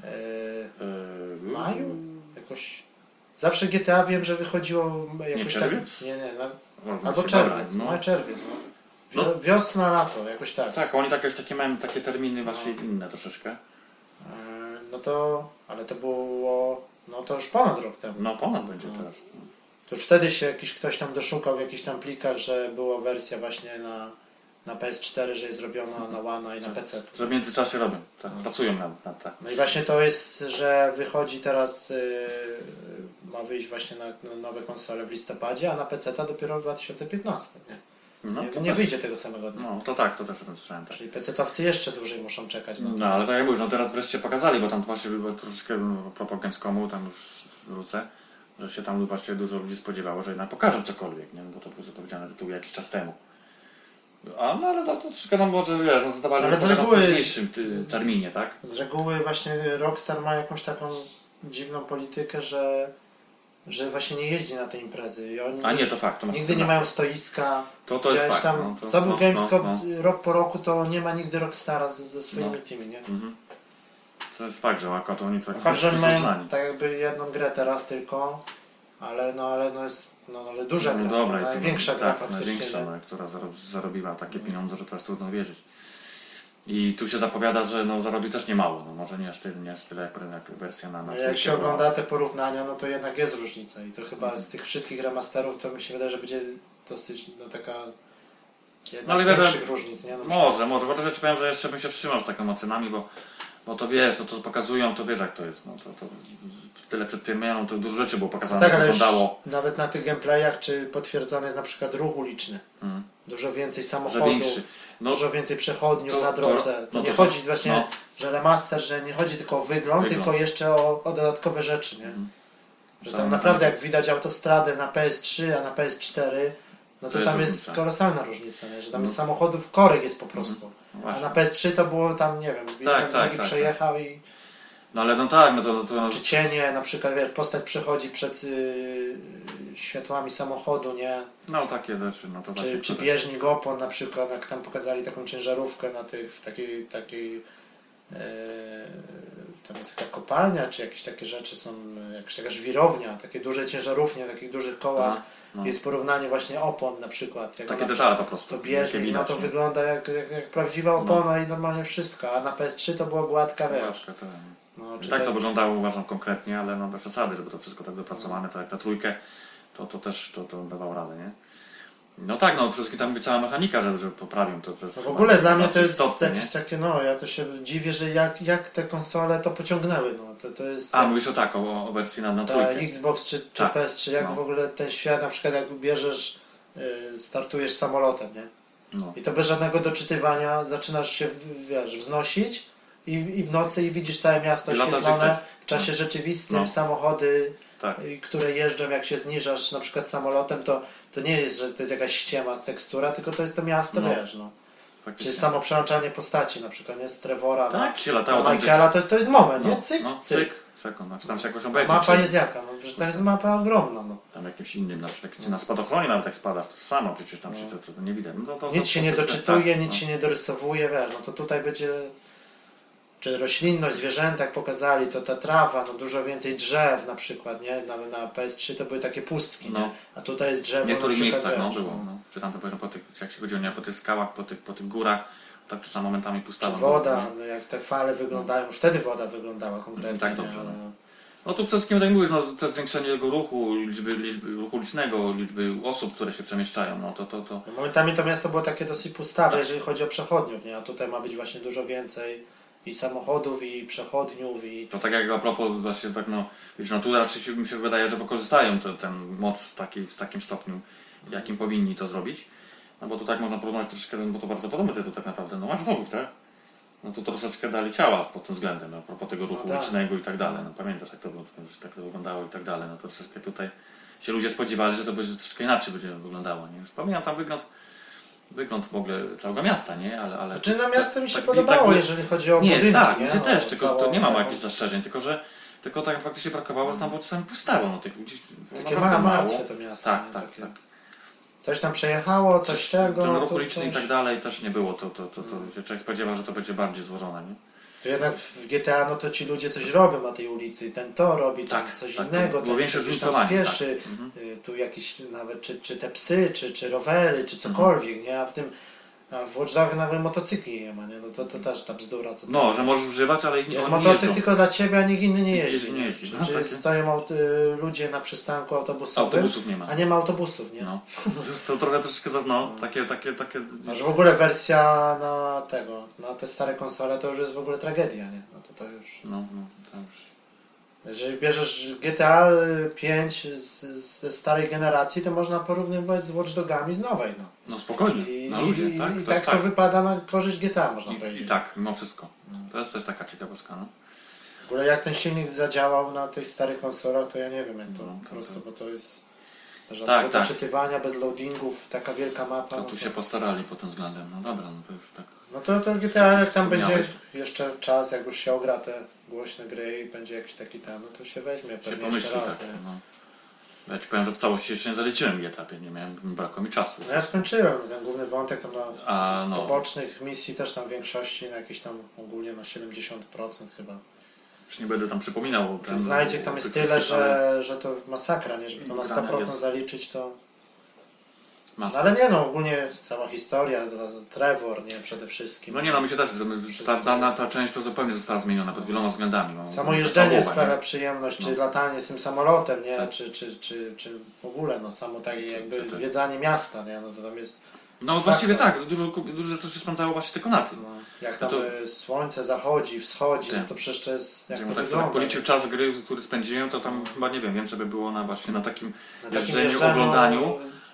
W maju? Jakoś... Zawsze GTA wiem, że wychodziło jakoś tak... czerwiec? Nie, Może albo się czerwiec, dobra, no. maj, czerwiec. No. No. Wiosna, lato, jakoś tak. Tak, oni takie mają takie terminy właśnie inne troszeczkę. No to... Ale to było... No to już ponad rok temu. No ponad będzie teraz. To już wtedy się ktoś tam doszukał w jakichś tam plikach, że była wersja właśnie na PS4, że jest robiona na One i na PC. Że w międzyczasie robią, tak, pracują nad tak. No i właśnie to jest, że wychodzi teraz, ma wyjść właśnie na nowe konsole w listopadzie, a na PC dopiero w 2015. Nie, No, to nie też- wyjdzie tego samego dnia. No to tak, to też o tym słyszałem. Tak. Czyli PC-towcy jeszcze dłużej muszą czekać. No ale tak jak mówisz, no teraz wreszcie pokazali, bo tam właśnie było troszeczkę a propos Gamescomu, tam już wrócę, że się tam właśnie dużo ludzi spodziewało, że jednak pokażą cokolwiek, nie? Bo to było zapowiedziane tytuł jakiś czas temu. No ale to troszeczkę nam może, wiesz, no zadawali Ale z pokażą w reguły- późniejszym terminie, tak? Z reguły właśnie Rockstar ma jakąś taką dziwną politykę, że właśnie nie jeździ na te imprezy. I oni A nie, to fakt, to masz nigdy nie rację. mają stoiska. To jest Gdzieś fakt. tam, No, to, co był Gamescom no. rok po roku, to nie ma nigdy Rockstara ze swoimi tymi, nie? To jest fakt, że akurat oni tak Fakt, że mają znani. tak jakby jedną grę teraz tylko, ale jest ale duża gra, Dobra, i to największa gra praktycznie. największa, nie? no, która zarobiła takie pieniądze, że to jest trudno wierzyć. I tu się zapowiada, że no, zarobi też niemało, no, może nie aż tyle jak wersja na No trójkę jak się była. ogląda te porównania, no to jednak jest różnica i to chyba z tych wszystkich remasterów to mi się wydaje, że będzie dosyć taka jedna No, z ale większych różnic, nie? No, Może, chociaż ja ci powiem, że jeszcze bym się wstrzymał z taką ocenami, bo to wiesz, no to pokazują, to wiesz jak to jest, no to tyle przed premierą, to dużo rzeczy było pokazane, tak, jak ale już wyglądało. nawet na tych gameplayach, czy potwierdzony jest na przykład ruch uliczny. dużo więcej że samochodów, większy. No, dużo więcej przechodniów to- na drodze. no nie to- chodzi właśnie, no. że remaster, że nie chodzi tylko o wygląd. Tylko jeszcze o dodatkowe rzeczy, nie? Że tam Same naprawdę mechaniki. jak widać autostradę na PS3, a na PS4, no to jest tam jest różnica. kolosalna różnica, nie? Że tam jest samochodów, korek jest po prostu. No A właśnie. na PS3 to było tam, nie wiem, jeden drugi tak. przejechał i... No ale no tak, no to Czy cienie, na przykład wiesz, postać przechodzi przed światłami samochodu, nie? no takie rzeczy, no to właśnie. Czy bieżnik opon na przykład, jak tam pokazali taką ciężarówkę na tych, w takiej tam jest taka kopalnia, czy jakieś takie rzeczy są, jakaś taka żwirownia, takie duże ciężarówki na takich dużych kołach. No. Jest porównanie właśnie opon na przykład. Jak Takie ona- detale po prostu. To bieżnik, jakie no widać, to nie? wygląda jak prawdziwa opona i normalnie wszystko, a na PS3 to była gładka, wiesz. Zobaczka, tak. No, czy Tak to te- wyglądało, uważam, konkretnie, ale no bez przesady, żeby to wszystko tak dopracowane, tak jak ta trójkę, to też to dawało radę, nie? No tak, no przede wszystkim tam cała mechanika, żeby poprawił to. No w ogóle dla mnie to jest istotne, jakieś nie? takie, no ja to się dziwię, że jak te konsole to pociągnęły, no to jest A, mówisz o wersji na ta trójkę. Xbox czy Tak, PS3, jak no. w ogóle ten świat, na przykład jak bierzesz, startujesz samolotem, nie? No. I to bez żadnego doczytywania zaczynasz się, wiesz, wznosić i w nocy i widzisz całe miasto I latasz, gdzie oświetlone chcesz. w czasie No. rzeczywistym, No. samochody, Tak. które jeżdżą, jak się zniżasz na przykład samolotem, to nie jest, że to jest jakaś ściema, tekstura, tylko to jest to miasto, No. wiesz, no. Faktycznie. Czy samo przełączanie postaci, na przykład, nie? Z Trevora Tak, się na latało tam Michaela, to jest moment, No, nie? Cyk, no, cyk. sekund, znaczy tam się jakoś A obejdzie. mapa czy jest jaka? No, że to jest mapa ogromna, no. tam jakimś innym, na przykład czy na spadochronie nawet jak spadasz, to samo przecież tam się to nie widać. No, Nic się nie doczytuje, tak, nic się nie dorysowuje, wiesz, no to tutaj będzie... Czy roślinność, zwierzęta, jak pokazali, to ta trawa, no dużo więcej drzew na przykład, nie? Na PS3 to były takie pustki, No. nie? A tutaj jest drzewo W niektórych na przykład, miejscach no, wiesz, było. No. Czy tam po tych, jak się chodziło, nie, po tych skałach, po tych górach, tak czasami momentami Czy pustawa. woda, była, nie? no jak te fale wyglądają, już wtedy woda wyglądała konkretnie, Tak dobrze, nie? no. Ale... No tu przede wszystkim, tak jak mówisz, no, to zwiększenie jego ruchu, liczby ruchu licznego, liczby osób, które się przemieszczają, no to. No, momentami to miasto było takie dosyć pustawe, Tak. jeżeli chodzi o przechodniów, nie? A tutaj ma być właśnie dużo więcej i samochodów, i przechodniów, i... To tak jak a propos właśnie tak no, wiesz, no tu raczej mi się wydaje, że wykorzystają tę moc w takim stopniu, jakim powinni to zrobić. No bo tu tak można porównać troszeczkę, bo to bardzo podobny tytuł tak naprawdę, no Watch Dogów, tak? No tu troszeczkę dali ciała pod tym względem, no, a propos tego ruchu tak. licznego i tak dalej. No pamiętasz jak to było, tak to wyglądało i tak dalej. No to troszeczkę tutaj się ludzie spodziewali, że to będzie troszeczkę inaczej będzie wyglądało, nie? Już pamiętam tam wygląd w ogóle całego miasta, nie? Ale Znaczy na miasto mi się tak- podobało, tak- jeżeli chodzi o nie, budynki, tak, nie? mnie No, też, tylko całą to nie mam taką- jakichś zastrzeżeń, tylko tak faktycznie brakowało, że tam było czasami pustało, no tych ludzi Takie naprawdę martwe to miasto. Tak, nie? tak, Takie- tak. Coś tam przejechało, coś tego. Ten no ruch to uliczny i coś- tak dalej też nie było, to się człowiek spodziewał, że to będzie bardziej złożone, nie? To jednak w GTA, no to ci ludzie coś robią na tej ulicy. Ten to robi, tam Tak, coś tak, innego, to było ten większe się gdzieś tam zróżnicowanie, spieszy. tak. Tu jakieś nawet, czy te psy, czy rowery, czy cokolwiek, nie? A w Watch Dogsach nawet motocykli nie ma, nie? No to też ta bzdura. Co No, że możesz używać, ale jest oni nie motocykl jeżdżą. tylko dla ciebie, a nikt inny nie jeździ. Nie jeździ, no, Czy takie. stoją ludzie na przystanku autobusowym, Autobusów nie ma. a nie ma autobusów, nie? No, to trochę troszeczkę, no, takie... Aż w ogóle wersja na te stare konsole to już jest w ogóle tragedia, nie? No to już... No, to już... Jeżeli bierzesz GTA 5 ze starej generacji, to można porównywać z Watch Dogami z nowej, no. No spokojnie, na luzie, tak? I To tak jest to wypada na korzyść GTA, można I powiedzieć. tak, mimo wszystko. To jest też taka ciekawostka, no. W ogóle jak ten silnik zadziałał na tych starych konsolach, to ja nie wiem jak to No, po prostu, bo to jest Tak, żadnego tak. doczytywania, bez loadingów, taka wielka mapa. To no tu się postarali pod tym względem. No dobra, no to już tak... No to GTA jak tam będzie wspomniałeś. jeszcze czas, jak już się ogra te głośne gry i będzie jakiś taki tam, no to się weźmie Się pewnie pomyśli, jeszcze raz. tak. nie? No. Ja ci powiem, że w całości jeszcze nie zaliczyłem GTA, nie miałem, brakło mi czasu. No ja skończyłem ten główny wątek tam na A no, pobocznych misji też tam w większości, na jakieś tam ogólnie na 70% chyba. już nie będę tam przypominał. Tych znajdziek tam jest tyle, że to masakra, nie? Żeby to na 100% jest zaliczyć, to... No, Masa. ale nie no, ogólnie cała historia, Trevor, nie? Przede wszystkim. No nie no, mi się też, ta część to zupełnie została zmieniona pod wieloma względami. No, Samo jeżdżenie połowa, sprawia nie? przyjemność, czy No. latanie z tym samolotem, nie? Tak. Czy w ogóle, no samo takie jakby tak. zwiedzanie miasta, nie? No to tam jest... No masakra. właściwie tak, dużo rzeczy się spędzało właśnie tylko na tym. No, jak tam to- słońce zachodzi, wschodzi, Tak. no to przecież to jest... Jak Jak to tak wygląda? sobie policzył czas gry, który spędziłem, to tam chyba nie wiem, więcej by było na właśnie na takim Na takim jeżdżeniu, jeżdżeniu, oglądaniu.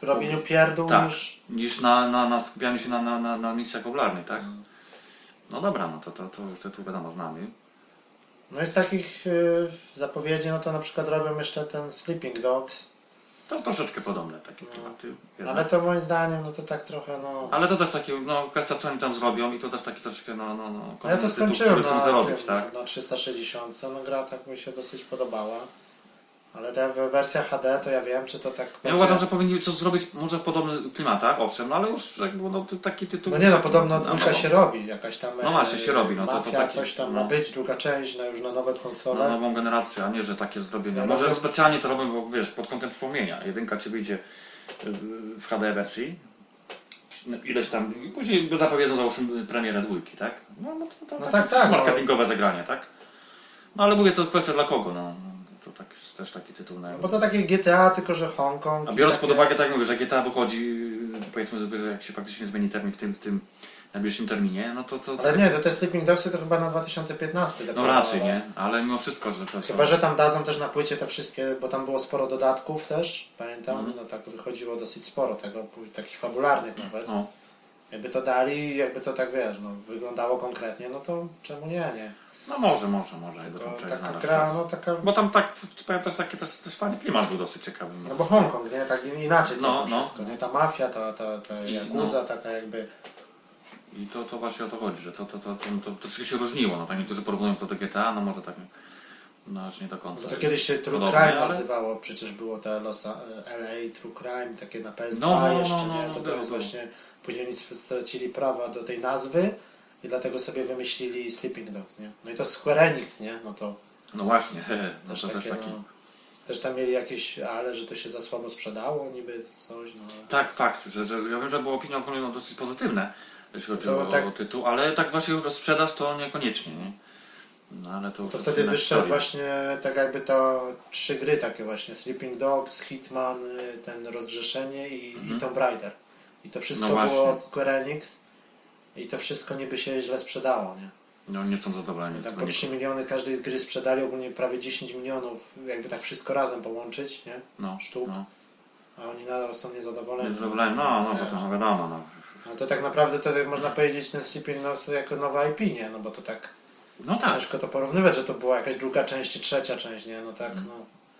robieniu pierdół tak, niż... niż na skupianiu się na misjach popularnych, tak? No dobra, no to już tytuł wiadomo znamy. No i z takich zapowiedzi, no to na przykład robią jeszcze ten Sleeping Dogs. To troszeczkę podobne takie klimaty. Ale to moim zdaniem, no to tak trochę, no... Ale to też takie, no kwestia co oni tam zrobią i to też taki troszeczkę, No ja to skończyłem który chcą zarobić, tak? na 360, no gra tak mi się dosyć podobała. Ale ta wersja HD to ja wiem, czy to tak Ja będzie... uważam, że powinni coś zrobić może w podobnych klimatach, owszem, no ale już jakby no, taki tytuł... No nie no, podobno dwójka się robi, jakaś tam... No właśnie, się robi, no to Mafia, taki, coś tam no. ma być, druga część, już na nowe konsole. Na nową generację, a nie, że takie zrobienie. Ja Może robię- specjalnie to robią, bo wiesz, pod kątem wspomnienia. Jedynka ci wyjdzie w HD wersji, ileś tam, i później zapowiedzą załóżmy premierę dwójki, tak? No to No takie tak, marketingowe zagranie, tak? No ale mówię, to kwestia dla kogo, no. To tak, jest też taki tytuł na... No bo to takie GTA, tylko że Hongkong. A biorąc takie... pod uwagę, tak jak mówię, że GTA wychodzi, powiedzmy, że jak się faktycznie zmieni termin w tym najbliższym terminie, no to... Ale nie, to te Sleeping Dogsy to chyba na 2015. No raczej, nie? Ale mimo wszystko, że to... Chyba, że tam dadzą też na płycie te wszystkie, bo tam było sporo dodatków też, pamiętam, no tak wychodziło dosyć sporo tego, takich fabularnych nawet. No. Jakby to dali, jakby to tak wiesz, no wyglądało konkretnie, no to czemu nie? No może, jakby Tylko tam człowiek taka znalazł gra, czas. no taka... Bo tam tak, powiem też taki też fajny klimat był dosyć ciekawy. No bo Hongkong, nie? Tak inaczej No, to wszystko, nie? Ta mafia, ta Yakuza, taka jakby... I to właśnie o to chodzi, że to troszkę się różniło. No tak niektórzy porównują to do GTA, no może tak, no aż nie do końca. No to kiedyś się True podobnie, Crime ale... nazywało, przecież było te LA True Crime, takie na PS2 No, jeszcze, no, nie? To było. jest właśnie... Później nic stracili prawa do tej nazwy i dlatego sobie wymyślili Sleeping Dogs, nie? No i to Square Enix, nie? No to... No właśnie, no Też to takie, też taki... no, też tam mieli jakieś, ale że to się za słabo sprzedało, niby coś, no. Tak, fakt, że ja wiem, że było opinie ogólnie no, dosyć pozytywne, jeśli chodzi tak- o tytuł, ale tak właśnie już o sprzedaż to niekoniecznie, nie? No ale to już To jest wtedy inna wyszedł historia. właśnie tak jakby to 3 gry takie właśnie, Sleeping Dogs, Hitman, ten Rozgrzeszenie i Tomb Raider. I to wszystko No było właśnie. od Square Enix i to wszystko niby się źle sprzedało, nie? No nie są zadowoleni z Tak po wyniku. 3 miliony każdej gry sprzedali, ogólnie prawie 10 milionów, jakby tak wszystko razem połączyć, nie? No, Sztuk. no. A oni nadal są niezadowoleni. Niezadowoleni, no bo to wiadomo, no. No to tak naprawdę to tak można powiedzieć ten Sleeping Dogs to jako nowa IP, nie? No bo to tak No tak. ciężko to porównywać, że to była jakaś druga część czy trzecia część, nie? No tak, no.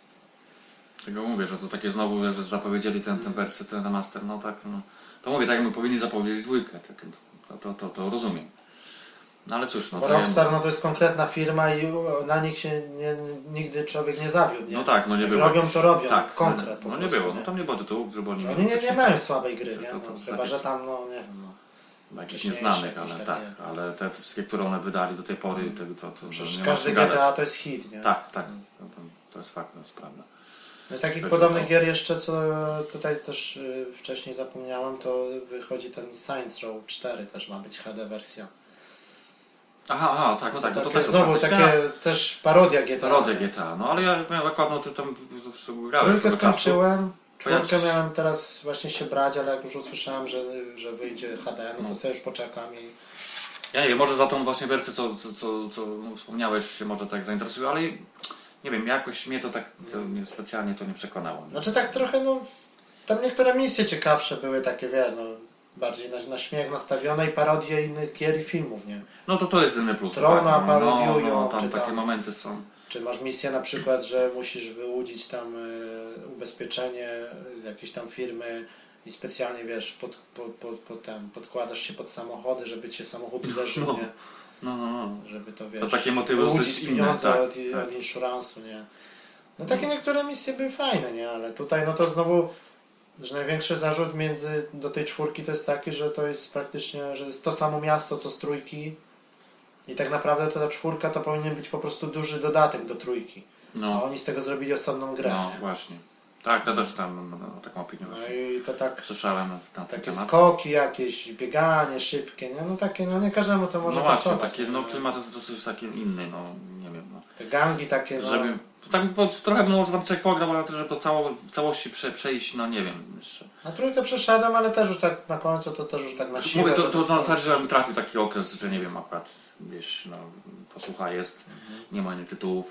Tego mówię, że to takie znowu, że zapowiedzieli ten wersję, ten remaster, no tak, no. To mówię, tak jakby powinni zapowiedzieć dwójkę, tak, to rozumiem. No ale cóż, no Bo to Rockstar no to jest konkretna firma i na nich się nigdy człowiek nie zawiódł, nie? no tak, no nie Jak było. robią, to robią, tak, konkret po no nie prostu, było, no tam nie było tytułu, żeby oni Oni mieli nie coś- mają słabej gry, nie? to- No, to chyba, takie- że tam, no nie wiem, no. jakichś wcześniejsze nieznanych, jakieś ale takie- tak, ale te wszystkie, które one wydali do tej pory, to Przecież nie ma każdy co gadać. GTA to jest hit, nie? Tak, to jest fakt, to jest prawda. No z takich Chodzi podobnych o to. gier jeszcze, co tutaj też wcześniej zapomniałem, to wychodzi ten Saints Row 4, też ma być HD wersja. Aha, tak, no tak, no to Takie też znowu faktycznie- takie też parodia GTA. Parodia nie? GTA, no ale ja akurat no, ty tam grałeś Trójkę swego czasu. skończyłem, czwórkę Ja- miałem teraz właśnie się brać, ale jak już usłyszałem, że wyjdzie HD, no to sobie już poczekam i... Ja nie wiem, może za tą właśnie wersję, co wspomniałeś, się może tak zainteresuje, ale nie wiem, jakoś mnie to tak specjalnie to nie przekonało. Znaczy tak trochę, no... Tam niektóre misje ciekawsze były takie, wiesz, no... Bardziej na śmiech nastawione i parodie innych gier i filmów, nie? No to jest inny plus. Trona tak, parodiują, tam czy takie tam- momenty są. Czy masz misję na przykład, że musisz wyłudzić tam ubezpieczenie z jakiejś tam firmy i specjalnie, wiesz, podkładasz się pod samochody, żeby cię samochód uderzył, No. nie? No. Żeby to, wiesz, To takie motywy wyłudzić dosyć inne, pieniądze tak, od insuransu, nie? No takie niektóre misje były fajne, nie? Ale tutaj, no to znowu, że największy zarzut do tej czwórki to jest taki, że to jest praktycznie, że jest to samo miasto, co z trójki i tak naprawdę to ta czwórka to powinien być po prostu duży dodatek do trójki. A No, oni z tego zrobili osobną grę. no nie? właśnie. Tak, ja też tam taką opinię No właśnie i to tak, słyszałem na ten takie temat. skoki jakieś, bieganie szybkie, nie? No takie, no nie każdemu to może No właśnie, pasować. takie, nie? no klimat jest dosyć taki inny, no nie wiem, no. Te gangi takie, no. Żeby, to tak, bo trochę może tam człowiek pograł, ale żeby to w całości przejść, no nie wiem jeszcze. Na trójkę przeszedłem, ale też już tak na końcu to też już tak na siłę. Mówię, to żeby na skończyć. zasadzie, że mi trafił taki okres, że nie wiem, akurat gdzieś, no, posłucha jest, nie ma innych tytułów,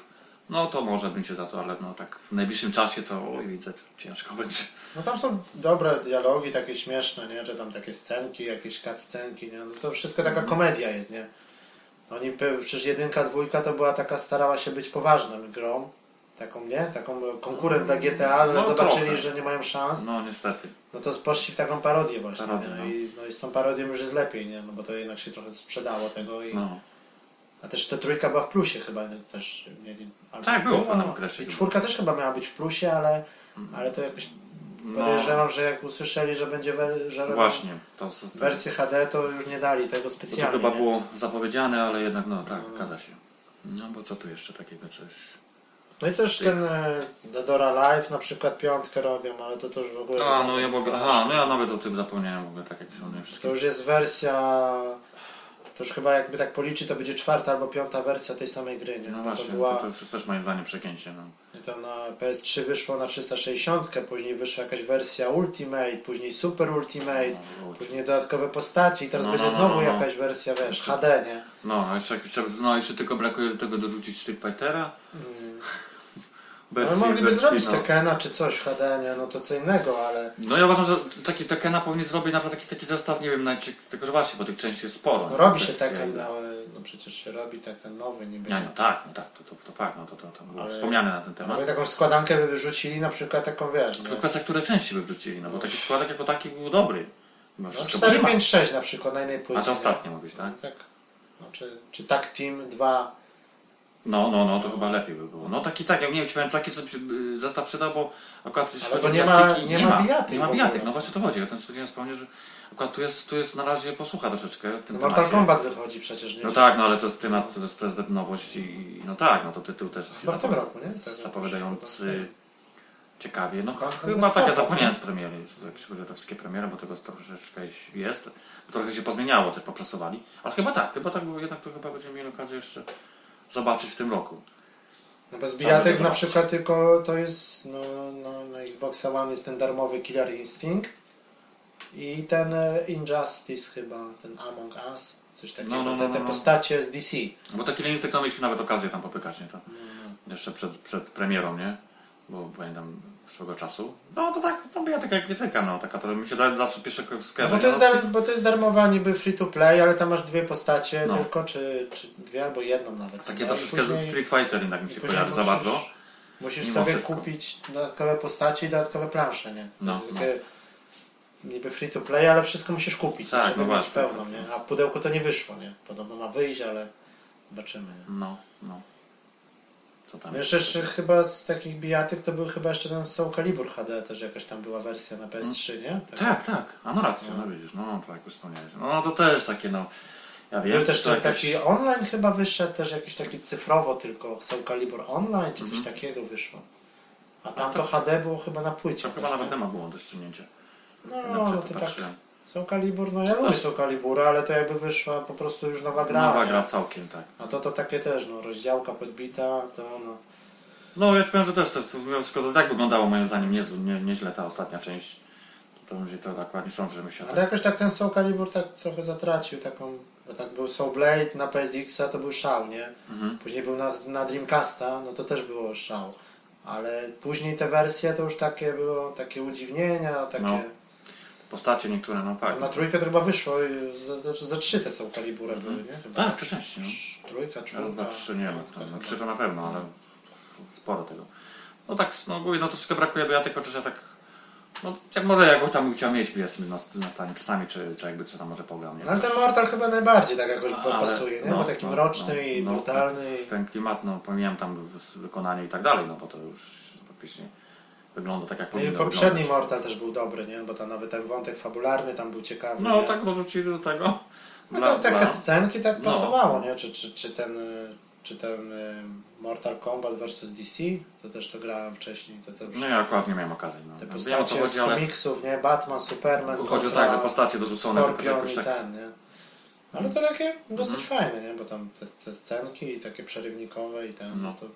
No to może bym się za to, ale no tak w najbliższym czasie to widzę, ciężko będzie. No tam są dobre dialogi, takie śmieszne, nie? Że tam takie scenki, jakieś cutscenki, nie? No to wszystko taka komedia jest, nie? Przecież 1, 2 to była taka, starała się być poważną grą. Taką, nie? Taką konkurent dla GTA, ale No, zobaczyli, trochę. że nie mają szans. No niestety. No to poszli w taką parodię właśnie. Parodię, nie? no. No i z tą parodią już jest lepiej, nie? No bo to jednak się trochę sprzedało tego i... No. A też ta 3 była w plusie chyba też mieli. Albo Tak, było w była, pewnym okresie. I 4 też chyba miała być w plusie, ale to jakoś podejrzewam, że jak usłyszeli, że będzie że robią Właśnie. To wersję HD, to już nie dali tego to specjalnie. chyba nie? było zapowiedziane, ale jednak no tak, zgadza się. No bo co tu jeszcze takiego coś... No i też ten Dora Live na przykład 5 robią, ale to już w ogóle... A, no ja mogę... Aha, no ja nawet o tym zapomniałem w ogóle, tak jak się one To wszystkie... już jest wersja... To już chyba jakby tak policzy, to będzie 4. albo 5. wersja tej samej gry, nie? No To właśnie, była... to jest też moim zdaniem przegięcie, no. I to na PS3 wyszło na 360, później wyszła jakaś wersja Ultimate, później Super Ultimate, No, później dodatkowe postaci i teraz No, będzie no, no, znowu no, no. jakaś wersja, wiesz, HD, nie? Jeszcze tylko brakuje do tego dorzucić Street Fightera. Ale mogliby zrobić no. Tekkena czy coś w HD, nie? No to co innego, ale... No ja uważam, że taki Tekkena powinien zrobić na przykład taki zestaw, nie wiem, tylko że właśnie, bo tych części jest sporo. No robi się Wersje, Tekken, no przecież się robi Tekken nowy niby. Nie, no tak, to fakt, no to było Ale- wspomniane na ten temat. Aby taką składankę by wyrzucili, na przykład taką, wiesz, Tylko nie? kwestia, które części by wrzucili, no bo taki składek jako taki był dobry. Mimo No wszystko, bo 4, nie ma- 5, 6 na przykład na jednej płycie. A to nie? ostatnio mówisz, tak? Tak. No, czy Tag Team 2. No, to chyba lepiej by było. No taki tak, ja nie wiem, ci powiem, taki sobie zestaw przydał, bo akurat jeśli Ale chodzi bo o nie ma- bijatyki, nie ma bijatyk Nie ma w bijatyk, ogóle. no właśnie o to chodzi. Ja ten spodziewałem wspomnieć, że akurat tu jest na razie posłucha troszeczkę w tym No Mortal temacie. Kombat wychodzi przecież, nie? No tak, no ale to jest temat, to jest nowość i no tak, no to tytuł też się Chyba w tym roku, nie? Tak, zapowiadający ciekawie. No Kocham chyba bez tak, ja kocha, zapomniałem nie? z premiery, jak się chodzi o te wszystkie premiery, bo tego troszeczkę jest. Trochę się pozmieniało, też popracowali. Ale chyba tak, bo jednak to chyba będziemy mieli okazję jeszcze zobaczyć w tym roku. No bez bijatek na zobaczyć. przykład tylko to jest, na Xboxa One jest ten darmowy Killer Instinct i ten Injustice chyba, ten Among Us, coś takiego, te postacie z DC. Bo taki Instinct mieliśmy nawet okazję tam popykać, nie? To jeszcze przed premierą, nie? Bo pamiętam swego czasu. No to tak, to była taka jak bijatyka, no taka, to mi się zawsze pierwszego No skojarzenia. bo to jest darmowa niby free to play, ale tam masz 2 postacie No. tylko, czy 2 albo jedną nawet. Takie No i troszeczkę później- Street Fighter jednak mi się później kojarzy za bardzo. Musisz Mimo sobie wszystko. kupić dodatkowe postacie i dodatkowe plansze, nie? No, To jest takie niby free to play, ale wszystko musisz kupić, Tak, żeby no mieć właśnie, pełną, nie? A w pudełku to nie wyszło, nie? Podobno ma wyjść, ale zobaczymy, nie? No. Co tam? No jeszcze chyba z takich bijatyk to był chyba jeszcze ten Soul Calibur HD, też jakaś tam była wersja na PS3, nie? Tak. A no rację, no widzisz, no tak jak już wspomniałeś. No to też takie, no. Ja wiem, Był też to ten jakaś- taki online chyba wyszedł, też jakiś taki cyfrowo tylko Soul Calibur Online, czy coś Mhm. takiego wyszło. A tam to HD było chyba na płycie. To chyba też, nawet nie? temat było do ściągnięcia. No, Ja no przed to tym tak. patrzyłem. Soul Calibur, no ja lubię Soul Calibura, ale to jakby wyszła po prostu już nowa gra. Nowa nie? gra całkiem, tak. A to takie też, no, rozdziałka podbita, to no. No ja ci powiem, że też to mimo wszystko to tak wyglądało moim zdaniem nieźle ta ostatnia część. To akurat nie sądzę, że my się Ale jakoś tak ten Soul Calibur tak trochę zatracił taką, bo tak był Soul Blade na PSX-a, to był szał, nie? Później był na Dreamcasta, no to też było szał. Ale później te wersje to już takie było, takie udziwnienia, takie... No. Postacie niektóre, no tak. Na 3 to chyba wyszło, za 3 te Soul Calibury były, nie? Chyba. Tak, 3 części, no. 3, 4. Raz, dwa, 3, nie wiem, to no, chyba. 3 to na pewno, ale sporo tego. No tak, no ogólnie no troszeczkę brakuje bijatyk, chociaż ja tak, no jak może jakoś tam bym chciał mieć powiedzmy na stanie czasami, czy jakby co tam może pogram, nie? No ale ten Mortal chyba najbardziej tak jakoś Ale- pasuje, nie? no, Bo taki no, mroczny i no, brutalny. tak, ten klimat, no pomijam tam wykonanie i tak dalej, no bo to już faktycznie wygląda tak jak I powinno poprzedni wyglądać. Mortal też był dobry, nie? Bo tam nawet ten wątek fabularny tam był ciekawy. No nie? tak dorzucili do tego. No tam takie scenki tak No. pasowało, nie? Czy ten Mortal Kombat vs DC, to też to grałem wcześniej. To już No ja akurat nie miałem okazji. No. te Wiem, o co postacie chodzi, z ale komiksów, nie? Batman, Superman, chodzi o kontra tak, że postacie dorzucone tylko Skorpion jakoś i tak. ten, nie? Ale to takie dosyć fajne, nie? Bo tam te scenki takie przerywnikowe i ten, no to...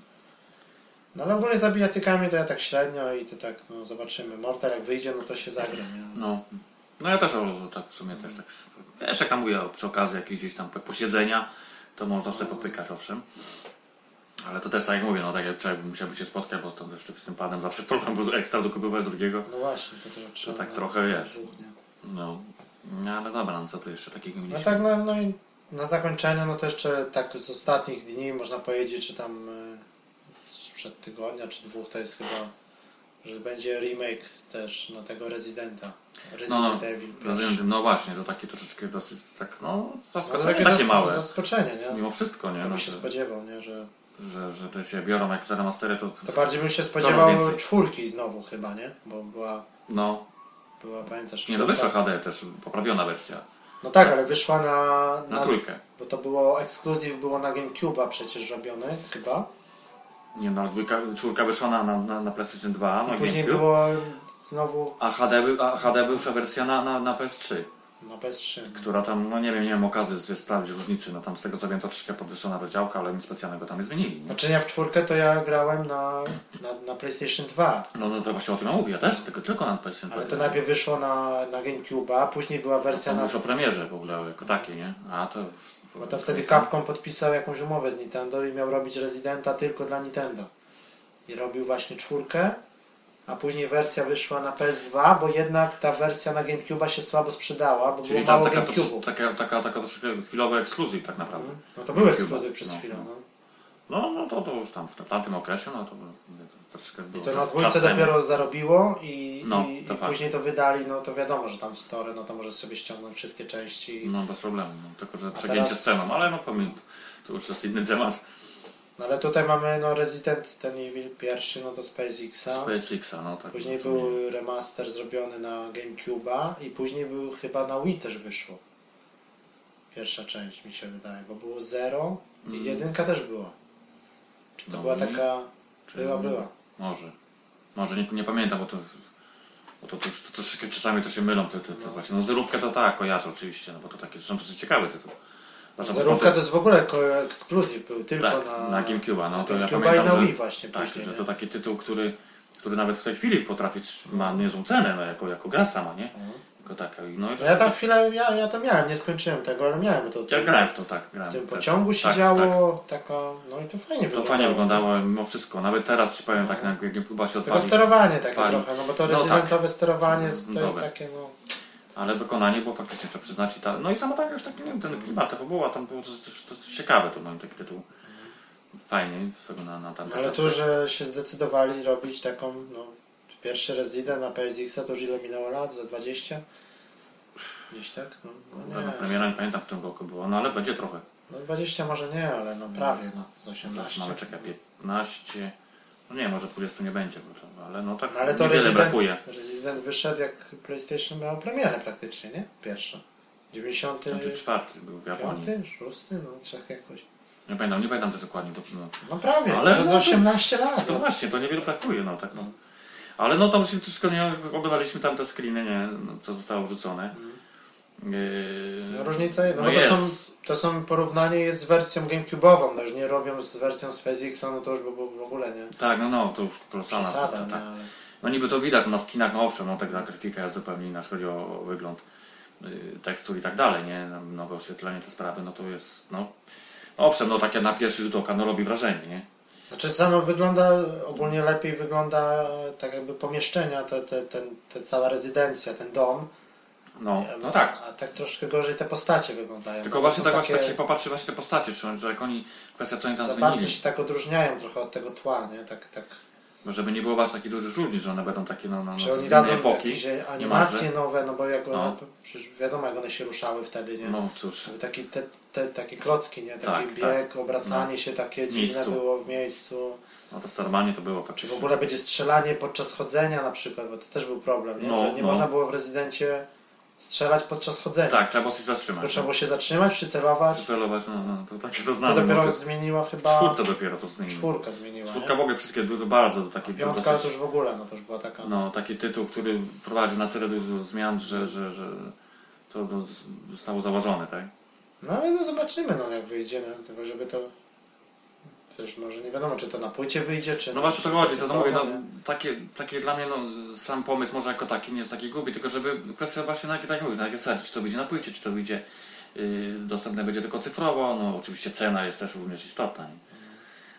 No ale ogólnie za bijatykami to ja tak średnio i to tak, no zobaczymy. Mortal jak wyjdzie, no to się zagra, nie? No ja też tak w sumie też tak. Jeszcze jak tam mówię przy okazji jakieś gdzieś tam posiedzenia, to można sobie popykać owszem. Ale to też tak jak mówię, no tak jak wczoraj musiałby się spotkać, bo to też z tym padem zawsze problem był ekstra dokupywać drugiego. No właśnie, to trzeba tak na- trochę na jest. dwóch, nie? No ale dobra, no co tu jeszcze takiego No mieliśmy? tak, no i na zakończenie, no to jeszcze tak z ostatnich dni można powiedzieć, czy tam sprzed tygodnia, czy 2 to jest chyba, że będzie remake też na tego Residenta. Resident Evil pierwszy. No właśnie, to takie troszeczkę dosyć tak, no No to zaskoczenie takie małe. zaskoczenie, nie? Mimo wszystko, nie? To No, bym się spodziewał, nie? że te się biorą jak te remastery, to To bardziej bym się Coraz spodziewał więcej. 4 znowu chyba, nie? Bo była pamiętasz, nie, no 4. wyszła HD też, poprawiona wersja. No tak, ale wyszła Na trójkę. Bo to było ekskluzyw, było na GameCube'a przecież robione chyba. Nie no, czwórka wyszła na PlayStation 2, na Później GameCube, było znowu a HD wyszła wersja na PS3, na PS3. która tam, no nie wiem okazji sprawdzić różnicy, no tam z tego co wiem to troszeczkę podwyższona rozdziałka, ale nic specjalnego tam nie zmienili. Nie? Znaczy ja w 4 to ja grałem na PlayStation 2. No to właśnie o tym ja mówię, ja też, tylko na PlayStation 2. Ale to najpierw wyszło na GameCube'a, później była wersja To na... już o premierze w ogóle, jako takie, nie? A to już... Bo to wtedy Capcom podpisał jakąś umowę z Nintendo i miał robić Residenta tylko dla Nintendo. I robił właśnie 4, a później wersja wyszła na PS2, bo jednak ta wersja na GameCube'a się słabo sprzedała, bo było Czyli tam mało taka GameCube'ów. taka troszeczkę chwilowy ekskluzyw tak naprawdę. No to był GameCube'a. ekskluzyw przez No, chwilę. no. No. No to już tam w tamtym okresie, no to mówię, troszeczkę już I było to na czas 2 temu. dopiero zarobiło i to fakt. później to wydali, no to wiadomo, że tam w store, no to możesz sobie ściągnąć wszystkie części. No bez problemu, no, tylko że przegięcie teraz- z ceną, ale no pamiętam, to już jest inny temat. No ale tutaj mamy no Resident ten Evil pierwszy, no to SpaceXa. SpaceXa, no tak. Później no, był remaster zrobiony na GameCube'a i później był chyba na Wii też wyszło. Pierwsza część mi się wydaje, bo było 0 i 1 też była. Czy to No była i- taka... czy- Była. Może nie pamiętam, bo to troszeczkę czasami to się mylą te właśnie. No zerówkę to tak, kojarzę oczywiście, no bo to takie są dosyć ciekawe tytuły. Zwłaszcza, bo Zerówka potem- to jest w ogóle ekskluzyw był, tylko Tak, na GameCube'a, no na to ja GameCube'a pamiętam, i na że, Wii właśnie tak, później. że nie? to taki tytuł, który nawet w tej chwili potrafi, ma niezłą cenę, no, jako gra sama, nie? Jako taka. No, No ja tam chwilę, ja to miałem, nie skończyłem tego, ale miałem to. ja grałem w to, tak. W Grałem tym też. pociągu się Tak, działo, taka, no i to fajnie tak. To wyglądało. fajnie wyglądało mimo wszystko. Nawet teraz ci powiem, tak jak GameCube'a się Tylko odpali. sterowanie takie Pali. trochę, no bo to No tak. rezydentowe sterowanie to jest Dobre. takie, no... Ale wykonanie było faktycznie, trzeba przyznać. No i samo tak już taki, nie wiem, ten klimat, to było, tam było to ciekawe, to mam taki tytuł. Fajnie, swego na tamte Ale czasy. tu, że się zdecydowali robić taką, no... Pierwszy Resident na PSX-a to już ile minęło lat? Za 20? Gdzieś tak? No No, nie. premiera nie pamiętam w tym roku było, no ale będzie trochę. No 20 może nie, ale no prawie, no z Zaraz 18. mamy czekaj 15. No nie, może 20 nie będzie, ale no tak No, ale to niewiele brakuje. Resident wyszedł jak PlayStation miał premierę praktycznie, nie? Pierwsza. 94, 4 był w Japonii. 6, no trzech jakoś. Nie pamiętam też dokładnie. No prawie, Ale to no, za 18 lat. To No. właśnie, to niewiele brakuje, no tak no. Ale no tam się wszystko nie oglądaliśmy tam te screeny, nie, no, co zostało wrzucone. No, różnica, no, no bo jest. to są porównanie jest z wersją GameCube'ową, no już nie robią z wersją SpaceX'a, no to już w ogóle nie. Tak, no to już kolosalna Przesada, praca, nie, tak. ale... No niby to widać na skinach, no owszem, no ta grafika jest zupełnie inna, jeśli chodzi o wygląd tekstur i tak dalej, nie, nowe oświetlenie, te sprawy, no to jest, no owszem, no takie na pierwszy rzut oka, no robi wrażenie, nie? Znaczy samo wygląda, ogólnie lepiej wygląda tak jakby pomieszczenia, te cała rezydencja, ten dom. No tak. A tak troszkę gorzej te postacie wyglądają. Tylko No, właśnie są tak się popatrzy właśnie te postacie, że jak oni, kwestia co oni tam za bardzo zmienili, się tak odróżniają trochę od tego tła, nie? Tak. no żeby nie było właśnie takich dużych różnic, że one będą takie Czy oni z dadzą innej epoki, jakieś animacje niemalże. nowe, no bo jak one, No. przecież wiadomo jak one się ruszały wtedy, nie? No cóż, Żeby takie klocki, nie? Taki Tak, bieg, tak. obracanie się takie dziwne Miejscu. było w miejscu. no to sterowanie to było Czy faktycznie. w ogóle będzie strzelanie podczas chodzenia na przykład, bo to też był problem, nie? No, Że nie no. można było w rezydencie strzelać podczas chodzenia. Tak, trzeba było się Tylko zatrzymać. trzeba było się zatrzymać, przycelować. Przycelować, no, to takie to To znane. dopiero bo to zmieniła w chyba... czwórce dopiero to zmieniło. Czwórka zmieniła, Czwórka nie? w ogóle wszystkie dużo, bardzo do takiej Piątka dosyć, to już w ogóle, no to już była taka... no, taki tytuł, który wprowadził na tyle dużo zmian, że to zostało założone, tak? No ale no zobaczymy, no jak wyjdzie, no, tylko żeby to... Też może nie wiadomo, czy to na płycie wyjdzie, czy... No właśnie to chodzi, to mówię, no, nie? takie dla mnie, no, sam pomysł może jako taki nie jest taki głupi, tylko żeby kwestia właśnie na jakiej, tak mówię, na jakiej zasadzie, czy to wyjdzie na płycie, czy to wyjdzie dostępne będzie tylko cyfrowo, no oczywiście cena jest też również istotna, nie?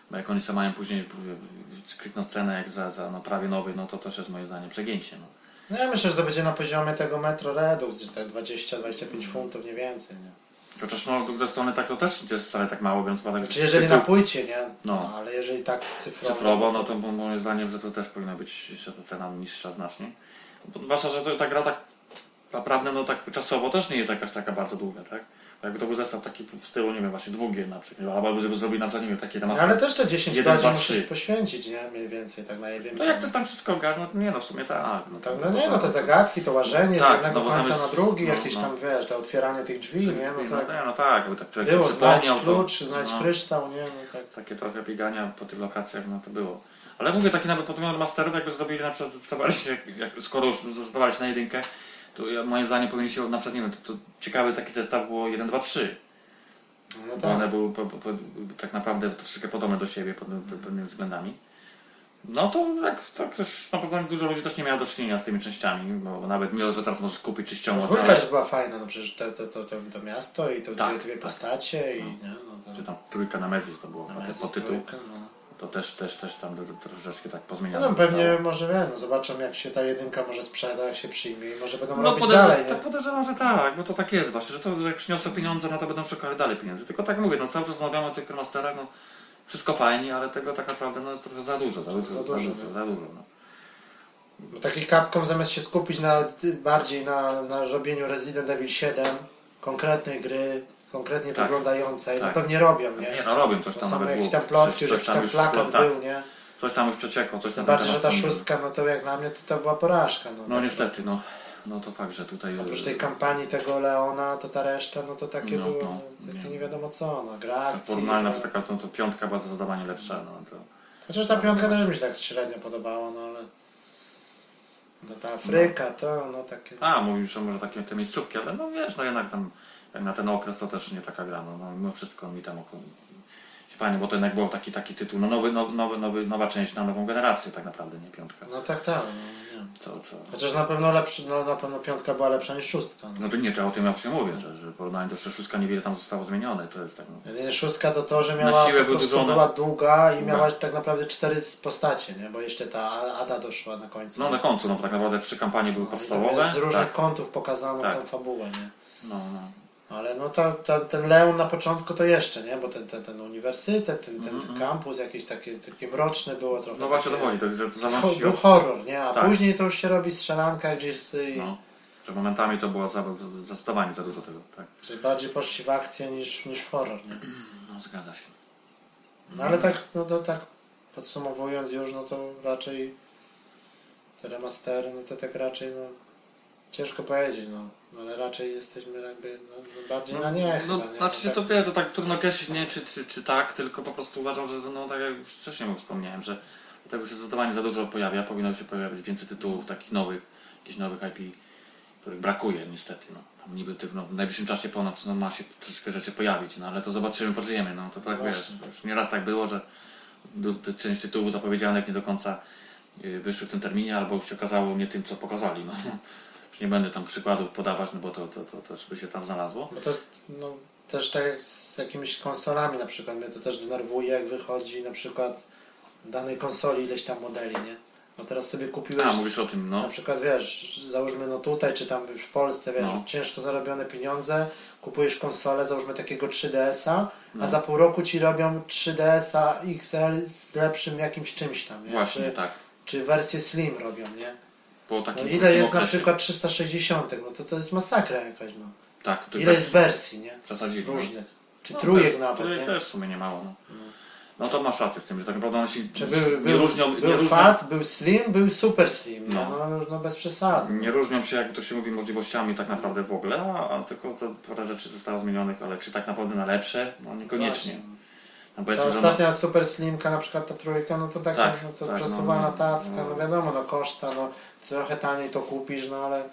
Bo jak oni sobie mają później kliknąć cenę jak za no, prawie nowy, no to też jest moim zdaniem przegięcie. No. No ja myślę, że to będzie na poziomie tego Metro Redux, gdzieś tak 20-25 funtów, nie więcej, nie? Chociaż no, z drugiej strony tak to też jest wcale tak mało, biorąc pod uwagę, Znaczy jeżeli na płycie, nie? No. Ale jeżeli tak cyfrowo, no to moim zdaniem, że to też powinna być jeszcze ta cena niższa znacznie. Zwłaszcza, że ta gra tak naprawdę, no tak czasowo też nie jest jakaś taka bardzo długa, tak? Jakby to był zestaw taki w stylu, nie wiem, właśnie 2G na przykład, albo żeby zrobić na przykład, nie wiem, takie no, ale też te 10 1, godzin 2, 3. musisz poświęcić, nie? Mniej więcej, tak na jedynkę. No jak chcesz tam wszystko ogarnąć, no nie no, w sumie tak. No, tak, no nie, no te zagadki, to łażenie tak, z jednego no bo tam końca jest, na drugi, no, jakieś tam, wiesz, to otwieranie tych drzwi, nie? No tak. No tak, jakby tak człowiek Było, się znaleźć przypomniał, klucz, znaleźć no, kryształ, nie? No tak. takie trochę biegania po tych lokacjach, no to było. Ale mówię, taki nawet podmiot masterów, jakby zrobili na przykład, zdecydowali się, skoro już zdecydowali się na jedynkę, to moim zdaniem powinni się na przykład, nie wiem, to ciekawy taki zestaw było 1, 2, 3. No Bo tak. one były tak naprawdę troszeczkę podobne do siebie pod pewnymi względami. No to tak też na pewno dużo ludzi też nie miało do czynienia z tymi częściami, bo nawet mimo, że teraz możesz kupić czy ściągnąć. Dwójka też była fajna, no przecież to miasto i to Tak, dwie tak. postacie i nie, no to... Czy tam trójka Nemesis to było Nemesis pod tytuł. trójka, no. To też tam troszeczkę tak No, pozmieniano. no pewnie może wiem, no zobaczą jak się ta jedynka może sprzeda, jak się przyjmie i może będą No robić dalej, nie? tak podejrzewam, że tak, bo to tak jest właśnie, że to jak przyniosą pieniądze, no to będą szukali dalej pieniędzy. Tylko tak mówię, no cały czas rozmawiamy o tych remasterach, no wszystko fajnie, ale tego tak naprawdę no, jest trochę za dużo. No. Bo taki Capcom zamiast się skupić bardziej na robieniu Resident Evil 7, konkretnej gry, konkretnie Tak. wyglądającej, Tak. no pewnie robią, nie? Nie no, robią coś Bo tam są nawet jakieś było. tam plotki, że Coś jakiś tam już plakat tak. był, nie? Coś tam już przeciekło, coś tam... Tym bardziej, że ta temat- szóstka, no to jak dla mnie to była porażka. No, No tak. niestety, no to fakt, że tutaj... Oprócz tej kampanii tego Leona, to ta reszta, no to takie No, było, no, takie nie. nie wiadomo co, no, gra Tak akcji. porównanie na no. przykład taka to piątka była zdecydowanie lepsza, no to... Chociaż ta piątka też mi się tak średnio podobała, no ale... No ta Afryka, to no takie... A, mówisz, że może takie te miejscówki, ale no wiesz, no jednak tam jak na ten okres to też nie taka gra, no mimo wszystko mi tam fajnie, bo to jednak był taki tytuł, no nowa część na nową generację tak naprawdę, nie piątka. No tak, no, nie. Co? Chociaż na pewno lepszy, no na pewno piątka była lepsza niż szóstka. No. No to nie, to ja o tym ja mówię, że w porównaniu do szóstka niewiele tam zostało zmienione, to jest tak, no. Jedynie szóstka to, że miała siłę po prostu wydłużona. była długa i miała tak naprawdę 4 postacie, nie? Bo jeszcze ta Ada doszła na końcu. No na końcu, no bo tak naprawdę 3 kampanie były No, i tam podstawowe. jest z różnych Tak. kątów pokazano Tak. tą fabułę, nie? No. Ale no ten Leon na początku to jeszcze, nie? Bo ten uniwersytet, ten kampus jakiś taki mroczny było trochę. No właśnie takie- dochodzi, to, że to Był zanosiło. horror, nie? A Tak. później to już się robi strzelanka gdzieś No. Że momentami to było zdecydowanie za dużo tego, tak. Czyli bardziej poszli w akcję niż w horror, nie? No zgadza się. No ale tak, no to tak podsumowując już, no to raczej te remastery, no to tak raczej, no ciężko powiedzieć, no. Ale raczej jesteśmy jakby bardziej na nie No, chyba, nie? znaczy tak, to wie, to tak trudno określić, nie, czy tak, tylko po prostu uważam, że no tak jak już wcześniej wspomniałem, że tego się zdecydowanie za dużo pojawia, powinno się pojawiać więcej tytułów takich nowych, jakichś nowych IP, których brakuje niestety, no. Tam niby w najbliższym czasie ponoć no, ma się troszkę rzeczy pojawić, no ale to zobaczymy, pożyjemy, no to tak wiesz, już nieraz tak było, że część tytułów zapowiedzianych nie do końca wyszły w tym terminie, albo się okazało nie tym, co pokazali, no. Już nie będę tam przykładów podawać, no bo to też by się tam znalazło. Bo to jest, no, też tak jak z jakimiś konsolami na przykład, mnie to też denerwuje, jak wychodzi na przykład danej konsoli ileś tam modeli, nie? No teraz sobie kupiłeś, A, mówisz o tym, no. na przykład wiesz, załóżmy no tutaj, czy tam w Polsce, wiesz, No. ciężko zarobione pieniądze, kupujesz konsolę, załóżmy takiego 3DS-a, a za pół roku ci robią 3DS-a XL z lepszym jakimś czymś tam, nie? Właśnie, tak. Czy wersję Slim robią, nie? Po No takim ile jest na okresie. przykład 360, no to jest masakra jakaś, no. Tak, to Ile jest wersji, nie? przesadzili. Różnych. Czy No, trójek też, nawet, trójek nie? też w sumie nie mało, no. No to masz rację z tym, że tak naprawdę one się Czy nie różnią, był fat, był slim, był super slim, No. no bez przesady. nie różnią się, jak to się mówi, możliwościami tak naprawdę w ogóle, a tylko to parę rzeczy zostało zmienionych, ale czy tak naprawdę na lepsze? No niekoniecznie. Właśnie. No, Ta powiedzmy, że ostatnia super slimka, na przykład ta trójka, no to taka, Tak, no to tak, przesuwana no, tacka, no. no wiadomo, no koszta, no trochę taniej to kupisz, no ale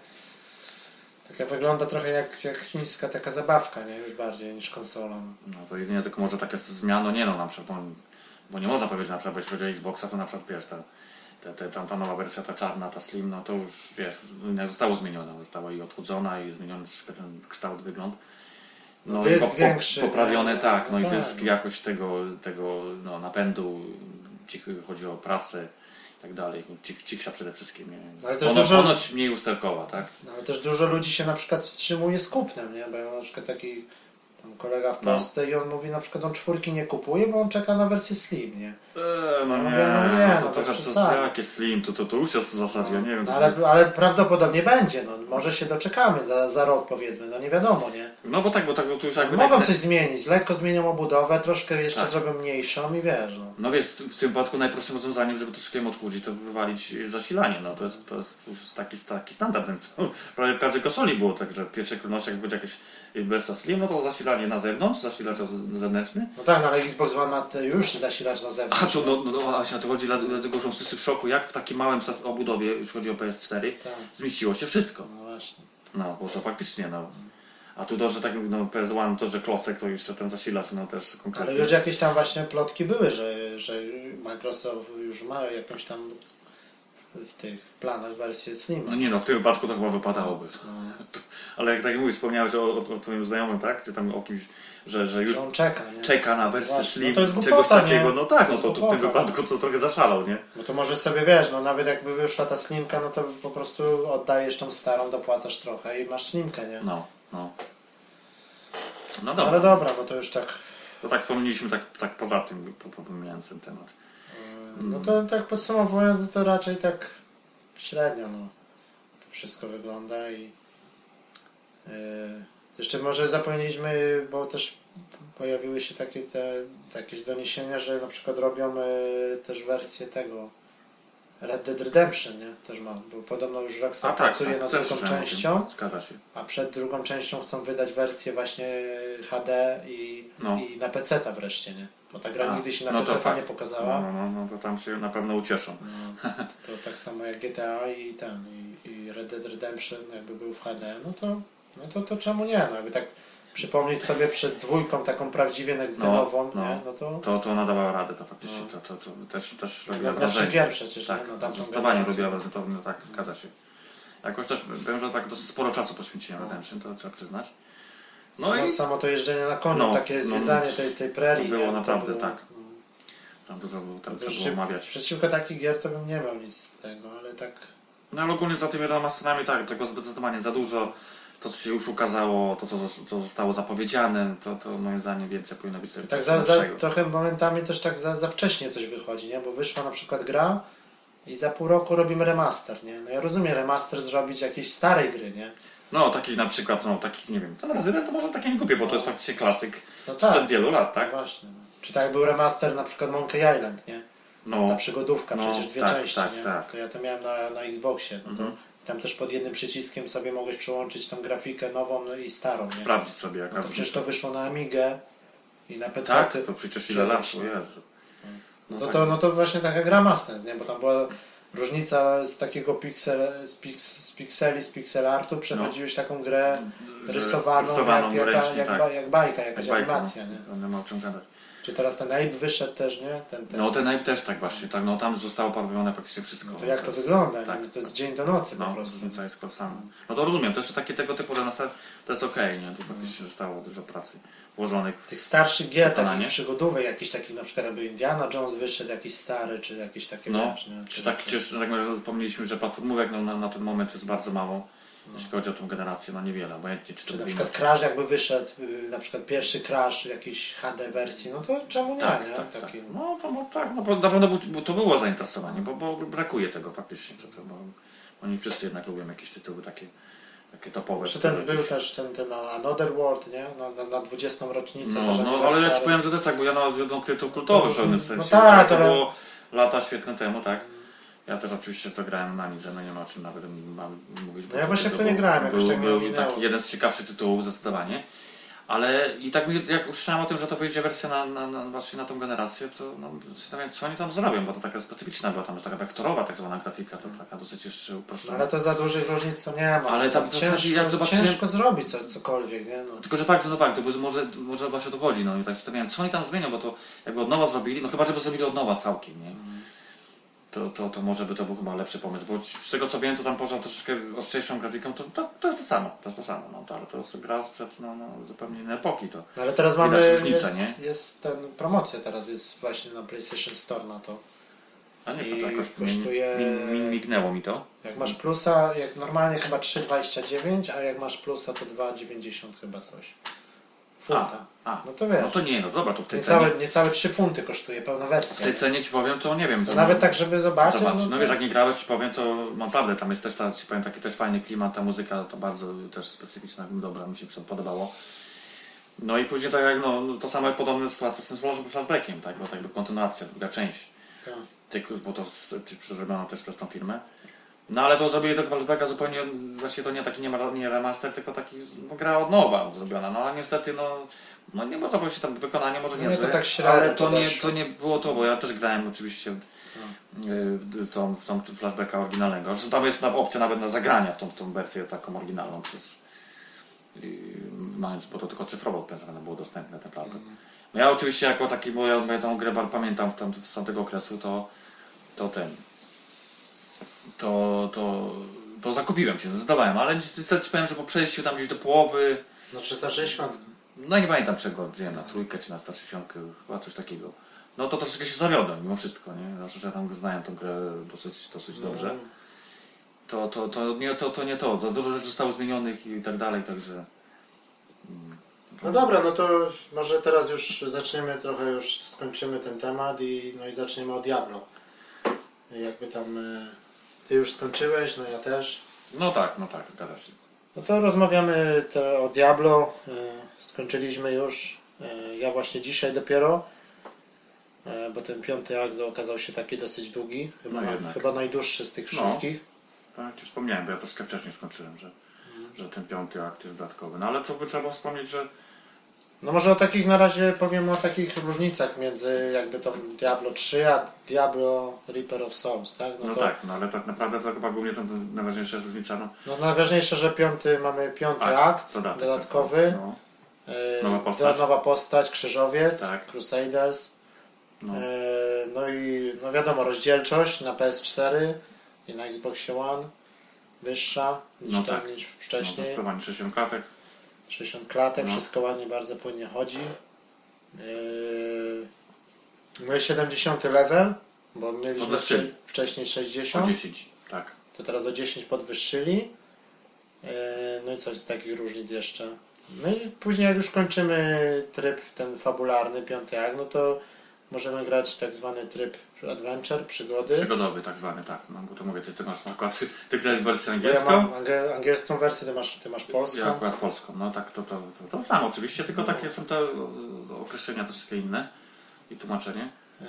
taka wygląda trochę jak chińska taka zabawka, nie? Już bardziej niż konsola. no to jedynie tylko może taka zmiana, nie no, na przykład, bo nie można powiedzieć na przykład, jeśli chodzi o Xboxa, to na przykład wiesz, ta nowa wersja, ta czarna, ta Slim, no to już wiesz, zostało zmienione, została i odchudzona i zmieniony troszkę ten kształt, wygląd. No, dysk większy. Poprawione, tak, no i tak. dysk, jakość tego napędu, jeśli chodzi o pracę i tak dalej, cichsza przede wszystkim, nie? Ale też Ponoć mniej usterkowa, tak? Ale też dużo ludzi się na przykład wstrzymuje z kupnem, nie? Bo ja mam na przykład taki tam kolega w Polsce i on mówi na przykład, on 4 nie kupuje, bo on czeka na wersję Slim, nie? No to jest przesada. jakie Slim, to już jest w zasadzie, nie wiem. No, ale prawdopodobnie będzie, no może się doczekamy za rok powiedzmy, no nie wiadomo, nie? No bo tu już jakby... Mogą coś zmienić, lekko zmienią obudowę, troszkę jeszcze Tak. zrobią mniejszą i wiesz, no. No wiesz, w tym wypadku najprostszym rozwiązaniem, żeby troszkę im odchudzić, to wywalić zasilanie, no to jest już taki standard. Prawie w każdej konsoli było tak, że w pierwszej kolejności jak będzie jakieś wersja Slim, no to zasilanie na zewnątrz, zasilacz zewnętrzny. No tak, no ale Xbox One ma już zasilacz na zewnątrz. A to Asia, to chodzi dlatego, że wszyscy w szoku, jak w takim małym obudowie, już chodzi o PS4, Tak. zmieściło się wszystko. No właśnie. No, bo to faktycznie, no. A tu to, że tak, no PS1, to, że klocek, to jeszcze ten zasilacz, no też konkretnie. Ale już jakieś tam właśnie plotki były, że Microsoft już ma jakąś tam w planach wersję Slim. No nie no, w tym wypadku to chyba wypadałoby. Ale jak tak jak mówisz, wspomniałeś o twoim znajomym, tak? Czy tam o kimś, że już Że on czeka, nie? czeka na wersję Właśnie. Slim, No to jest czegoś głupota, takiego, nie? no tak, no To to jest w tym głupota. wypadku to trochę zaszalał, nie? No to może sobie wiesz, no nawet jakby wyszła ta Slimka, no to po prostu oddajesz tą starą, dopłacasz trochę i masz Slimkę, nie? No. No dobra. Ale dobra, no to już tak. To tak wspomnieliśmy tak poza tym, pomijając ten temat. No to tak podsumowując, to raczej tak średnio, no. To wszystko wygląda i jeszcze może zapomnieliśmy, bo też pojawiły się takie jakieś doniesienia, że na przykład robią też wersję tego Red Dead Redemption, nie? Też mam, bo podobno już Rockstar pracuje nad drugą częścią, Zgadza się. a przed drugą częścią chcą wydać wersję właśnie HD i na PC-ta wreszcie, nie? Bo ta gra nigdy się na PC-ta nie pokazała. No to tam się na pewno ucieszą. No, to tak samo jak GTA i Red Dead Redemption jakby był w HD, to czemu nie? No jakby tak przypomnieć sobie przed dwójką taką prawdziwie next-genową, nie? To nadawała radę, to faktycznie, to też robiła z lepszych gier przecież, tak, nie? No, tamtą zdecydowanie generację. robiła wrażenie, tak, zgadza się. Jakoś też, wiem, że tak dosyć sporo czasu poświęciłem Redemption, to trzeba przyznać. Samo to jeżdżenie na koniu, takie zwiedzanie tej prerii. Było nie? naprawdę było, tak. Tam dużo tam trzeba było omawiać. Przeciwko takich gier to bym nie miał nic z tego, ale tak... No ale ogólnie za tymi remasterami tak, tego zdecydowanie za dużo. To, co się już ukazało, to, co zostało zapowiedziane, to moim zdaniem więcej powinno być tego. Tak trochę momentami też tak za wcześnie coś wychodzi, nie? Bo wyszła na przykład gra i za pół roku robimy remaster, nie? No ja rozumiem remaster zrobić jakiejś starej gry, nie? No, takich na przykład, takich, nie wiem, ten Resident to może takie nie kupię, bo to jest faktycznie klasyk sprzed wielu lat, tak? No właśnie. No. Czy tak jak był remaster na przykład Monkey Island, nie? Ta przygodówka, przecież dwie części, nie? Tak. To ja to miałem na Xboxie, no to tam też pod jednym przyciskiem sobie mogłeś przełączyć tą grafikę nową i starą, nie? Sprawdzić sobie, jaka... No to przecież to wyszło na Amigę i na PC. Tak, to przecież ile lat, o Jezu. No to właśnie taka gra ma sens, nie? Bo tam była różnica z takiego z pixel artu, przechodziłeś taką grę rysowaną jak bajka, jakaś animacja, nie? Nie ma o czym gadać. Czy teraz ten Ape wyszedł też, nie? Ten Ape też tak właśnie, tak, tam zostało porobione praktycznie wszystko. No to jak to wygląda? Tak, to jest dzień do nocy po prostu. Różnica jest kolosalna. No to rozumiem, też tego typu remaster to jest okej, nie? Tu faktycznie zostało dużo pracy włożonych. Tych starszych gier, takich przygodówek, jakiś taki na przykład jakby Indiana Jones wyszedł, jakiś stary, czy jakieś takie wiesz, nie? Przecież tak pomyśleliśmy, że platformówek na ten moment jest bardzo mało. Jeśli chodzi o tą generację, nie obojętnie czy to na przykład Crash jakby wyszedł, na przykład pierwszy Crash jakiejś HD wersji, no to czemu nie, tak, nie? Tak. Na pewno to było zainteresowanie, bo brakuje tego faktycznie, bo nie wszyscy jednak lubią jakieś tytuły takie topowe. Był też ten Another World, nie? Na 20. rocznicę. Ale ja ci powiem, że też tak, bo ja nawiodłem tytuł kultowy w pewnym sensie. No tak, to było lata świetne temu, tak? Ja też oczywiście w to grałem na Amidze, nie ma o czym nawet mówić. No ja właśnie w to nie grałem, jakoś tak był taki jeden z ciekawszych tytułów zdecydowanie. Ale i tak jak usłyszałem o tym, że to wyjdzie wersja właśnie na tą generację, to zastanawiam się, co oni tam zrobią, bo to taka specyficzna była, tam taka wektorowa tak zwana grafika, to taka dosyć jeszcze uproszczona. Ale to za dużych różnic to nie ma. Ale tam ciężko zrobić cokolwiek, nie? No. Tylko, że tak, to może właśnie to chodzi, i tak zastanawiałem, co oni tam zmienią, bo to jakby od nowa zrobili, chyba żeby zrobili od nowa całkiem, nie? to może by to był chyba lepszy pomysł, bo z tego co wiem, to tam poza troszeczkę ostrzejszą grafiką, to jest to samo, no, ale to jest gra sprzed zupełnie innej epoki, to No ale teraz widać mamy, różnicę, nie? jest ten promocja teraz jest właśnie na PlayStation Store na to. A nie, I to jakoś kosztuje... mignęło mi to. Jak masz plusa, jak normalnie chyba 3,29, a jak masz plusa to 2,90 chyba coś. Funta. No to wiesz. No to nie, no dobra, to w tej cenie... Niecałe 3 funty kosztuje pełna wersja. W tej cenie ci powiem, to nie wiem. To nawet tak, żeby zobaczyć. No wiesz, jak nie grałeś, ci powiem, to naprawdę tam jest też, ci powiem, taki też fajny klimat, ta muzyka to bardzo też specyficzna, dobra, mi się podobało. No i później tak jak, to same podobne sytuacje z tym flashbackiem, tak, bo tak jakby kontynuacja, druga część. Tak. Bo to zrobiono też przez tą firmę. No ale to zrobili tego flashbacka zupełnie, właściwie to nie taki nie remaster, tylko taki gra od nowa zrobiona, no ale niestety no nie można powiedzieć, tam wykonanie może nie to tak średnio, ale to nie było to, bo ja też grałem oczywiście w tą flashbacka oryginalnego. Zresztą tam jest opcja nawet na zagrania w tą wersję taką oryginalną mając, bo to tylko cyfrowo było dostępne naprawdę. No ja oczywiście jako taki, bo ja tą grę pamiętam z tamtego okresu, to zakupiłem się, zdecydowałem, ale niestety powiem, że po przejściu tam gdzieś do połowy... No 360. No nie pamiętam czego, wziąłem na trójkę czy na 160, chyba coś takiego. No to troszeczkę się zawiodłem mimo wszystko, nie? Znaczy, że ja tam znałem tą grę dosyć dobrze. To nie to. Dużo rzeczy zostało zmienionych i tak dalej, także... No dobra, no to może teraz już zaczniemy trochę, już skończymy ten temat i zaczniemy od Diablo. Jakby tam... Ty już skończyłeś, no ja też. No tak, zgadza się. No to rozmawiamy o Diablo. Skończyliśmy już. Ja właśnie dzisiaj dopiero. Bo ten 5. akt okazał się taki dosyć długi. Chyba najdłuższy z tych wszystkich. Tak, ci wspomniałem, bo ja troszkę wcześniej skończyłem, że ten 5. akt jest dodatkowy. No ale co by trzeba wspomnieć, że... No może o takich na razie powiem o takich różnicach między jakby tą Diablo 3 a Diablo Reaper of Souls, tak? Tak, ale tak naprawdę to chyba głównie to najważniejsza jest różnica. No najważniejsze, że mamy 5. akt dodatkowy. Nowa postać, Krzyżowiec, tak. Crusaders. No i wiadomo, rozdzielczość na PS4 i na Xbox One wyższa niż wcześniej. No zdecydowanie 60 klatek. 60 klatek, wszystko ładnie, bardzo płynnie chodzi. No i 70 level, bo mieliśmy wcześniej 60. O 10, tak. To teraz o 10 podwyższyli. No i coś z takich różnic jeszcze. No i później jak już kończymy tryb ten fabularny, 5. akt, no to możemy grać tak zwany tryb adventure, przygody. Przygodowy tak zwany, tak. No bo to mówię, ty masz akurat, ty grasz wersję angielską. Ja mam angielską wersję, ty masz polską. Ja akurat polską, no tak, to samo oczywiście, tylko takie są te określenia troszeczkę inne i tłumaczenie.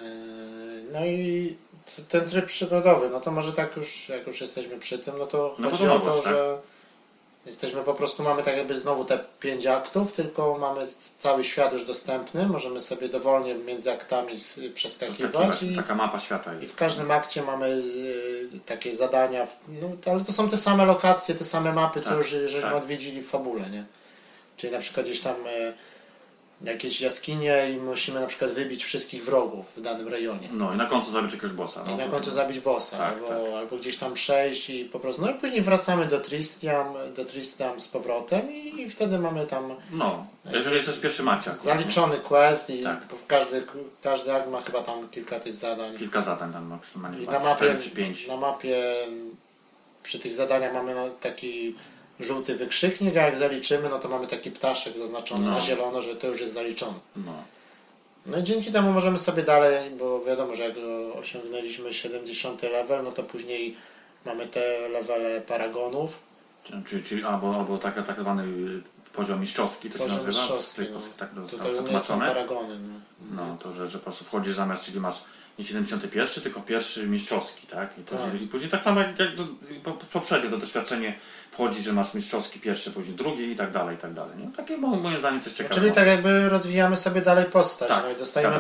No i ten tryb przygodowy, no to może tak już, jak już jesteśmy przy tym, no to chodzi o to, że jesteśmy po prostu, mamy tak jakby znowu te 5 aktów, tylko mamy cały świat już dostępny, możemy sobie dowolnie między aktami przeskakiwać. Taka mapa świata jest. I w każdym akcie mamy takie zadania, ale to są te same lokacje, te same mapy, co już żeśmy odwiedzili w fabule, nie? Czyli na przykład gdzieś tam jakieś jaskinie i musimy na przykład wybić wszystkich wrogów w danym rejonie. No i na końcu zabić jakiegoś bossa. I na końcu zabić bossa, albo gdzieś tam przejść i po prostu... No i później wracamy do Tristram z powrotem i wtedy mamy tam... No, jeżeli jest pierwszy maciak. Zaliczony quest i każdy akt ma chyba tam kilka tych zadań. Kilka zadań tam maksymalnie. I 4 czy 5. Na mapie przy tych zadaniach mamy taki żółty wykrzyknik, a jak zaliczymy, no to mamy taki ptaszek zaznaczony na zielono, że to już jest zaliczone. No i dzięki temu możemy sobie dalej, bo wiadomo, że jak osiągnęliśmy 70 level, no to później mamy te levele paragonów. Czyli albo tak zwany poziom mistrzowski, to się nazywa. Mistrzowski, tutaj u mnie są paragony. No, to że po prostu wchodzisz zamiast, czyli masz nie 71, tylko pierwszy mistrzowski, tak? I później tak samo jak poprzednio to doświadczenie wchodzi, że masz mistrzowski pierwszy, później drugi i tak dalej, nie? Takie moim zdaniem też ciekawe. Czyli tak jakby rozwijamy sobie dalej postać, tak, no i dostajemy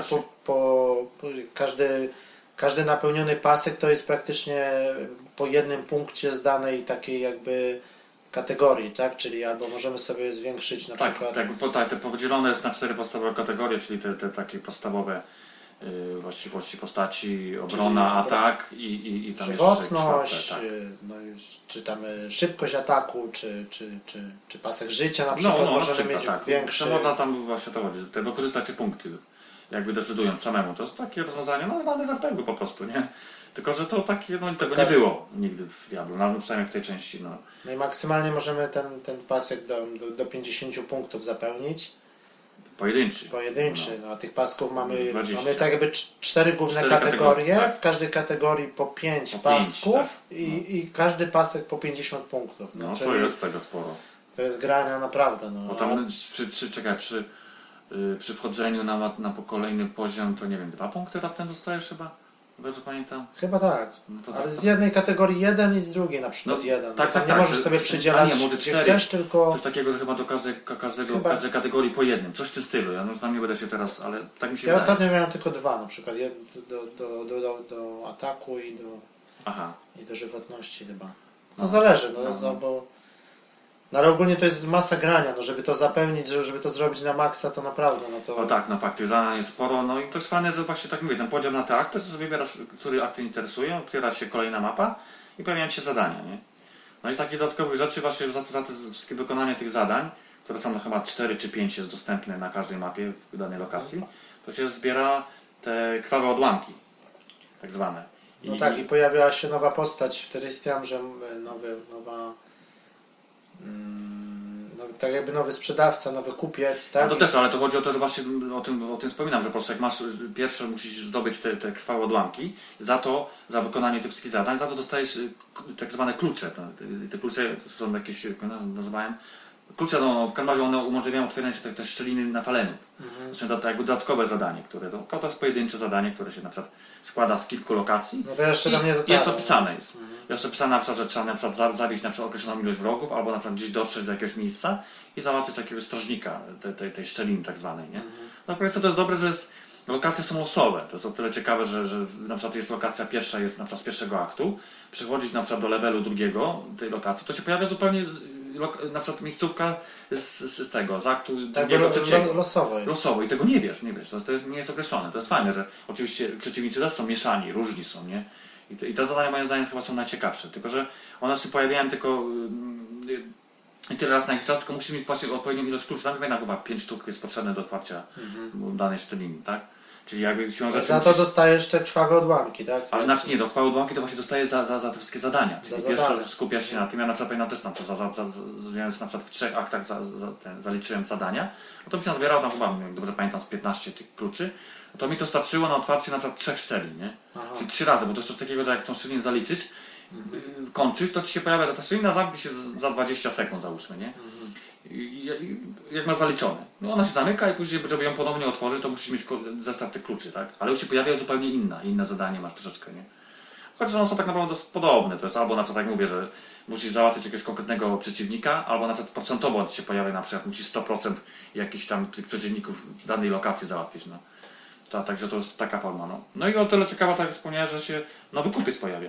każdy napełniony pasek to jest praktycznie po jednym punkcie z danej takiej jakby kategorii, tak? Czyli albo możemy sobie zwiększyć na przykład... Tak, te podzielone jest na 4 podstawowe kategorie, czyli te takie podstawowe właściwości postaci, obrona, atak i tam żywotność, jeszcze czwarte, tak. no już, czy tam szybkość ataku, czy pasek życia na przykład na możemy przykład, mieć tak. większy. To można tam właśnie to chodzi, wykorzystać te punkty, jakby decydując samemu. To jest takie rozwiązanie, znane z RPG po prostu, nie? Tylko, że to takie, tego nie było nigdy w Diablo, przynajmniej w tej części, No i maksymalnie możemy ten pasek do 50 punktów zapełnić. Pojedynczy. No, a tych pasków mamy 20. mamy tak jakby 4 główne kategorie, tak. W każdej kategorii po 5 pasków, tak. I każdy pasek po 50 punktów. To jest tego sporo. To jest grania naprawdę. Bo tam przy wchodzeniu na kolejny poziom, to nie wiem, 2 punkty raptem dostajesz chyba? Dobrze pamiętam? Chyba tak. Ale z jednej kategorii 1 i z drugiej na przykład 1. Tak. Nie możesz sobie przydzielać, może gdzie chcesz, tylko... Coś takiego, że chyba do każdej kategorii po jednym. Coś w tym stylu. Ja tam nie będę się teraz, ale tak mi się wydaje. Ostatnio miałem tylko 2 na przykład. Do ataku i do żywotności chyba. To zależy, bo... No ale ogólnie to jest masa grania, żeby to zapełnić, żeby to zrobić na maksa, to naprawdę, No tak, fakt, tych zadań jest sporo, i to jest fajne, że właśnie tak mówię, ten podział na te akty, że wybierasz, który akt interesuje, otwiera się kolejna mapa i pojawiają się zadania, nie? No i z takich dodatkowych rzeczy właśnie za wszystkie wykonanie tych zadań, które są chyba 4 czy 5 jest dostępne na każdej mapie w danej lokacji, to się zbiera te krwawe odłamki, tak zwane. I pojawiała się nowa postać w Tyrystiam, że tak jakby nowy sprzedawca, nowy kupiec, tak? No to też, ale to chodzi o to, że właśnie o tym wspominam, że po prostu jak masz pierwsze musisz zdobyć te krwawe odłamki, za wykonanie tych wszystkich zadań, za to dostajesz tak zwane klucze. Te klucze są jakieś, jak nazywałem, klucze, w każdym razie one umożliwiają otwieranie się te szczeliny na paleniu. To jest jakby dodatkowe zadanie, to jest pojedyncze zadanie, które się na przykład składa z kilku lokacji. No to jeszcze do mnie jest opisane. Jest opisane na przykład, że trzeba na przykład zabić na przykład określoną ilość wrogów, albo na przykład gdzieś dotrzeć do jakiegoś miejsca i załatwić jakiegoś strażnika tej szczeliny tak zwanej, nie? No powiedzmy, to jest dobre, że lokacje są losowe. To jest o tyle ciekawe, że na przykład jest lokacja pierwsza, jest na przykład z pierwszego aktu, przechodzić na przykład do levelu drugiego tej lokacji, to się pojawia zupełnie na przykład miejscówka z aktu drugiego, trzeciego. Losowo i tego nie wiesz. To nie jest określone. To jest fajne, że oczywiście przeciwnicy też są mieszani, różni są, nie? I te zadania moim zdaniem chyba są najciekawsze, tylko że one się pojawiają tylko tyle raz na jakiś czas, tylko musimy mieć właśnie odpowiednią ilość kluczy. Tam chyba 5 sztuk jest potrzebne do otwarcia danej szczeliny, tak? Czyli jakby siłą rzeczy za to dostajesz te krwawe odłamki, tak? Ale nie, do krwawe odłamki to właśnie dostajesz za te wszystkie zadania. Czyli pierwsze skupiasz się na tym, ja na przykład pamiętam też na przykład w 3 aktach zaliczyłem zadania, no to mi się nazbierało tam chyba, dobrze pamiętam, z 15 tych kluczy, to mi to starczyło na otwarcie na przykład 3 szczelin, nie? Czyli 3 razy, bo to jest coś takiego, że jak tą szczelinę zaliczysz, kończysz, to ci się pojawia, że ta szczelina zamknie się za 20 sekund, załóżmy, nie? Jak masz zaliczone. No ona się zamyka i później, żeby ją ponownie otworzyć, to musisz mieć zestaw tych kluczy, tak? Ale już się pojawia zupełnie inne zadanie masz troszeczkę, nie? Chociaż one są tak naprawdę dość podobne. To jest albo na przykład, jak mówię, że musisz załatwić jakiegoś konkretnego przeciwnika, albo na przykład procentowo się pojawia, na przykład musisz 100% jakichś tam tych przeciwników w danej lokacji załatwić, Także to jest taka forma, No i o tyle ciekawa, tak jak wspomniałem, że się nowy kupiec pojawia.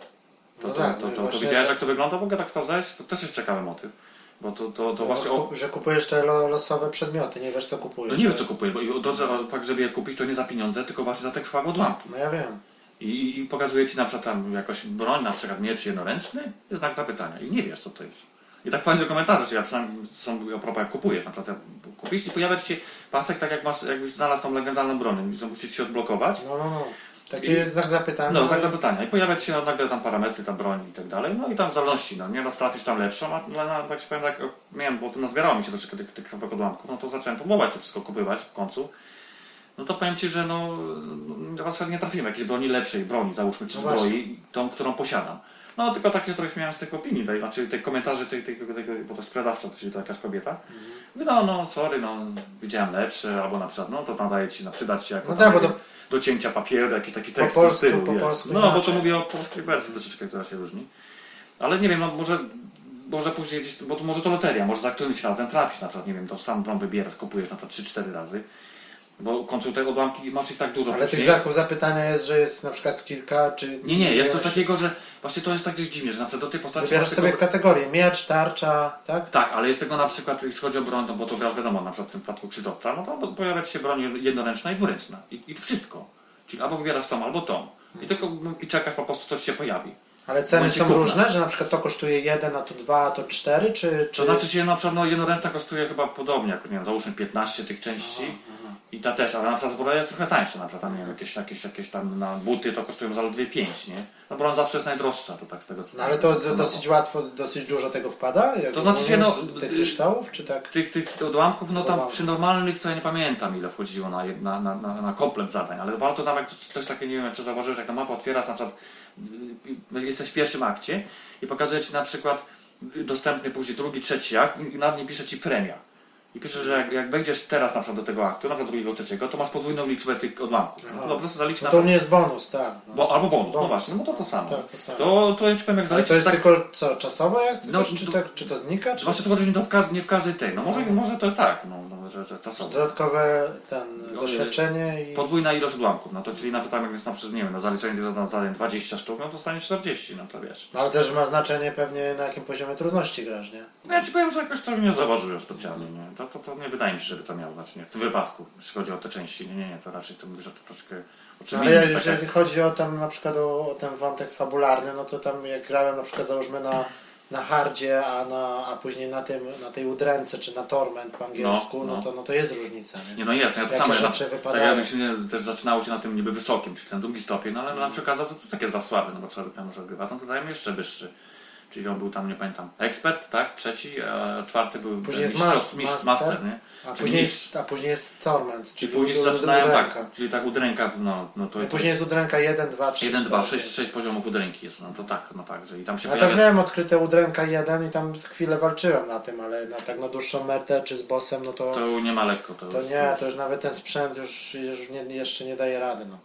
To widziałeś, jak to wygląda? W ogóle tak sprawdzałeś? To też jest ciekawy motyw. Bo to właśnie... Że kupujesz te losowe przedmioty, nie wiesz co kupujesz. No nie wiesz co kupujesz, bo fakt, żeby je kupić, to nie za pieniądze, tylko właśnie za te krwawe odłamki. No ja wiem. I pokazuje ci na przykład tam jakoś broń, na przykład miecz jednoręczny, jest znak zapytania i nie wiesz co to jest. I tak fajne komentarze, czyli przynajmniej są a propos jak kupujesz, na przykład kupisz i pojawia ci się pasek tak jakbyś znalazł tą legendarną broń, że musisz się odblokować. No. Taki jest znak zapytania. No, znak zapytania. I pojawia ci się nagle tam parametry, tam broń i tak dalej. No i tam w zależności, nieraz trafisz tam lepszą, a tak się powiem, tak miałem, bo to nazbierało mi się troszeczkę tych krwawych odłamków, no to zacząłem próbować to wszystko kupywać w końcu. No to powiem ci, że raz nie trafiłem jakiejś broni, załóżmy, czy zbroi, tą, którą posiadam. No tylko takie, które miałem z tych opinii, tej komentarzy bo to jest sprzedawca, czyli to jakaś kobieta. Mówię, sorry, widziałem lepsze, albo na przykład, to nadaje ci, przydać się jako do cięcia papieru, jakiś taki tekst po polsku, bo to mówię o polskiej wersji troszeczkę, która się różni. Ale nie wiem, może później gdzieś, bo to może to loteria, może za którymś razem trafisz, na przykład, nie wiem, to sam broń wybierasz, kupujesz na przykład 3-4 razy. Bo w końcu te odłamki masz ich tak dużo. Ale tych znaków zapytania jest, że jest na przykład kilka, czy... Nie, jest coś takiego, że właśnie to jest tak gdzieś dziwnie, że na przykład do tej postaci... Wybierasz sobie kategorię, miecz, tarcza, tak? Tak, ale jest tego na przykład, jeśli chodzi o broń, no bo to grasz wiadomo, na przykład w tym przypadku krzyżowca, no to pojawia ci się broń jednoręczna i dwuręczna. I to wszystko. Czyli albo wybierasz tą, albo tą. I czekasz po prostu, coś się pojawi. Ale ceny są różne, że na przykład to kosztuje 1, a to 2, a to 4, czy... To znaczy się na przykład jednoręczna kosztuje chyba podobnie, jak nie wiem, załóżmy 15 tych części. I ta też, ale na przykład zbroja jest trochę tańsza, na przykład tam, nie wiem, jakieś tam na buty to kosztują zaledwie 5, nie? No broń zawsze jest najdroższa, to tak z tego co... No ale to dosyć łatwo, dosyć dużo tego wpada? Jak to znaczy się, no... Tych kryształów, czy tak? Tych odłamków, no tam przy normalnych to ja nie pamiętam ile wchodziło na komplet zadań, ale warto tam jak coś takie, nie wiem, czy zauważyłeś, jak na mapę otwierasz, na przykład jesteś w pierwszym akcie i pokazuje ci na przykład dostępny później drugi, trzeci akt i nad nim pisze ci premia. I pisze, że jak wejdziesz teraz na przykład do tego aktu, na przykład drugiego, trzeciego, to masz podwójną liczbę tych odłamków. No, to po prostu zalicz No na to u mnie jest bonus, tak. No. albo bonus, no właśnie, no bo to samo. Tak, to samo. To ja ci powiem, jak Ale zaliczysz... to jest tak... tylko co, czasowo jest? No, czy to znika? Czy... Właśnie to chodzi, że nie w każdej tej. No może to jest tak, że czasowo. Dodatkowe doświadczenie i... Podwójna ilość odłamków, no to czyli na to tam jak jest na przykład, nie wiem, na zaliczenie tych zadań 20 sztuk, no to stanie 40, no to wiesz. No, ale też ma znaczenie pewnie na jakim poziomie trudności grasz, nie? No ja ci powiem, że jakoś to nie zauważyłem specjalnie, nie? To nie wydaje mi się, żeby to miało znaczenie. W tym wypadku, jeśli chodzi o te części, nie, to raczej to mówię, że to troszkę... Ale jeżeli chodzi o tam na przykład o ten wątek fabularny, no to tam jak grałem na przykład załóżmy na hardzie, a później na tej udręce, czy na torment po angielsku, no to jest różnica. Nie, no jest, ja to jakie samo, rzeczy tak wypadają. jakby też zaczynało się na tym niby wysokim, czyli ten drugi stopień, no ale nam się okazało, że to takie za słabe, no bo człowiek tam może grywa, no to dajemy jeszcze wyższy. Czyli on był tam, nie pamiętam, ekspert, tak? Trzeci, a czwarty był później jest master, nie? A później jest torment. Czyli później zaczynają tak, czyli tak udręka, no to... Później jest udręka 1, 2, 3, 1, 2, 6 poziomów udręki jest, no to tak, że i tam się ja też miałem odkryte udręka 1 i tam chwilę walczyłem na tym, ale tak na dłuższą metę czy z bossem, no to... To nie ma lekko. To już nawet ten sprzęt jeszcze nie daje rady, no.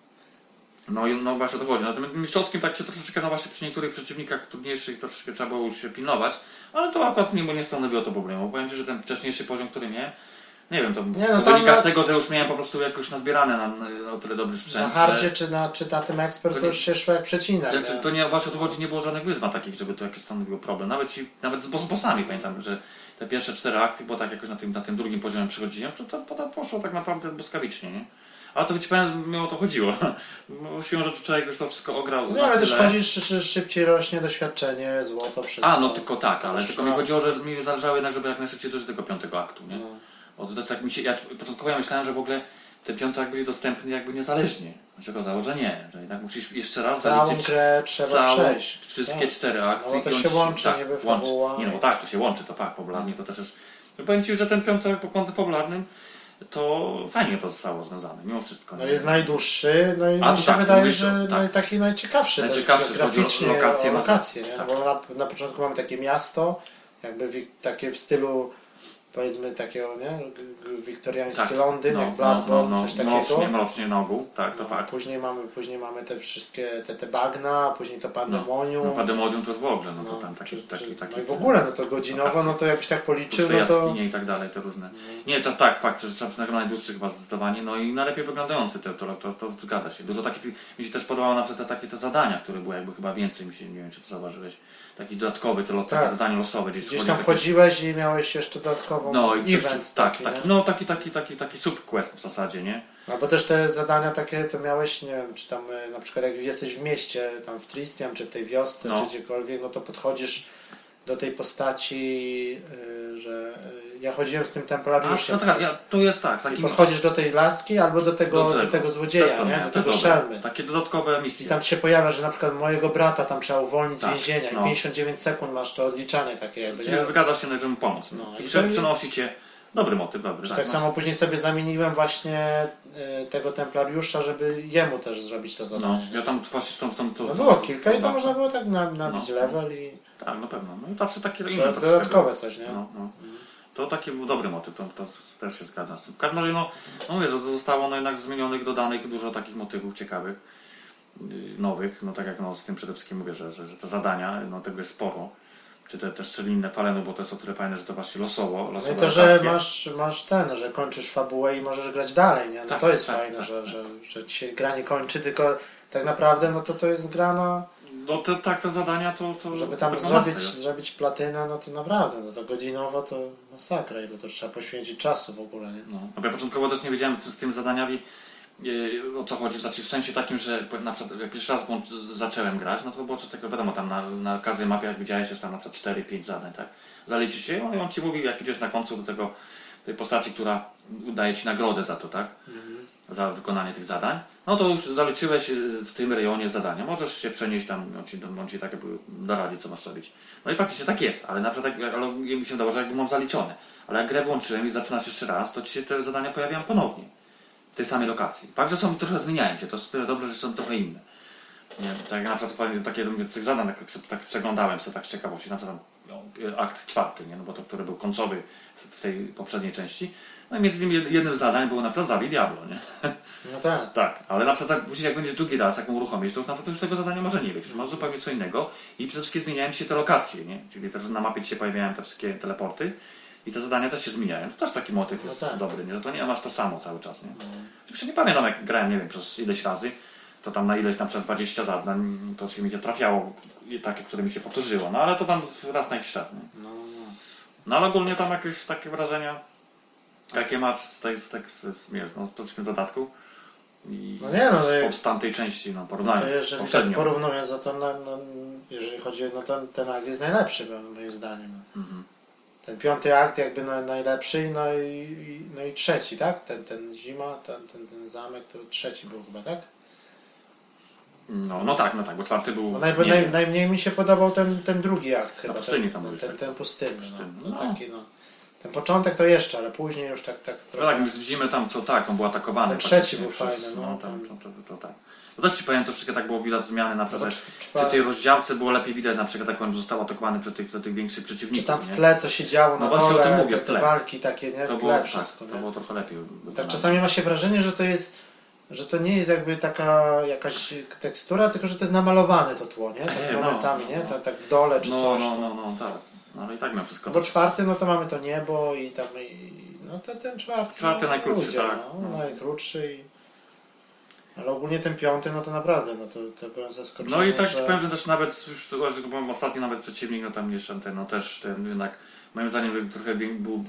No właśnie o to chodzi. Na tym mistrzowskim tak się troszeczkę, no właśnie przy niektórych przeciwnikach trudniejszych troszeczkę trzeba było już się pilnować, ale to akurat nie stanowiło to problemu. Powiem ci, że ten wcześniejszy poziom, który miałem, nie wiem, to wynika z tego, że już miałem po prostu jakoś nazbierane na tyle dobry sprzęt. Na hardzie czy na tym ekspert to już się szło jak przecinek. To nie, właśnie o to chodzi, nie było żadnych wyzwań takich, żeby to jakieś stanowiło problem. Nawet z bossami pamiętam, że te pierwsze 4 akty, bo tak jakoś na tym drugim poziomie przychodziłem, to poszło tak naprawdę błyskawicznie, nie? Ale to ci powiem, mi o to chodziło. Siłą rzeczy człowiek już to wszystko ograł. No ale też chodzisz, szybciej rośnie doświadczenie, złoto, wszystko. No tylko tak, ale tylko mi chodziło, że mi zależało jednak, żeby jak najszybciej dojść do tego 5. aktu, nie? Bo to też tak ja początkowo myślałem, że w ogóle ten 5. akt będzie dostępny jakby niezależnie. się okazało, że nie, że jednak musisz jeszcze raz zaliczyć grę trzeba przejść. Wszystkie 4 akty. No bo to się łączy, niby fabuła. Nie, no tak, to się łączy, to fakt, popularnie to też jest... Powiem Ci, że ten 5. pod kątem popularnym to fajnie to zostało związane, mimo wszystko. No jest najdłuższy, no i mi się wydaje, że no i taki najciekawszy też graficznie, lokacje, nie? Tak. Bo na początku mamy takie miasto, jakby takie w stylu powiedzmy takiego, nie? Wiktoriański Londyn, jak Bloodborne, coś takiego. Mrocznie na ogół, tak, to fakt. Później mamy te wszystkie te bagna, później to pandemonium. No pandemonium to już w ogóle, no to tam taki no i w ogóle, no to godzinowo, no to jakbyś tak policzył, no to... jaskinie i tak dalej, te różne. Nie, to tak, fakt, że trzeba przynajmniej najdłuższy chyba zdecydowanie, no i najlepiej wyglądający to zgadza się. Dużo takich, mi się też podobało na przykład te zadania, które były jakby chyba więcej, mi się, nie wiem czy to zauważyłeś, taki dodatkowy, takie zadanie losowe. Gdzieś tam wchodziłeś i miałeś jeszcze dodatkową event. Taki subquest w zasadzie, nie? Albo też te zadania takie, to miałeś, nie wiem, czy tam na przykład jak jesteś w mieście, tam w Tristian, czy w tej wiosce, czy gdziekolwiek, no to podchodzisz do tej postaci, że ja chodziłem z tym templariuszem. To jest tak. I podchodzisz do tej laski albo do tego złodzieja, nie? Do tego szelmy. Takie dodatkowe misje. I tam się pojawia, że na przykład mojego brata tam trzeba uwolnić z więzienia i 59 sekund masz to odliczanie takie jakby. Czyli zgadzasz się, żeby mu pomóc. I przenosi cię. Dobry motyw, dobry. Tak samo później sobie zamieniłem właśnie tego templariusza, żeby jemu też zrobić to zadanie. Ja tam właśnie stąd to... No było kilka i to można było tak nabić level i... Tak, na pewno. No i zawsze takie inne... Dodatkowe coś, nie? To taki był dobry motyw, to też się zgadzam z tym. W każdym razie, no mówię, że to zostało jednak zmienionych, dodanych dużo takich motywów ciekawych, nowych, no tak jak z tym przede wszystkim mówię, że te zadania, tego jest sporo. czy te szczelinne fale, no bo to jest o tyle fajne, że to właśnie losowo No i to, że że kończysz fabułę i możesz grać dalej, nie? No tak, to jest tak, fajne, tak, że ci się gra nie kończy, tylko tak naprawdę no to jest gra na... No te zadania to żeby tam to zrobić platynę, no to naprawdę, no to godzinowo to masakra, ile to trzeba poświęcić czasu w ogóle, nie? No, ja początkowo też nie wiedziałem z tymi zadaniami o co chodzi, znaczy w sensie takim, że na przykład jak pierwszy raz zacząłem grać, no to było coś takiego, wiadomo, tam na każdej mapie, jak widziałeś, jest tam na przykład 4-5 zadań, tak? Zaliczy się, no i on ci mówi, jak idziesz na końcu do tej postaci, która daje ci nagrodę za to, tak? Za wykonanie tych zadań, no to już zaliczyłeś w tym rejonie zadania. Możesz się przenieść tam, on ci tak jakby doradzi, co masz robić. No i faktycznie tak jest, ale na przykład ale mi się wydawało, że jakby mam zaliczone. Ale jak grę włączyłem i zaczynasz jeszcze raz, to ci się te zadania pojawiają ponownie. W tej samej lokacji. Fakt, że trochę zmieniają się, to jest tyle dobrze, że są trochę inne. Nie? Tak jak na przykład takie tych zadań, tak przeglądałem sobie tak z ciekawości, na przykład akt 4, nie? No bo to, który był końcowy w tej poprzedniej części. No i między innymi jednym z zadań było na przykład zabij Diablo, nie? No tak. Tak, ale na przykład później jak będziesz drugi raz, jak mu uruchomisz, to już na przykład już tego zadania może nie być, już masz zupełnie co innego i przede wszystkim zmieniają się te lokacje, nie? Czyli też na mapie ci się pojawiają te wszystkie teleporty i te zadania też się zmieniają. To też taki motyw jest dobry, nie? Że to nie masz to samo cały czas, nie? Oczywiście nie pamiętam, jak grałem, nie wiem, przez ileś razy, to tam na ileś na przykład 20 zadań, to się mi nie trafiało takie, które mi się powtórzyło, no ale to tam raz na jakiś czas, nie? No ale ogólnie tam jakieś takie wrażenia, jakie masz z dodatku i no nie, no, z tamtej części, no porównując z jeżeli poprzednią. tak porównując, no to jeżeli chodzi o ten akt jest najlepszy moim zdaniem. Ten 5. akt jakby najlepszy, no i trzeci, tak? Ten zima, ten zamek, to trzeci był chyba, tak? No tak, bo 4 był... No najmniej mi się podobał ten drugi akt chyba. Pustyni tam mówisz, ten pustynny, no. No. Taki, no. Ten początek to jeszcze, ale później już tak trochę... No tak, już w zimę tam co tak, on był atakowany. Ten trzeci był fajny, no. To tak. No też ci powiem, troszeczkę tak było widać zmiany, na przykład, że czwarty... przy tej rozdziałce było lepiej widać, na przykład jak on został atakowany przez tych większych przeciwników. Czy tam w tle, co się działo na właśnie dole, o tym mówię, te walki takie, nie? W tle wszystko, to było trochę lepiej. Tak czasami ma się wrażenie, że to nie jest jakby taka jakaś tekstura, tylko że to jest namalowane to tło, nie? Tak momentami, nie? Tak w dole czy coś. No, tak. No ale i tak miał wszystko. Bo 4, no to mamy to niebo i tam no ten 4. 4 najkrótszy, ludzie, tak. No, najkrótszy ale ogólnie ten 5, no to naprawdę, no to byłem zaskoczony. No i tak ci powiem, że też nawet już byłem ostatni nawet przeciwnik, no tam jeszcze też ten jednak moim zdaniem trochę był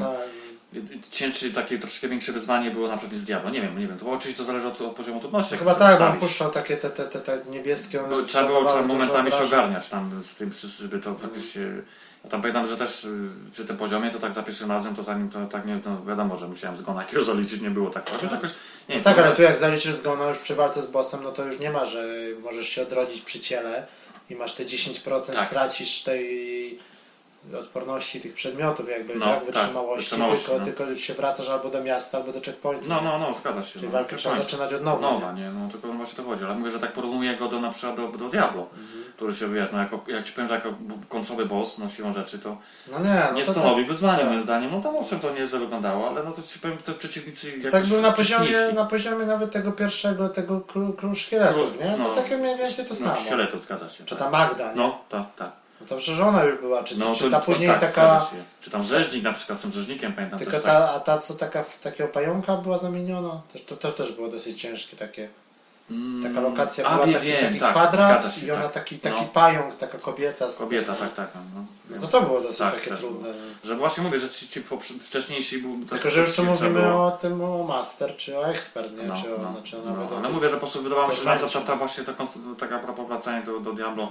cięższy, takie troszkę większe wyzwanie było na przykład z Diablo. Nie wiem, to oczywiście to zależy od poziomu trudności. Chyba tak, bo on puszczał takie te niebieskie. Trzeba momentami się ogarniać tam z tym, żeby to faktycznie... Ja tam pamiętam, że też przy tym poziomie to tak za pierwszym razem, to zanim to tak nie, no wiadomo, że musiałem zgona jakiegoś zaliczyć, nie było tak. Chociaż jakoś, nie, no tak, ale tu jak zaliczysz zgona już przy walce z bossem, no to już nie ma, że możesz się odrodzić przy ciele i masz te 10% tracisz tej odporności tych przedmiotów jakby, tak? Wytrzymałości, tylko się wracasz albo do miasta, albo do checkpointu. No, zgadza się. Czyli walkę trzeba zaczynać od nowa. Nie? No tylko właśnie to chodzi, ale mówię, że tak porównuję go na przykład do Diablo, który się, wiesz, no jak ci powiem, że jako końcowy boss, no siłą rzeczy, to nie stanowi wyzwania moim zdaniem. No tam owszem to nieźle wyglądało, ale no to ci powiem, te przeciwnicy... To tak był na poziomie nawet tego pierwszego, tego król szkieletów, nie? To takie mniej więcej to samo. Szkieletów, zgadza się. Czy ta Magda, nie? No, tak. No to przecież ona już była, czy to, ta później tak, taka... Czy tam rzeźnik na przykład, z tym rzeźnikiem pamiętam tylko też ta co takiego pająka była zamieniona, to też było dosyć ciężkie takie... Taka lokacja była, taki kwadrat i ona taki pająk, taka kobieta. Kobieta, tak. No to było dosyć takie trudne. Było. Że właśnie mówię, że ci wcześniejsi był... Tylko, że już tu mówimy o Master, czy o Expert, nie? Czy nawet ale mówię, że po prostu wydawało mi się, że ta właśnie taka propos wracania do Diablo,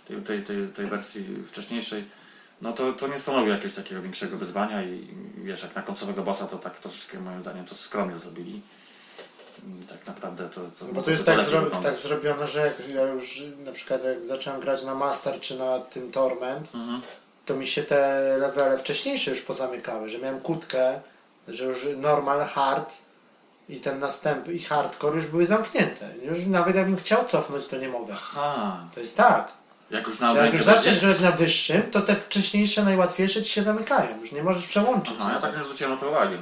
tej wersji wcześniejszej, no to nie stanowi jakiegoś takiego większego wyzwania i wiesz, jak na końcowego bossa to tak troszeczkę moim zdaniem to skromnie zrobili. Tak naprawdę to bo to jest tak zrobione, że jak ja już na przykład jak zacząłem grać na Master czy na tym Torment, to mi się te levele wcześniejsze już pozamykały, że miałem kłódkę, że już normal, hard i ten następny i hardcore już były zamknięte. Już nawet jakbym chciał cofnąć, to nie mogę. To jest tak. Jak już zaczniesz grać na wyższym, to te wcześniejsze, najłatwiejsze ci się zamykają. Już nie możesz przełączyć. Ja tak nie zwróciłem na to uwagi.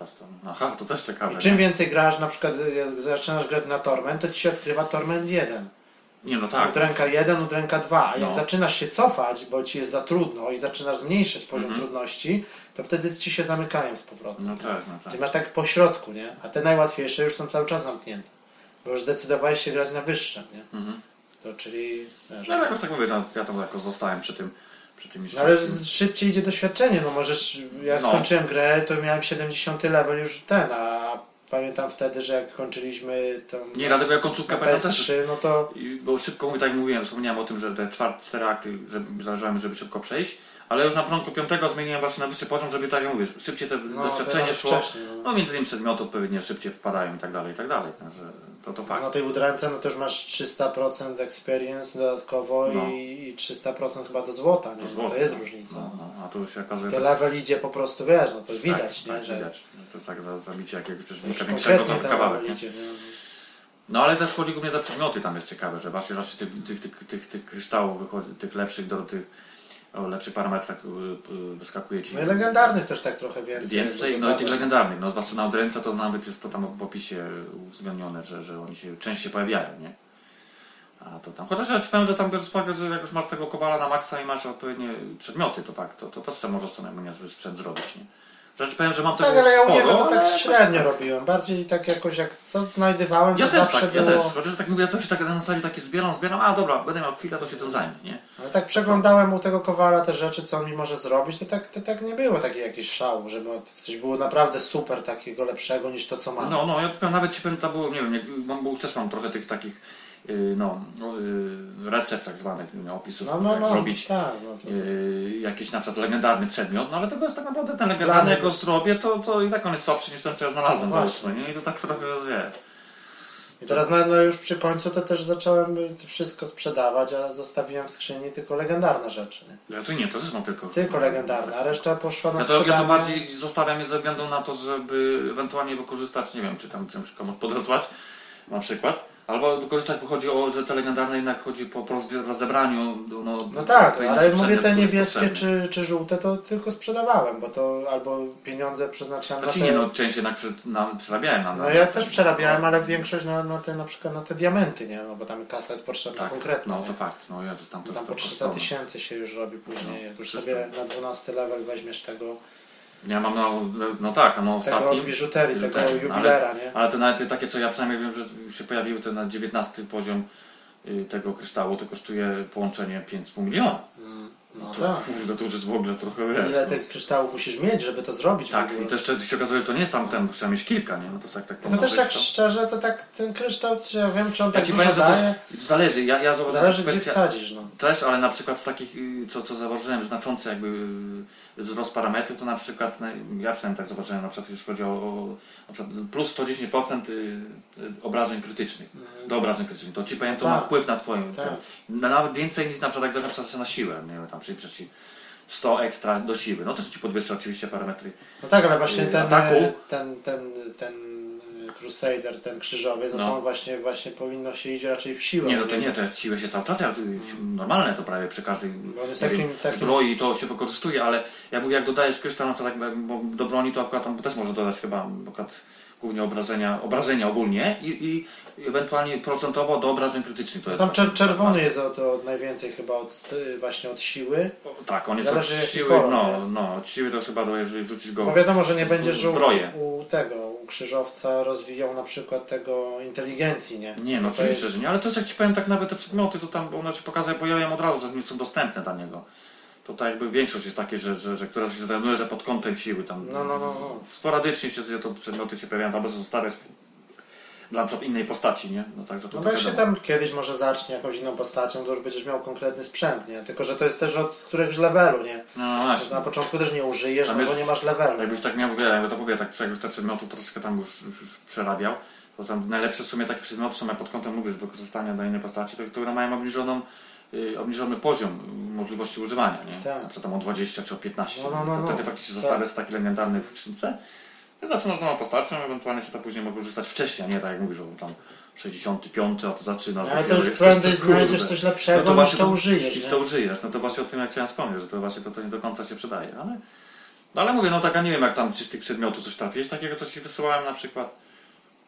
To też ciekawe. I czym więcej grasz, na przykład jak zaczynasz grać na Torment, to ci się odkrywa Torment 1. Nie, no tak. Udręka 1, udręka 2. A jak No. zaczynasz się cofać, bo ci jest za trudno i zaczynasz zmniejszać poziom trudności, to wtedy ci się zamykają z powrotem. No tak, no tak. Ty masz tak po środku, nie? A te najłatwiejsze już są cały czas zamknięte. Bo już zdecydowałeś się grać na wyższe, nie? To czyli... Wiesz, No ale jakoś tak mówię, no, ja tam jakoś zostałem przy tym no ale mistrzostwie. szybciej idzie doświadczenie, no możesz... Ja No. skończyłem grę, to miałem 70 level już a pamiętam wtedy, że jak kończyliśmy tą... Nie, dlatego ja końcówkę na pamiętam PS3, też, no to... bo szybko mówię, tak jak mówiłem, wspomniałem o tym, że te 4 akty, zależało mi, żeby szybko przejść, ale już na początku 5 zmieniłem właśnie na wyższy poziom, żeby tak jak mówię, szybciej te doświadczenie to szło, wcześniej, no między innymi przedmiotów pewnie szybciej wpadają i tak dalej, także to fakt. Na tej udręce no to już masz 300% experience dodatkowo No. i 300% chyba do złota, nie? No to jest różnica. A tu się okazuje, Te że level idzie po prostu, wiesz, no to widać, nie? tak, że widać. To jest tak zabicie jakiegoś już przeciwnika większego, konkretnie to ten kawałek. level Nie? idzie, nie? No ale też chodzi głównie o te przedmioty, tam jest ciekawe, że właśnie tych kryształów wychodzi, tych lepszych o lepszych parametrach wyskakuje ci No i legendarnych też tak trochę więcej. no i tych legendarnych, no zwłaszcza na Udręce to nawet jest to tam w opisie uwzględnione, że oni się częściej pojawiają, nie? A to tam, chociaż ja ci powiem, że tam biorąc uwagę, że jak już masz tego kowala na maksa i masz odpowiednie przedmioty, to fakt, to też sobie możesz sobie niezły sprzęt zrobić, nie? Rzecz powiem, że mam tego Tak, ale ja u sporo, niego to tak ale średnio robiłem. Bardziej tak jakoś jak co znajdywałem, ja to też zawsze tak, ja było... też. Chociaż tak mówię, to się tak na zasadzie takie zbieram, a dobra, będę miał chwilę, to się tym zajmie, nie? Ale tak przeglądałem u tego kowala te rzeczy, co on mi może zrobić, to tak nie było takiej jakiejś szału, żeby coś było naprawdę super takiego lepszego niż to, co mam. No, ja powiem, nawet ci powiem, to było, nie wiem, bo już też mam trochę tych takich, recept tak zwanych, opisów, jak zrobić tak, jakiś na przykład legendarny przedmiot, no ale to jest tak naprawdę ten legendarny, jak go zrobię, to i tak on jest słabszy niż ten, co ja znalazłem, właśnie. nie? I to tak trochę, wiesz. I teraz już przy końcu to też zacząłem wszystko sprzedawać, a zostawiłem w skrzyni tylko legendarne rzeczy. Nie? Ja tu nie, to też mam tylko... Tylko legendarne, a reszta poszła na Ja sprzedanie. to bardziej zostawiam je ze względu na to, żeby ewentualnie wykorzystać, nie wiem, czy tam komuś podesłać, na przykład. Albo wykorzystać, bo chodzi o, że te legendarne jednak chodzi po rozebraniu. No tak, to ale inny mówię przedmiot, te który jest niebieskie potrzebny. czy żółte to tylko sprzedawałem, bo to albo pieniądze przeznaczałem Znaczy na te... nie, no część jednak przerabiałem na No ja też przerabiałem, ale większość na przykład na te diamenty, nie? No bo tam kasa jest potrzebna tak, konkretna. no nie? to fakt, no Jezus, tam to Tam jest po to 300 kosztowne. 000 się już robi później, jak już 300. sobie na 12 level weźmiesz tego Ja mam, no tak, a no ostatnim... od biżuterii, tego biżuterii, jubilera, nie? Ale te nawet te takie, co ja przynajmniej wiem, że się pojawiły, te na 19 poziom tego kryształu, to kosztuje połączenie 5,5 miliona. No To, tak. kurde, to już jest w ogóle trochę, wiesz, Ile no. tych kryształów musisz mieć, żeby to zrobić? Tak, w ogóle? i to jeszcze się okazuje, że to nie jest tam ten, bo trzeba mieć kilka, nie? No to tak No też tak szczerze, to tak ten kryształ, ja wiem, czy on tak ci dużo powiem, że daje. to zależy, ja zauważyłem, Zależy, że gdzie wsadzisz, no. też, ale na przykład z takich, co zauważyłem, znaczący jakby wzrost parametrów, to na przykład, ja przynajmniej tak zauważyłem, na przykład jeśli chodzi o na przykład plus 110% obrażeń krytycznych, do obrażeń krytycznych, to ci powiem, to ma Tak. wpływ na twoją, Tak. nawet więcej niż na przykład jak dasz na siłę, nie wiem, tam przyjdziesz ci 100 ekstra do siły, no to ci podwyższa oczywiście parametry. No tak, ale właśnie ten ataku. Crusader, ten krzyżowiec, no to on właśnie powinno się iść raczej w siłę. Nie, no to nie, to siłę się cały czas, normalne to prawie przy każdej on jest nie takim- zbroi to się wykorzystuje, ale ja mówię, jak dodajesz kryształ na przykład bo do broni, to akurat tam też może dodać chyba akurat głównie obrażenia ogólnie i ewentualnie procentowo do obrażeń krytycznych. To No jest tam czerwony jest od najwięcej chyba właśnie od siły. tak, on jest zależy, od jaki siły, kolor, od siły to jest chyba, jeżeli wrzucić go Bo wiadomo, że nie będzie zbroję. u krzyżowca rozwijał na przykład tego inteligencji, nie? Nie, no To oczywiście, jest- że nie, ale to jest jak ci powiem, tak nawet te przedmioty, to tam one się pojawiają od razu, że nie są dostępne dla niego. To tak jakby większość jest takie, że które się znajduje, że pod kątem siły tam. No. Sporadycznie się to przedmioty się pojawiają, albo zostawiać dla na przykład innej postaci, nie? No także to No bo jak się wiadomo. tam kiedyś może zacznie jakąś inną postacią, to już będziesz miał konkretny sprzęt, nie? Tylko, że to jest też od któregoś levelu, nie? No właśnie. Na początku też nie użyjesz, Tam no bo jest- nie masz levelu. Jakbyś tak miał, jakby to mówię, tak jak już te przedmioty troszkę tam już przerabiał, to tam najlepsze w sumie takie przedmioty są, jak pod kątem mówisz, wykorzystania do innej postaci, to które mają obniżony poziom możliwości używania, nie? Tak. Na przykład tam o 20 czy o 15. No. To wtedy faktycznie zostawiasz taki legendarny w skrzynce. I zaczynasz nową postacią, ewentualnie sobie to później mogę korzystać wcześniej, a nie tak jak mówisz, że tam 65, a to zaczynasz. Ale to dopiero już jesteś, prędzej to kurde. znajdziesz coś lepszego, No to niż właśnie to użyjesz, niż nie? to użyjesz. No to właśnie o tym jak chciałem wspomnieć, że to właśnie to nie do końca się przydaje. Ale mówię, no tak, ja nie wiem jak tam ci z tych przedmiotów coś trafiłeś, takiego co ci wysyłałem na przykład.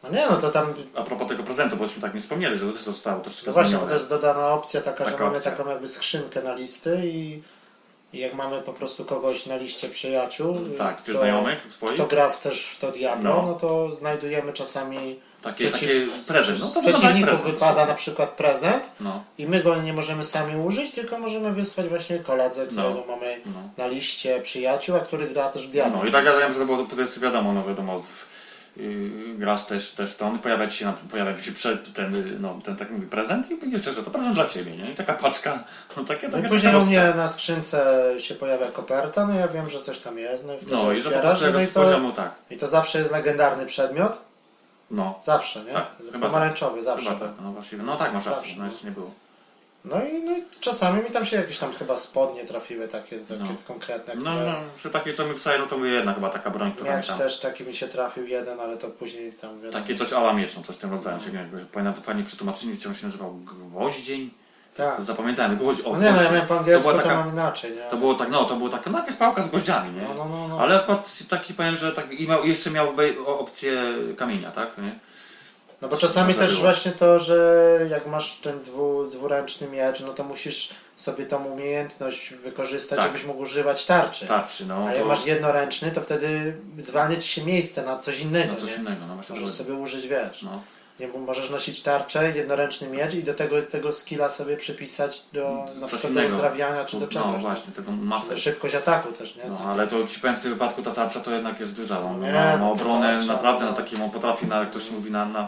No nie, no to tam... A propos tego prezentu, bośmy tak nie wspomnieli, że to też zostało troszeczkę No właśnie, bo zmienione. to jest dodana opcja taka, że Taka mamy opcja. taką jakby skrzynkę na listy i jak mamy po prostu kogoś na liście przyjaciół, Tak, czy znajomych swoich? kto gra też w to Diablo, No. no to znajdujemy czasami Takie prezent. No z to wygląda jak przeciwników prezent. wypada na przykład prezent No. i my go nie możemy sami użyć, tylko możemy wysłać właśnie koledze, którego mamy na liście przyjaciół, a który gra też w Diablo. No i tak ja wiem, że to jest wiadomo, no wiadomo, grasz też w to, pojawia ci się ten tak mówi prezent i jeszcze, że to prezent dla ciebie, nie? I taka paczka, no takie No i taka później u ciekawostka. mnie na skrzynce się pojawia koperta, no ja wiem, że coś tam jest, no i wtedy No i że po otwierasz, prostu no i z poziomu tak. i to zawsze jest legendarny przedmiot, No. zawsze, nie? Tak, chyba Pomarańczowy, zawsze. Chyba tak, no właściwie. No tak, masz rację, Zawsze, no jeszcze nie było. No i czasami mi tam się jakieś tam chyba spodnie trafiły, takie konkretne, No, które... przy takiej co mi w Sailu to mówię jedna chyba taka broń, która mi Miecz tam... też taki mi się trafił jeden, ale to później tam wiadomo. Takie coś ala miecz, no coś w tym rodzaju, czyli jakby pani przetłumaczyli, czy on się nazywał Gwoździeń? Tak. Zapamiętałem, No nie, no ja miałem po angielsku, to taka, mam inaczej, nie? to było tak, no jakaś pałka z gwoździami, nie? No. Ale akurat tak ci powiem, że tak, jeszcze miał opcję kamienia, tak? Nie? No bo czasami też właśnie to, że jak masz ten dwuręczny miecz, no to musisz sobie tą umiejętność wykorzystać, Tak. żebyś mógł używać tarczy. Tarczy, no. A jak masz jednoręczny, to wtedy zwalnia ci się miejsce na coś innego, No coś nie? innego, no właśnie. Możesz sobie użyć, wiesz. No. Nie, bo możesz nosić tarczę, jednoręczny miecz i do tego skilla sobie przypisać do na Coś przykład do innego. uzdrawiania czy do czegoś. No nie? właśnie, tego masę. Do szybkość ataku też, nie? No, ale to ci powiem, w tym wypadku ta tarcza to jednak jest duża. On Nie, ma no, obronę tarcza, naprawdę no. na takim, on potrafi, jak ktoś mówi,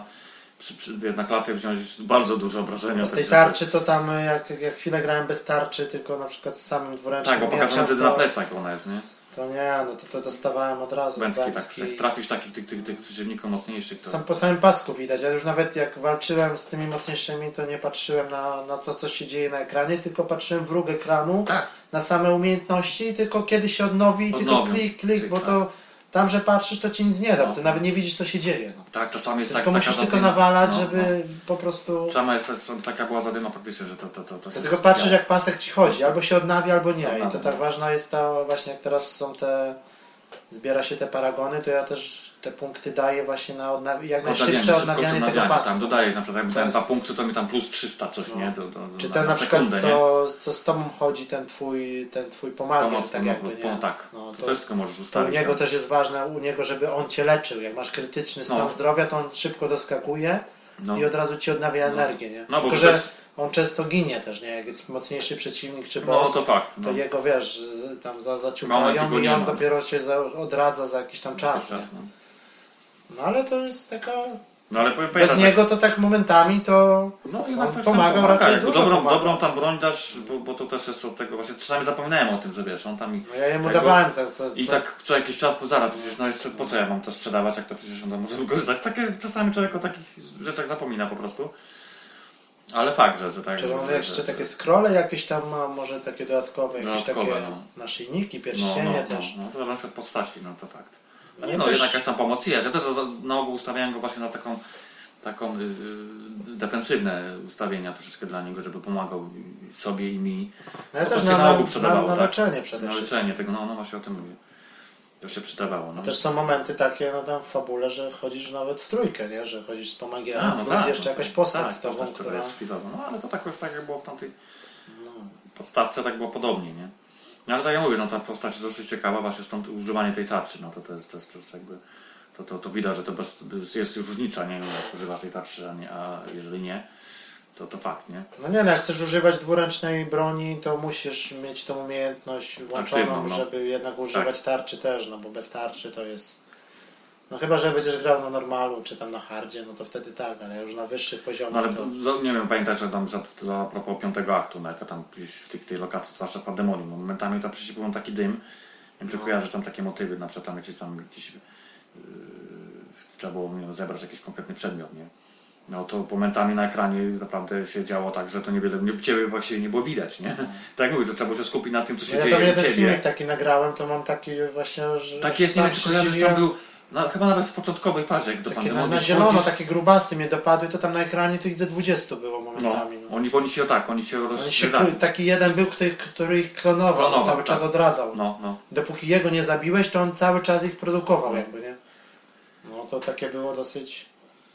na klatę wziąć bardzo duże obrażenia. Z tej także tarczy to jest- tam, jak chwilę grałem bez tarczy, tylko na przykład z samym dwuręcznym Tak, bo mieczem, pokażemy wtedy to, na plecach ona jest, nie? to nie, no to dostawałem od razu. Bęcki, tak. Bęcki. Jak trafisz takich tych przeciwników mocniejszych, to... Po samym pasku widać. Ja już nawet jak walczyłem z tymi mocniejszymi, to nie patrzyłem na to, co się dzieje na ekranie, tylko patrzyłem w róg ekranu, Tak. na same umiejętności, tylko kiedy się odnowi, tylko klik, bo to tam, że patrzysz, to ci nic nie da, bo ty nawet nie widzisz, co się dzieje. No. Tak, czasami jest Tylko taka musisz tylko zadyma. nawalać, No, żeby po prostu... Sama jest taka była zadyma faktycznie, że to To się tylko patrzysz, jak pasek ci chodzi, albo się odnawia, albo nie. I Odnawia, to tak no. ważna jest ta, właśnie jak teraz są zbiera się te paragony, to ja też te punkty daję właśnie na jak najszybsze odnawianie tego paska. Tam dodaję, na przykład jak dałem jest- 2 punkty, to mi tam plus 300 coś, nie? Czy ten na przykład, co z tobą chodzi, ten twój pomagier, tak jakby, nie? Tak, No, to wszystko możesz to u ustawić. niego tak. też jest ważne, żeby on cię leczył. Jak masz krytyczny stan No. zdrowia, to on szybko doskakuje No. i od razu ci odnawia energię, nie? No, bo Tylko, to że też- on często ginie też, nie? Jak jest mocniejszy przeciwnik czy No boss, to fakt. to No. jego, wiesz, tam Moment zaciukają tylko i nie on ma. dopiero się odradza za jakiś tam czas. Nie? Czas, no. No ale to jest taka... No ale Bez pamiętaj, niego to tak momentami to... no, on coś tam pomagał raczej jakby dużo dobrą, pomagał. dobrą tam broń dasz, bo to też jest od tego, właśnie czasami zapominałem o tym, że wiesz, on tam No ja jemu tego- dawałem to, I tak co jakiś czas, zaraz przecież, no jeszcze po co ja mam to sprzedawać, jak to przecież on to może wykorzystać. Takie czasami człowiek o takich rzeczach zapomina po prostu. Ale fakt, że tak. Czy on jeszcze takie scrolle jakieś tam ma, może takie dodatkowe, jakieś Dodatkowe, takie no. naszyjniki, pierścienie też. No, to na przykład postaci, no to fakt. Ale Nie no, też- jednak jakaś tam pomoc jest. Ja też na ogół ustawiałem go właśnie na taką defensywne ustawienia troszeczkę dla niego, żeby pomagał sobie i mi. No ja Bo też to się na ogół przydawało, na tak? leczenie przede Na wszystkim. leczenie tego, no właśnie o tym mówię. To się przydawało. No. Też są momenty takie no tam w fabule, że chodzisz nawet w trójkę, nie? Że chodzisz z pomagierem, no plus jeszcze jakaś postać tak, z tobą, postać, która... jest chwilowa. No ale to tak już tak jak było w tamtej podstawce, tak było podobnie, nie? No ale tak jak mówię, no ta postać jest dosyć ciekawa, właśnie stąd używanie tej tarczy, no to jest jakby... To widać, że to jest różnica, nie? Jak używasz tej tarczy, a jeżeli nie, to fakt, nie? No nie, no jak chcesz używać dwuręcznej broni, to musisz mieć tą umiejętność włączoną, Aktywną, no. żeby jednak używać tarczy też, no bo bez tarczy to jest... No chyba, że będziesz grał na normalu, czy tam na hardzie, no to wtedy tak, ale już na wyższych No poziomach ale to... nie wiem, pamiętasz, że tam za a propos 5 aktu, no jak tam gdzieś w tej lokacji, zwłaszcza w Pandemonium, no momentami tam przecież był taki dym, nie wiem, czy kojarzysz tam takie motywy, na przykład tam jakiś trzeba było zebrać jakiś konkretny przedmiot, nie? No to momentami na ekranie naprawdę się działo tak, że to ciebie właściwie nie było widać, nie? Tak jak mówisz, że trzeba było się skupić na tym, co się Ja dzieje tam u jeden ciebie. filmik taki nagrałem, to mam taki właśnie, że... Tak jest, nie wiem, czy kojarzysz, tam był, no, chyba nawet w początkowej fazie, jak do Takie Pandemonium na zielono, wchodzisz, takie grubasy mnie dopadły, to tam na ekranie to ich ze 20 było no, momentami. No. oni się rozstrzelali. Taki jeden był, który ich klonował, cały czas tak. odradzał. No. Dopóki jego nie zabiłeś, to on cały czas ich produkował jakby, nie? No to takie było dosyć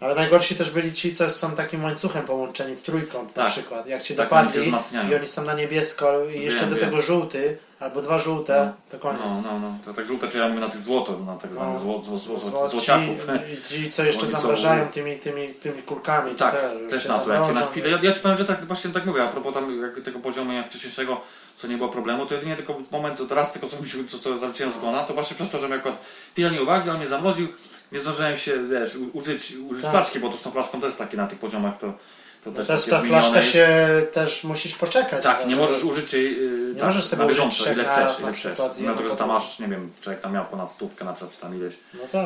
Ale najgorsi też byli ci, co są takim łańcuchem połączeni w trójkąt na Tak. przykład. Jak cię Tak, oni się dopadli wzmacniają. i oni są na niebiesko i jeszcze do Wiem. tego żółty albo 2 żółte, to koniec. No. To tak żółte, czy ja mówię na tych złoto, na tak zwanych Złoci- złociaków. i ci, co jeszcze Oni są- zamrażają tymi kulkami. to Tak, już też cię na to, jak cię na zamrożą. chwilę. Ja ci powiem, że tak właśnie tak mówię, a propos tam tego poziomu jak wcześniejszego, co nie było problemu, to jedynie tylko moment, raz tylko co zaliczyłem zgona, to właśnie przez to, że mnie akurat chwilę nieuwagi, on mnie zamroził, nie zdążyłem się, wiesz, użyć Tak. flaszki, bo to z tą flaszką też takie na tych poziomach, to No też też takie ta zmienione flaszka jest. się też musisz poczekać. Tak, no, nie żeby- możesz użyć jej Nie tak, możesz sobie na użyć bieżąco, trzech ile naraz chcesz, na ile chcesz. przykład, Dlatego, że jedno tam po masz, nie wiem, człowiek tam miał ponad 100 na przykład, czy tam ileś No tak.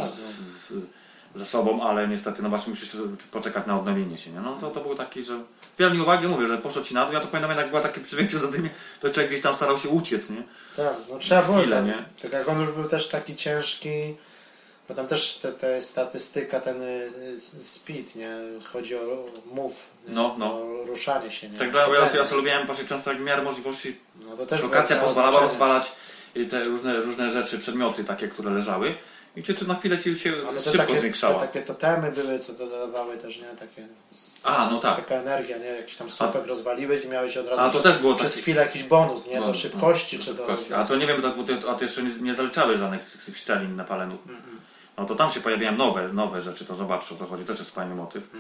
ze sobą, ale niestety, no właśnie musisz poczekać na odnowienie się, nie? No to był taki, że wiele mi uwagi, mówię, że poszło ci na dół, ja to pamiętam, jak była takie przyjęcie za tymi, to człowiek gdzieś tam starał się uciec, nie? Tak, no trzeba było Chwilę, tam. nie? Tak jak on już był też taki ciężki, bo tam też ta statystyka, ten speed, nie? Chodzi o move, nie? No. O ruszanie się, nie? Tak, ja Chodzenie. sobie lubiłem właśnie często jak w miarę możliwości, No to też lokacja było pozwalała znaczenie. rozwalać te różne rzeczy, przedmioty takie, które leżały i cię tu na chwilę ci się Ale to szybko takie, zwiększała. Takie totemy były, co dodawały też, nie? Takie, A, no tak. taka energia, nie? Jakiś tam słupek rozwaliłeś i miałeś od razu A to też było przez taki- chwilę jakiś bonus, nie? Do Bonus, szybkości no, czy do... szybkości. A to nie wiem, a ty jeszcze nie zaliczałeś żadnych z tych szczelin na palenów. No to tam się pojawiają nowe rzeczy, to zobacz o co chodzi, też jest fajny motyw. No.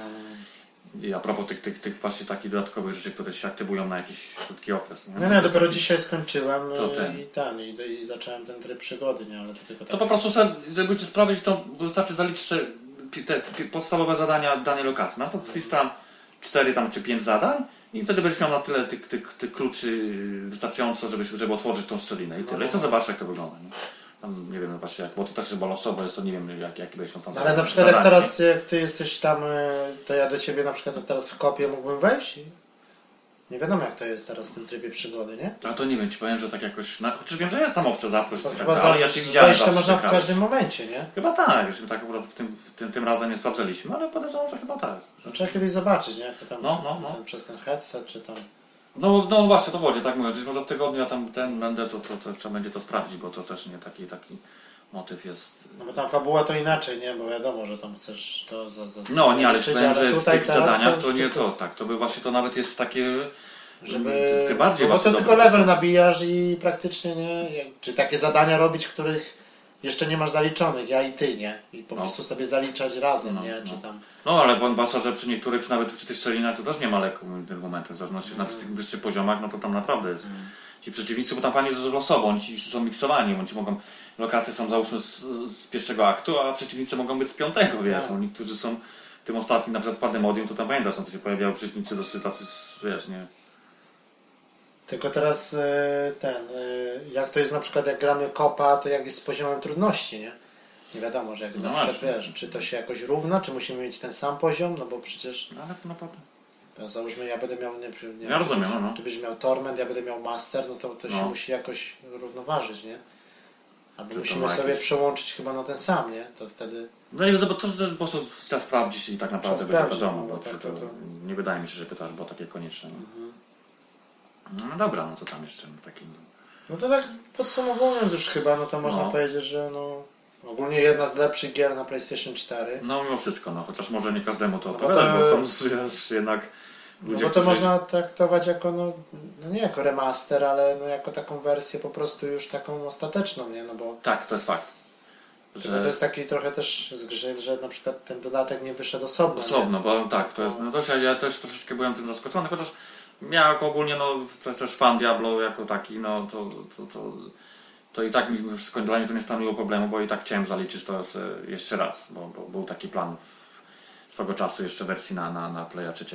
I a propos tych właśnie takich dodatkowych rzeczy, które się aktywują na jakiś krótki okres. Nie? No nie, dopiero dzisiaj skończyłem To ten. i zacząłem ten tryb przygody, nie? Ale to tylko tak. To po prostu, żeby cię sprawdzić, to wystarczy zaliczyć sobie te podstawowe zadania danej lokacji. No to jest tam 4 tam, czy 5 zadań i wtedy będziesz miał na tyle tych kluczy wystarczająco, żeby otworzyć tą szczelinę i tyle. I co zobacz, jak to wygląda. Nie? Tam, nie wiem, no właśnie, bo to też chyba losowo jest, to nie wiem, jakie będziesz miał tam Ale na przykład zadanie. jak teraz, jak ty jesteś tam, to ja do ciebie na przykład teraz w kopie mógłbym wejść? Nie wiadomo jak to jest teraz w tym trybie przygody, nie? A to nie wiem, ci powiem, że tak jakoś... Chociaż wiem, że jest tam opcja zaproś, To tak chyba dalej, ale ja ci widziałem wejść to zawsze, można że w grałeś. każdym momencie, nie? Chyba tak, już tak akurat tym razem nie sprawdzaliśmy, ale podejrzewam, że chyba tak. Że... Trzeba kiedyś zobaczyć, nie? Jak to tam No. przez ten headset, czy tam... No właśnie, to chodzi, tak mówię, gdzieś może w tygodniu ja tam będę, to trzeba będzie to sprawdzić, bo to też nie taki motyw jest... No bo tam fabuła to inaczej, nie? Bo wiadomo, że tam chcesz to No nie, ale zaliczyć, powiem, że w tutaj tych teraz zadaniach już to nie tylko- to, tak, to by właśnie to nawet jest takie... Żeby... Ty bardziej no bo to właśnie tylko dobre. level nabijasz i praktycznie nie... Czy takie zadania robić, których jeszcze nie masz zaliczonych, ja i ty, nie? I po prostu sobie zaliczać razem, nie? Czy tam... No ale powiem zwłaszcza, że przy niektórych, czy nawet przy tych szczelinach to też nie ma lekkich momentów, w zależności na tych wyższych poziomach, no to tam naprawdę jest. Ci przeciwnicy, bo tam pani jest losowo, oni ci są miksowani, oni ci mogą, lokacje są załóżmy z pierwszego aktu, a przeciwnicy mogą być z piątego, wiesz, Tak. no, niektórzy są w tym ostatnim, na przykład Pandemodium, to tam pamiętasz, no to się pojawiały przeciwnicy dosyć tacy, wiesz, nie... Tylko teraz jak to jest na przykład jak gramy kopa, to jak jest z poziomem trudności, nie? Nie wiadomo, że jak No na przykład właśnie. wiesz, czy to się jakoś równa, czy musimy mieć ten sam poziom, no bo przecież No ale to naprawdę... to załóżmy ja będę miał, nie Ja rozumiem, no. ty byś miał Torment, ja będę miał Master, no to się No. musi jakoś równoważyć, nie? Albo Czy to musimy ma sobie jakieś- przełączyć chyba na ten sam, nie? To wtedy... No i to też po prostu trzeba sprawdzić i tak naprawdę Trzeba będzie sprawdzić, wiadomo, no, bo tak, to, to- nie wydaje mi się, że pytasz, bo takie konieczne. No dobra, no co tam jeszcze takim... No to tak podsumowując już chyba, no to można No. powiedzieć, że no... Ogólnie jedna z lepszych gier na PlayStation 4. No mimo wszystko, no chociaż może nie każdemu to bo odpowiada, to- bo są jednak No ludzie, bo to którzy... można traktować jako, no nie jako remaster, ale no jako taką wersję po prostu już taką ostateczną, nie? No bo Tak, to jest fakt. tylko to jest taki trochę też zgrzyt, że na przykład ten dodatek nie wyszedł osobno. Osobno, bo tak, to jest, no to ja też troszeczkę byłem tym zaskoczony, chociaż ja jako ogólnie, no to też fan Diablo jako taki, no to i tak mi wszystko dla mnie to nie stanowiło problemu, bo i tak chciałem zaliczyć to jeszcze raz, bo był taki plan swego czasu jeszcze wersji na Playa 3.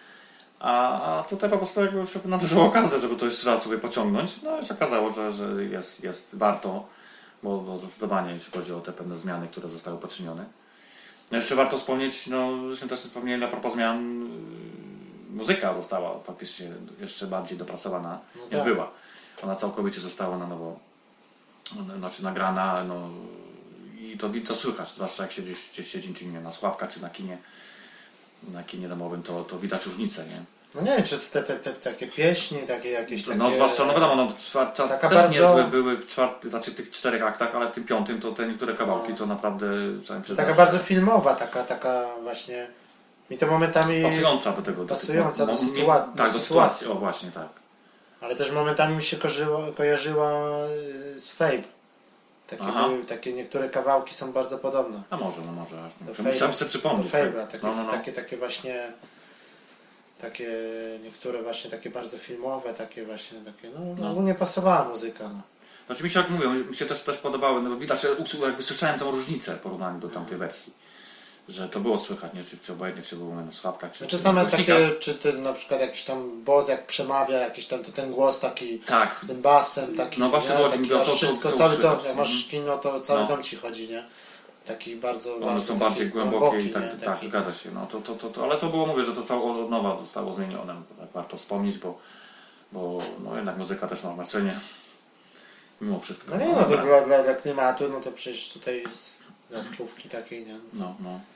A tutaj po prostu jakby się nadarzyła okazja, żeby to jeszcze raz sobie pociągnąć, no i się okazało, że jest warto, bo zdecydowanie jeśli chodzi o te pewne zmiany, które zostały poczynione. No jeszcze warto wspomnieć, no żeśmy też wspomnieli a propos zmian, muzyka została faktycznie jeszcze bardziej dopracowana No niż tak. była. Ona całkowicie została na nowo, znaczy nagrana, no i to słychać, zwłaszcza jak się gdzieś siedzi, czy nie na Sławka, czy na kinie domowym, to widać różnicę, nie? No nie wiem, czy te takie pieśni, takie jakieś takie... No zwłaszcza, no wiadomo, no Taka też bardzo- niezłe były w znaczy tych 4 aktach, ale w tym 5 to te niektóre kawałki No. to naprawdę trzeba przyznać. Taka bardzo filmowa, taka właśnie... Mi to momentami... Pasująca do tego. Pasująca do nie- sytuacji. Tak, do sytuacji, o właśnie, tak. Ale też momentami mi się kojarzyła z Fable. Aha. Takie niektóre kawałki są bardzo podobne. A może, no może. Aż Do musiałem Fable'a- sobie przypomnieć. Do Fable'a, Tak. takie właśnie... Takie niektóre właśnie takie bardzo filmowe, takie właśnie takie... No, ogólnie pasowała muzyka. No. Znaczy mi się, jak mówię, mi się też podobały, no bo widać, że jakby słyszałem tą różnicę w porównaniu do tamtej wersji. Że to było słychać, nie? Czy obojętnie, czy było na słuchawkach, Znaczy same takie, czy ten na przykład jakiś tam boss jak przemawia, jakiś tam ten głos taki Tak. z tym basem, taki, No właśnie nie? chodzi mi Taki o aż to, wszystko, to cały dom, usłyszeć. jak masz kino, to cały No. dom ci chodzi, nie? Taki bardzo, One bardzo są taki bardziej głębokie i nie? tak, tak, zgadza się. No, ale to było, mówię, że to całe od nowa zostało zmienione. To tak warto wspomnieć, bo no, jednak muzyka też ma znaczenie. Mimo wszystko. No nie, no to dla klimatu, no to przecież tutaj jest dla wczówki takiej, nie? No.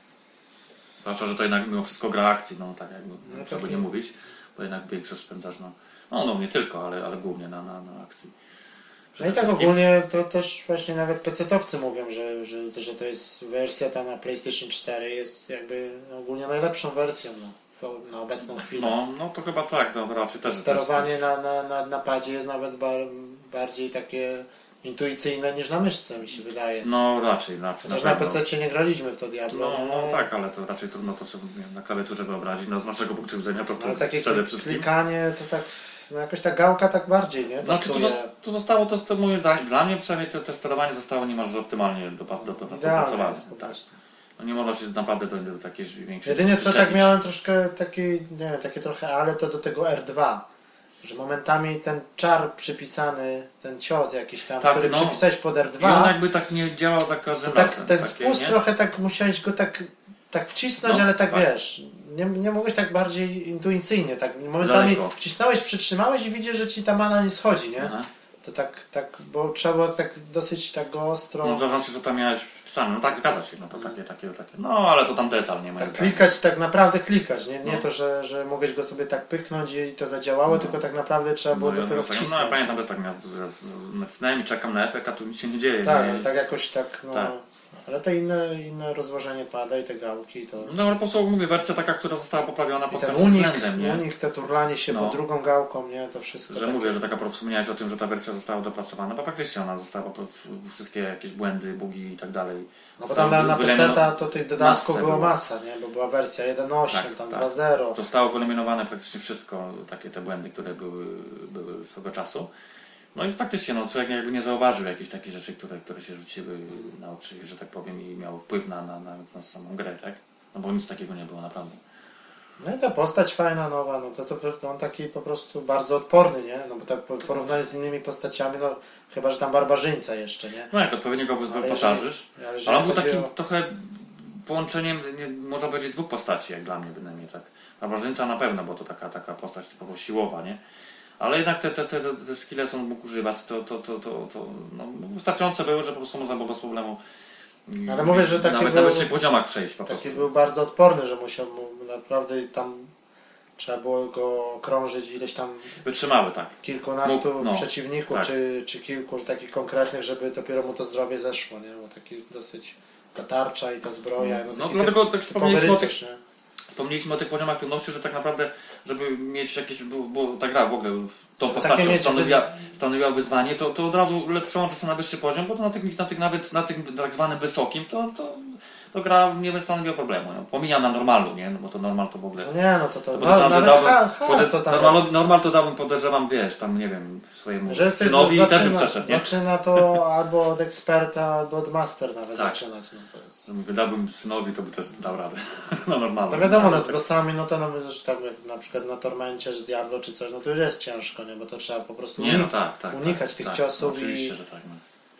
Zwłaszcza, że to jednak mimo wszystko gra akcji, no tak jakby, No trzeba by taki- nie mówić, bo jednak większość spędzasz, no nie tylko, ale głównie na akcji. No i Przede tak wszystkim- ogólnie to też właśnie nawet PC-towcy mówią, że to jest wersja ta na PlayStation 4 jest jakby ogólnie najlepszą wersją na obecną chwilę. No to chyba tak, no raczej też. Sterowanie na padzie jest nawet bardziej takie intuicyjne niż na myszce, mi się wydaje. No raczej. Chociaż na pewno. PC nie graliśmy w to Diablo. No tak, ale to raczej trudno to sobie na klawiaturze wyobrazić. No z naszego punktu widzenia to Ale takie przede wszystkim. klikanie to tak, no jakoś ta gałka tak bardziej, nie? Znaczy Pasuje. tu zostało, to moje zdanie, dla mnie przynajmniej te sterowanie zostało niemalże optymalnie Idealne dopracowane. jest po Tak. prostu. No nie można się naprawdę do takiej większej Jedynie co tak przyczepić. miałem troszkę taki, nie wiem, takie trochę, ale to do tego R2. Że momentami ten czar przypisany, ten cios jakiś tam, Tak, który no. przypisałeś pod I R2, on jakby tak nie działał za każdym to tak, razem. ten takie, spust nie? trochę tak musiałeś go tak wcisnąć, No, ale tak tak. wiesz, nie mogłeś tak bardziej intuicyjnie, tak momentami Daleko. wcisnąłeś, przytrzymałeś i widzisz, że ci ta mana nie schodzi, nie? Aha. To tak, bo trzeba było tak dosyć tak go ostro, No zależy co tam miałeś wpisane. No tak, zgadza się. No to takie. No ale to tam detal, nie ma. tak klikać, tak naprawdę klikać, nie No. to, że mogłeś go sobie tak pyknąć i to zadziałało, tylko tak naprawdę trzeba było dopiero No ja wcisnąć. pamiętam też tak miałem, że nacisnąłem i czekam na efekt, a tu nic się nie dzieje. Tak, nie? tak jakoś tak, no. Tak. Ale te inne rozłożenie pada i te gałki to... No ale po prostu mówię, wersja taka, która została poprawiona I pod ten każdym unik, względem, nie? te turlanie się No. pod drugą gałką, nie? To wszystko. Że takie- mówię, że taka wspomniałeś o tym, że ta wersja została dopracowana, bo faktycznie ona została wszystkie jakieś błędy, bugi i tak dalej. No bo tam na PC to tych dodatków masę było było. masa, nie? Bo była wersja 1.8, Tak, tam tak. 2.0. Zostało wyeliminowane praktycznie wszystko, takie te błędy, które były swego czasu. No i faktycznie, no, człowiek jakby nie zauważył jakichś takich rzeczy, które się rzuciły na oczy, że tak powiem, i miały wpływ na samą grę, tak? No bo nic takiego nie było naprawdę. No i ta postać fajna, nowa, no to on taki po prostu bardzo odporny, nie? No bo tak porównanie z innymi postaciami, no chyba, że tam barbarzyńca jeszcze, nie? No jak odpowiednio go Ale wyposażysz, ale ale jeżeli on był chodzi takim o- trochę połączeniem, można powiedzieć, dwóch postaci, jak dla mnie bynajmniej, tak. Barbarzyńca na pewno, bo to taka postać typowo siłowa, nie? Ale jednak te skille, co on mógł używać, to no, wystarczające były, że po prostu można było bez problemu Ale mówię, że taki nawet był- na wyższych poziomach przejść po prostu. Taki był bardzo odporny, że musiał mu naprawdę tam trzeba było go krążyć ileś tam Wytrzymały, tak. kilkunastu Mógł, no, przeciwników, tak. czy kilku takich konkretnych, żeby dopiero mu to zdrowie zeszło, nie? Bo taki dosyć ta tarcza i ta zbroja, No, taki dlatego tak typowy wspomnieliśmy o tych rycerz, nie? Wspomnieliśmy o tych poziomach trudności, że tak naprawdę, żeby mieć jakieś, bo ta gra w ogóle tą Żeby postacią takie mieć stanowiła wyzwanie, to od razu przełącza się na wyższy poziom, bo to nawet na tym tak zwanym wysokim, to gra nie stanowiła problemu. No. Pomijam na normalu, nie? No bo to normal to w ogóle. No nie, no to Podejrzewam, że nawet dałbym, to tam... normal to dałbym, podejrzewam, wiesz, tam nie wiem, swojemu Że ktoś synowi i też bym przeszedł, nie? zaczyna to albo od eksperta, albo od master nawet Tak. zaczynać. No to jest. Wydałbym synowi, to by też dał radę. No normalnie. To wiadomo, no Ale z bossami, no to że tam jak na przykład na Tormencie z Diablo czy coś, no to już jest ciężko, nie? Bo to trzeba po prostu Nie, no tak, unikać tych ciosów no, oczywiście, że tak. No.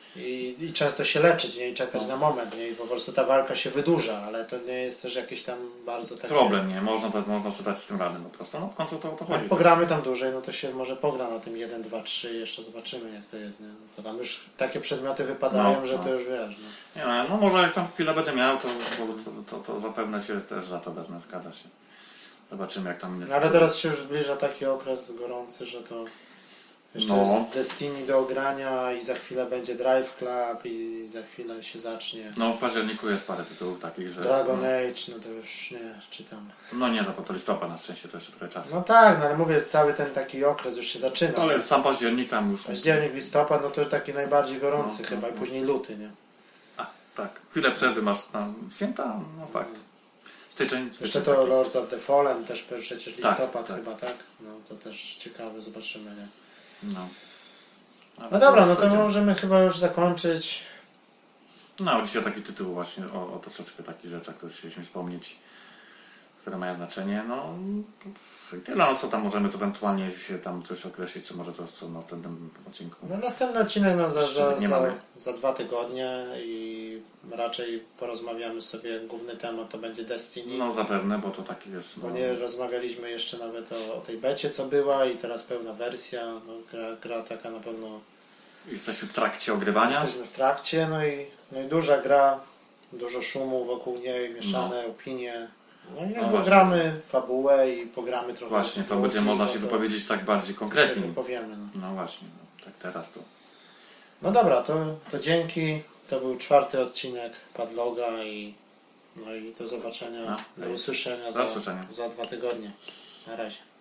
i często się leczyć, nie? I czekać na moment, nie? I po prostu ta walka się wydłuża, ale to nie jest też jakiś tam bardzo taki... Problem, nie? Można sobie dać z tym radę po prostu. No w końcu to chodzi. Jak pogramy tam dłużej, no to się może pogra na tym 1, 2, 3 jeszcze zobaczymy jak to jest, nie? No to tam już takie przedmioty wypadają, No, że no. to już wiesz, no. Nie, no może jak tam chwilę będę miał, to zapewne się też za to wezmę, zgadza się. Zobaczymy jak tam inne No ale teraz się już zbliża taki okres gorący, że to jeszcze jest Destiny do ogrania i za chwilę będzie Drive Club i za chwilę się zacznie No w październiku jest parę tytułów takich, że... Dragon Age, no to już nie czytam. No nie, to listopad na szczęście to jeszcze trochę czasu. No tak, no ale mówię, cały ten taki okres już się zaczyna. Ale sam październik tam już... Październik, listopad, no to już taki najbardziej gorący No, chyba i później luty, nie? A, tak. Chwilę przerwy masz na święta, no fakt. Styczeń Jeszcze to taki. Lords of the Fallen, też przecież Tak, listopad tak. chyba, tak? No to też ciekawe, zobaczymy, nie? No. No dobra, no to będzie. możemy chyba już zakończyć. No, dzisiaj taki tytuł właśnie o troszeczkę takich rzeczach, które chcieliśmy wspomnieć, które mają znaczenie. No i tyle, no co tam możemy, to ewentualnie się tam coś określić, co może to co w następnym odcinku. No następny odcinek no, Nie mamy. za 2 tygodnie i raczej porozmawiamy sobie, główny temat to będzie Destiny. No zapewne, bo to taki jest. Bo No, nie rozmawialiśmy jeszcze nawet o tej becie, co była i teraz pełna wersja. No, gra taka na pewno. jesteśmy w trakcie ogrywania. Jesteśmy w trakcie, no i duża gra, dużo szumu wokół niej, mieszane opinie. No i jak właśnie. gramy fabułę i pogramy trochę. Właśnie, to w będzie multi, można no się to wypowiedzieć tak bardziej się konkretnie. wypowiemy. No. No właśnie, no, tak teraz to. No dobra, to dzięki. To był 4. odcinek Padloga i do zobaczenia, No, do usłyszenia do usłyszenia. za 2 tygodnie. Na razie.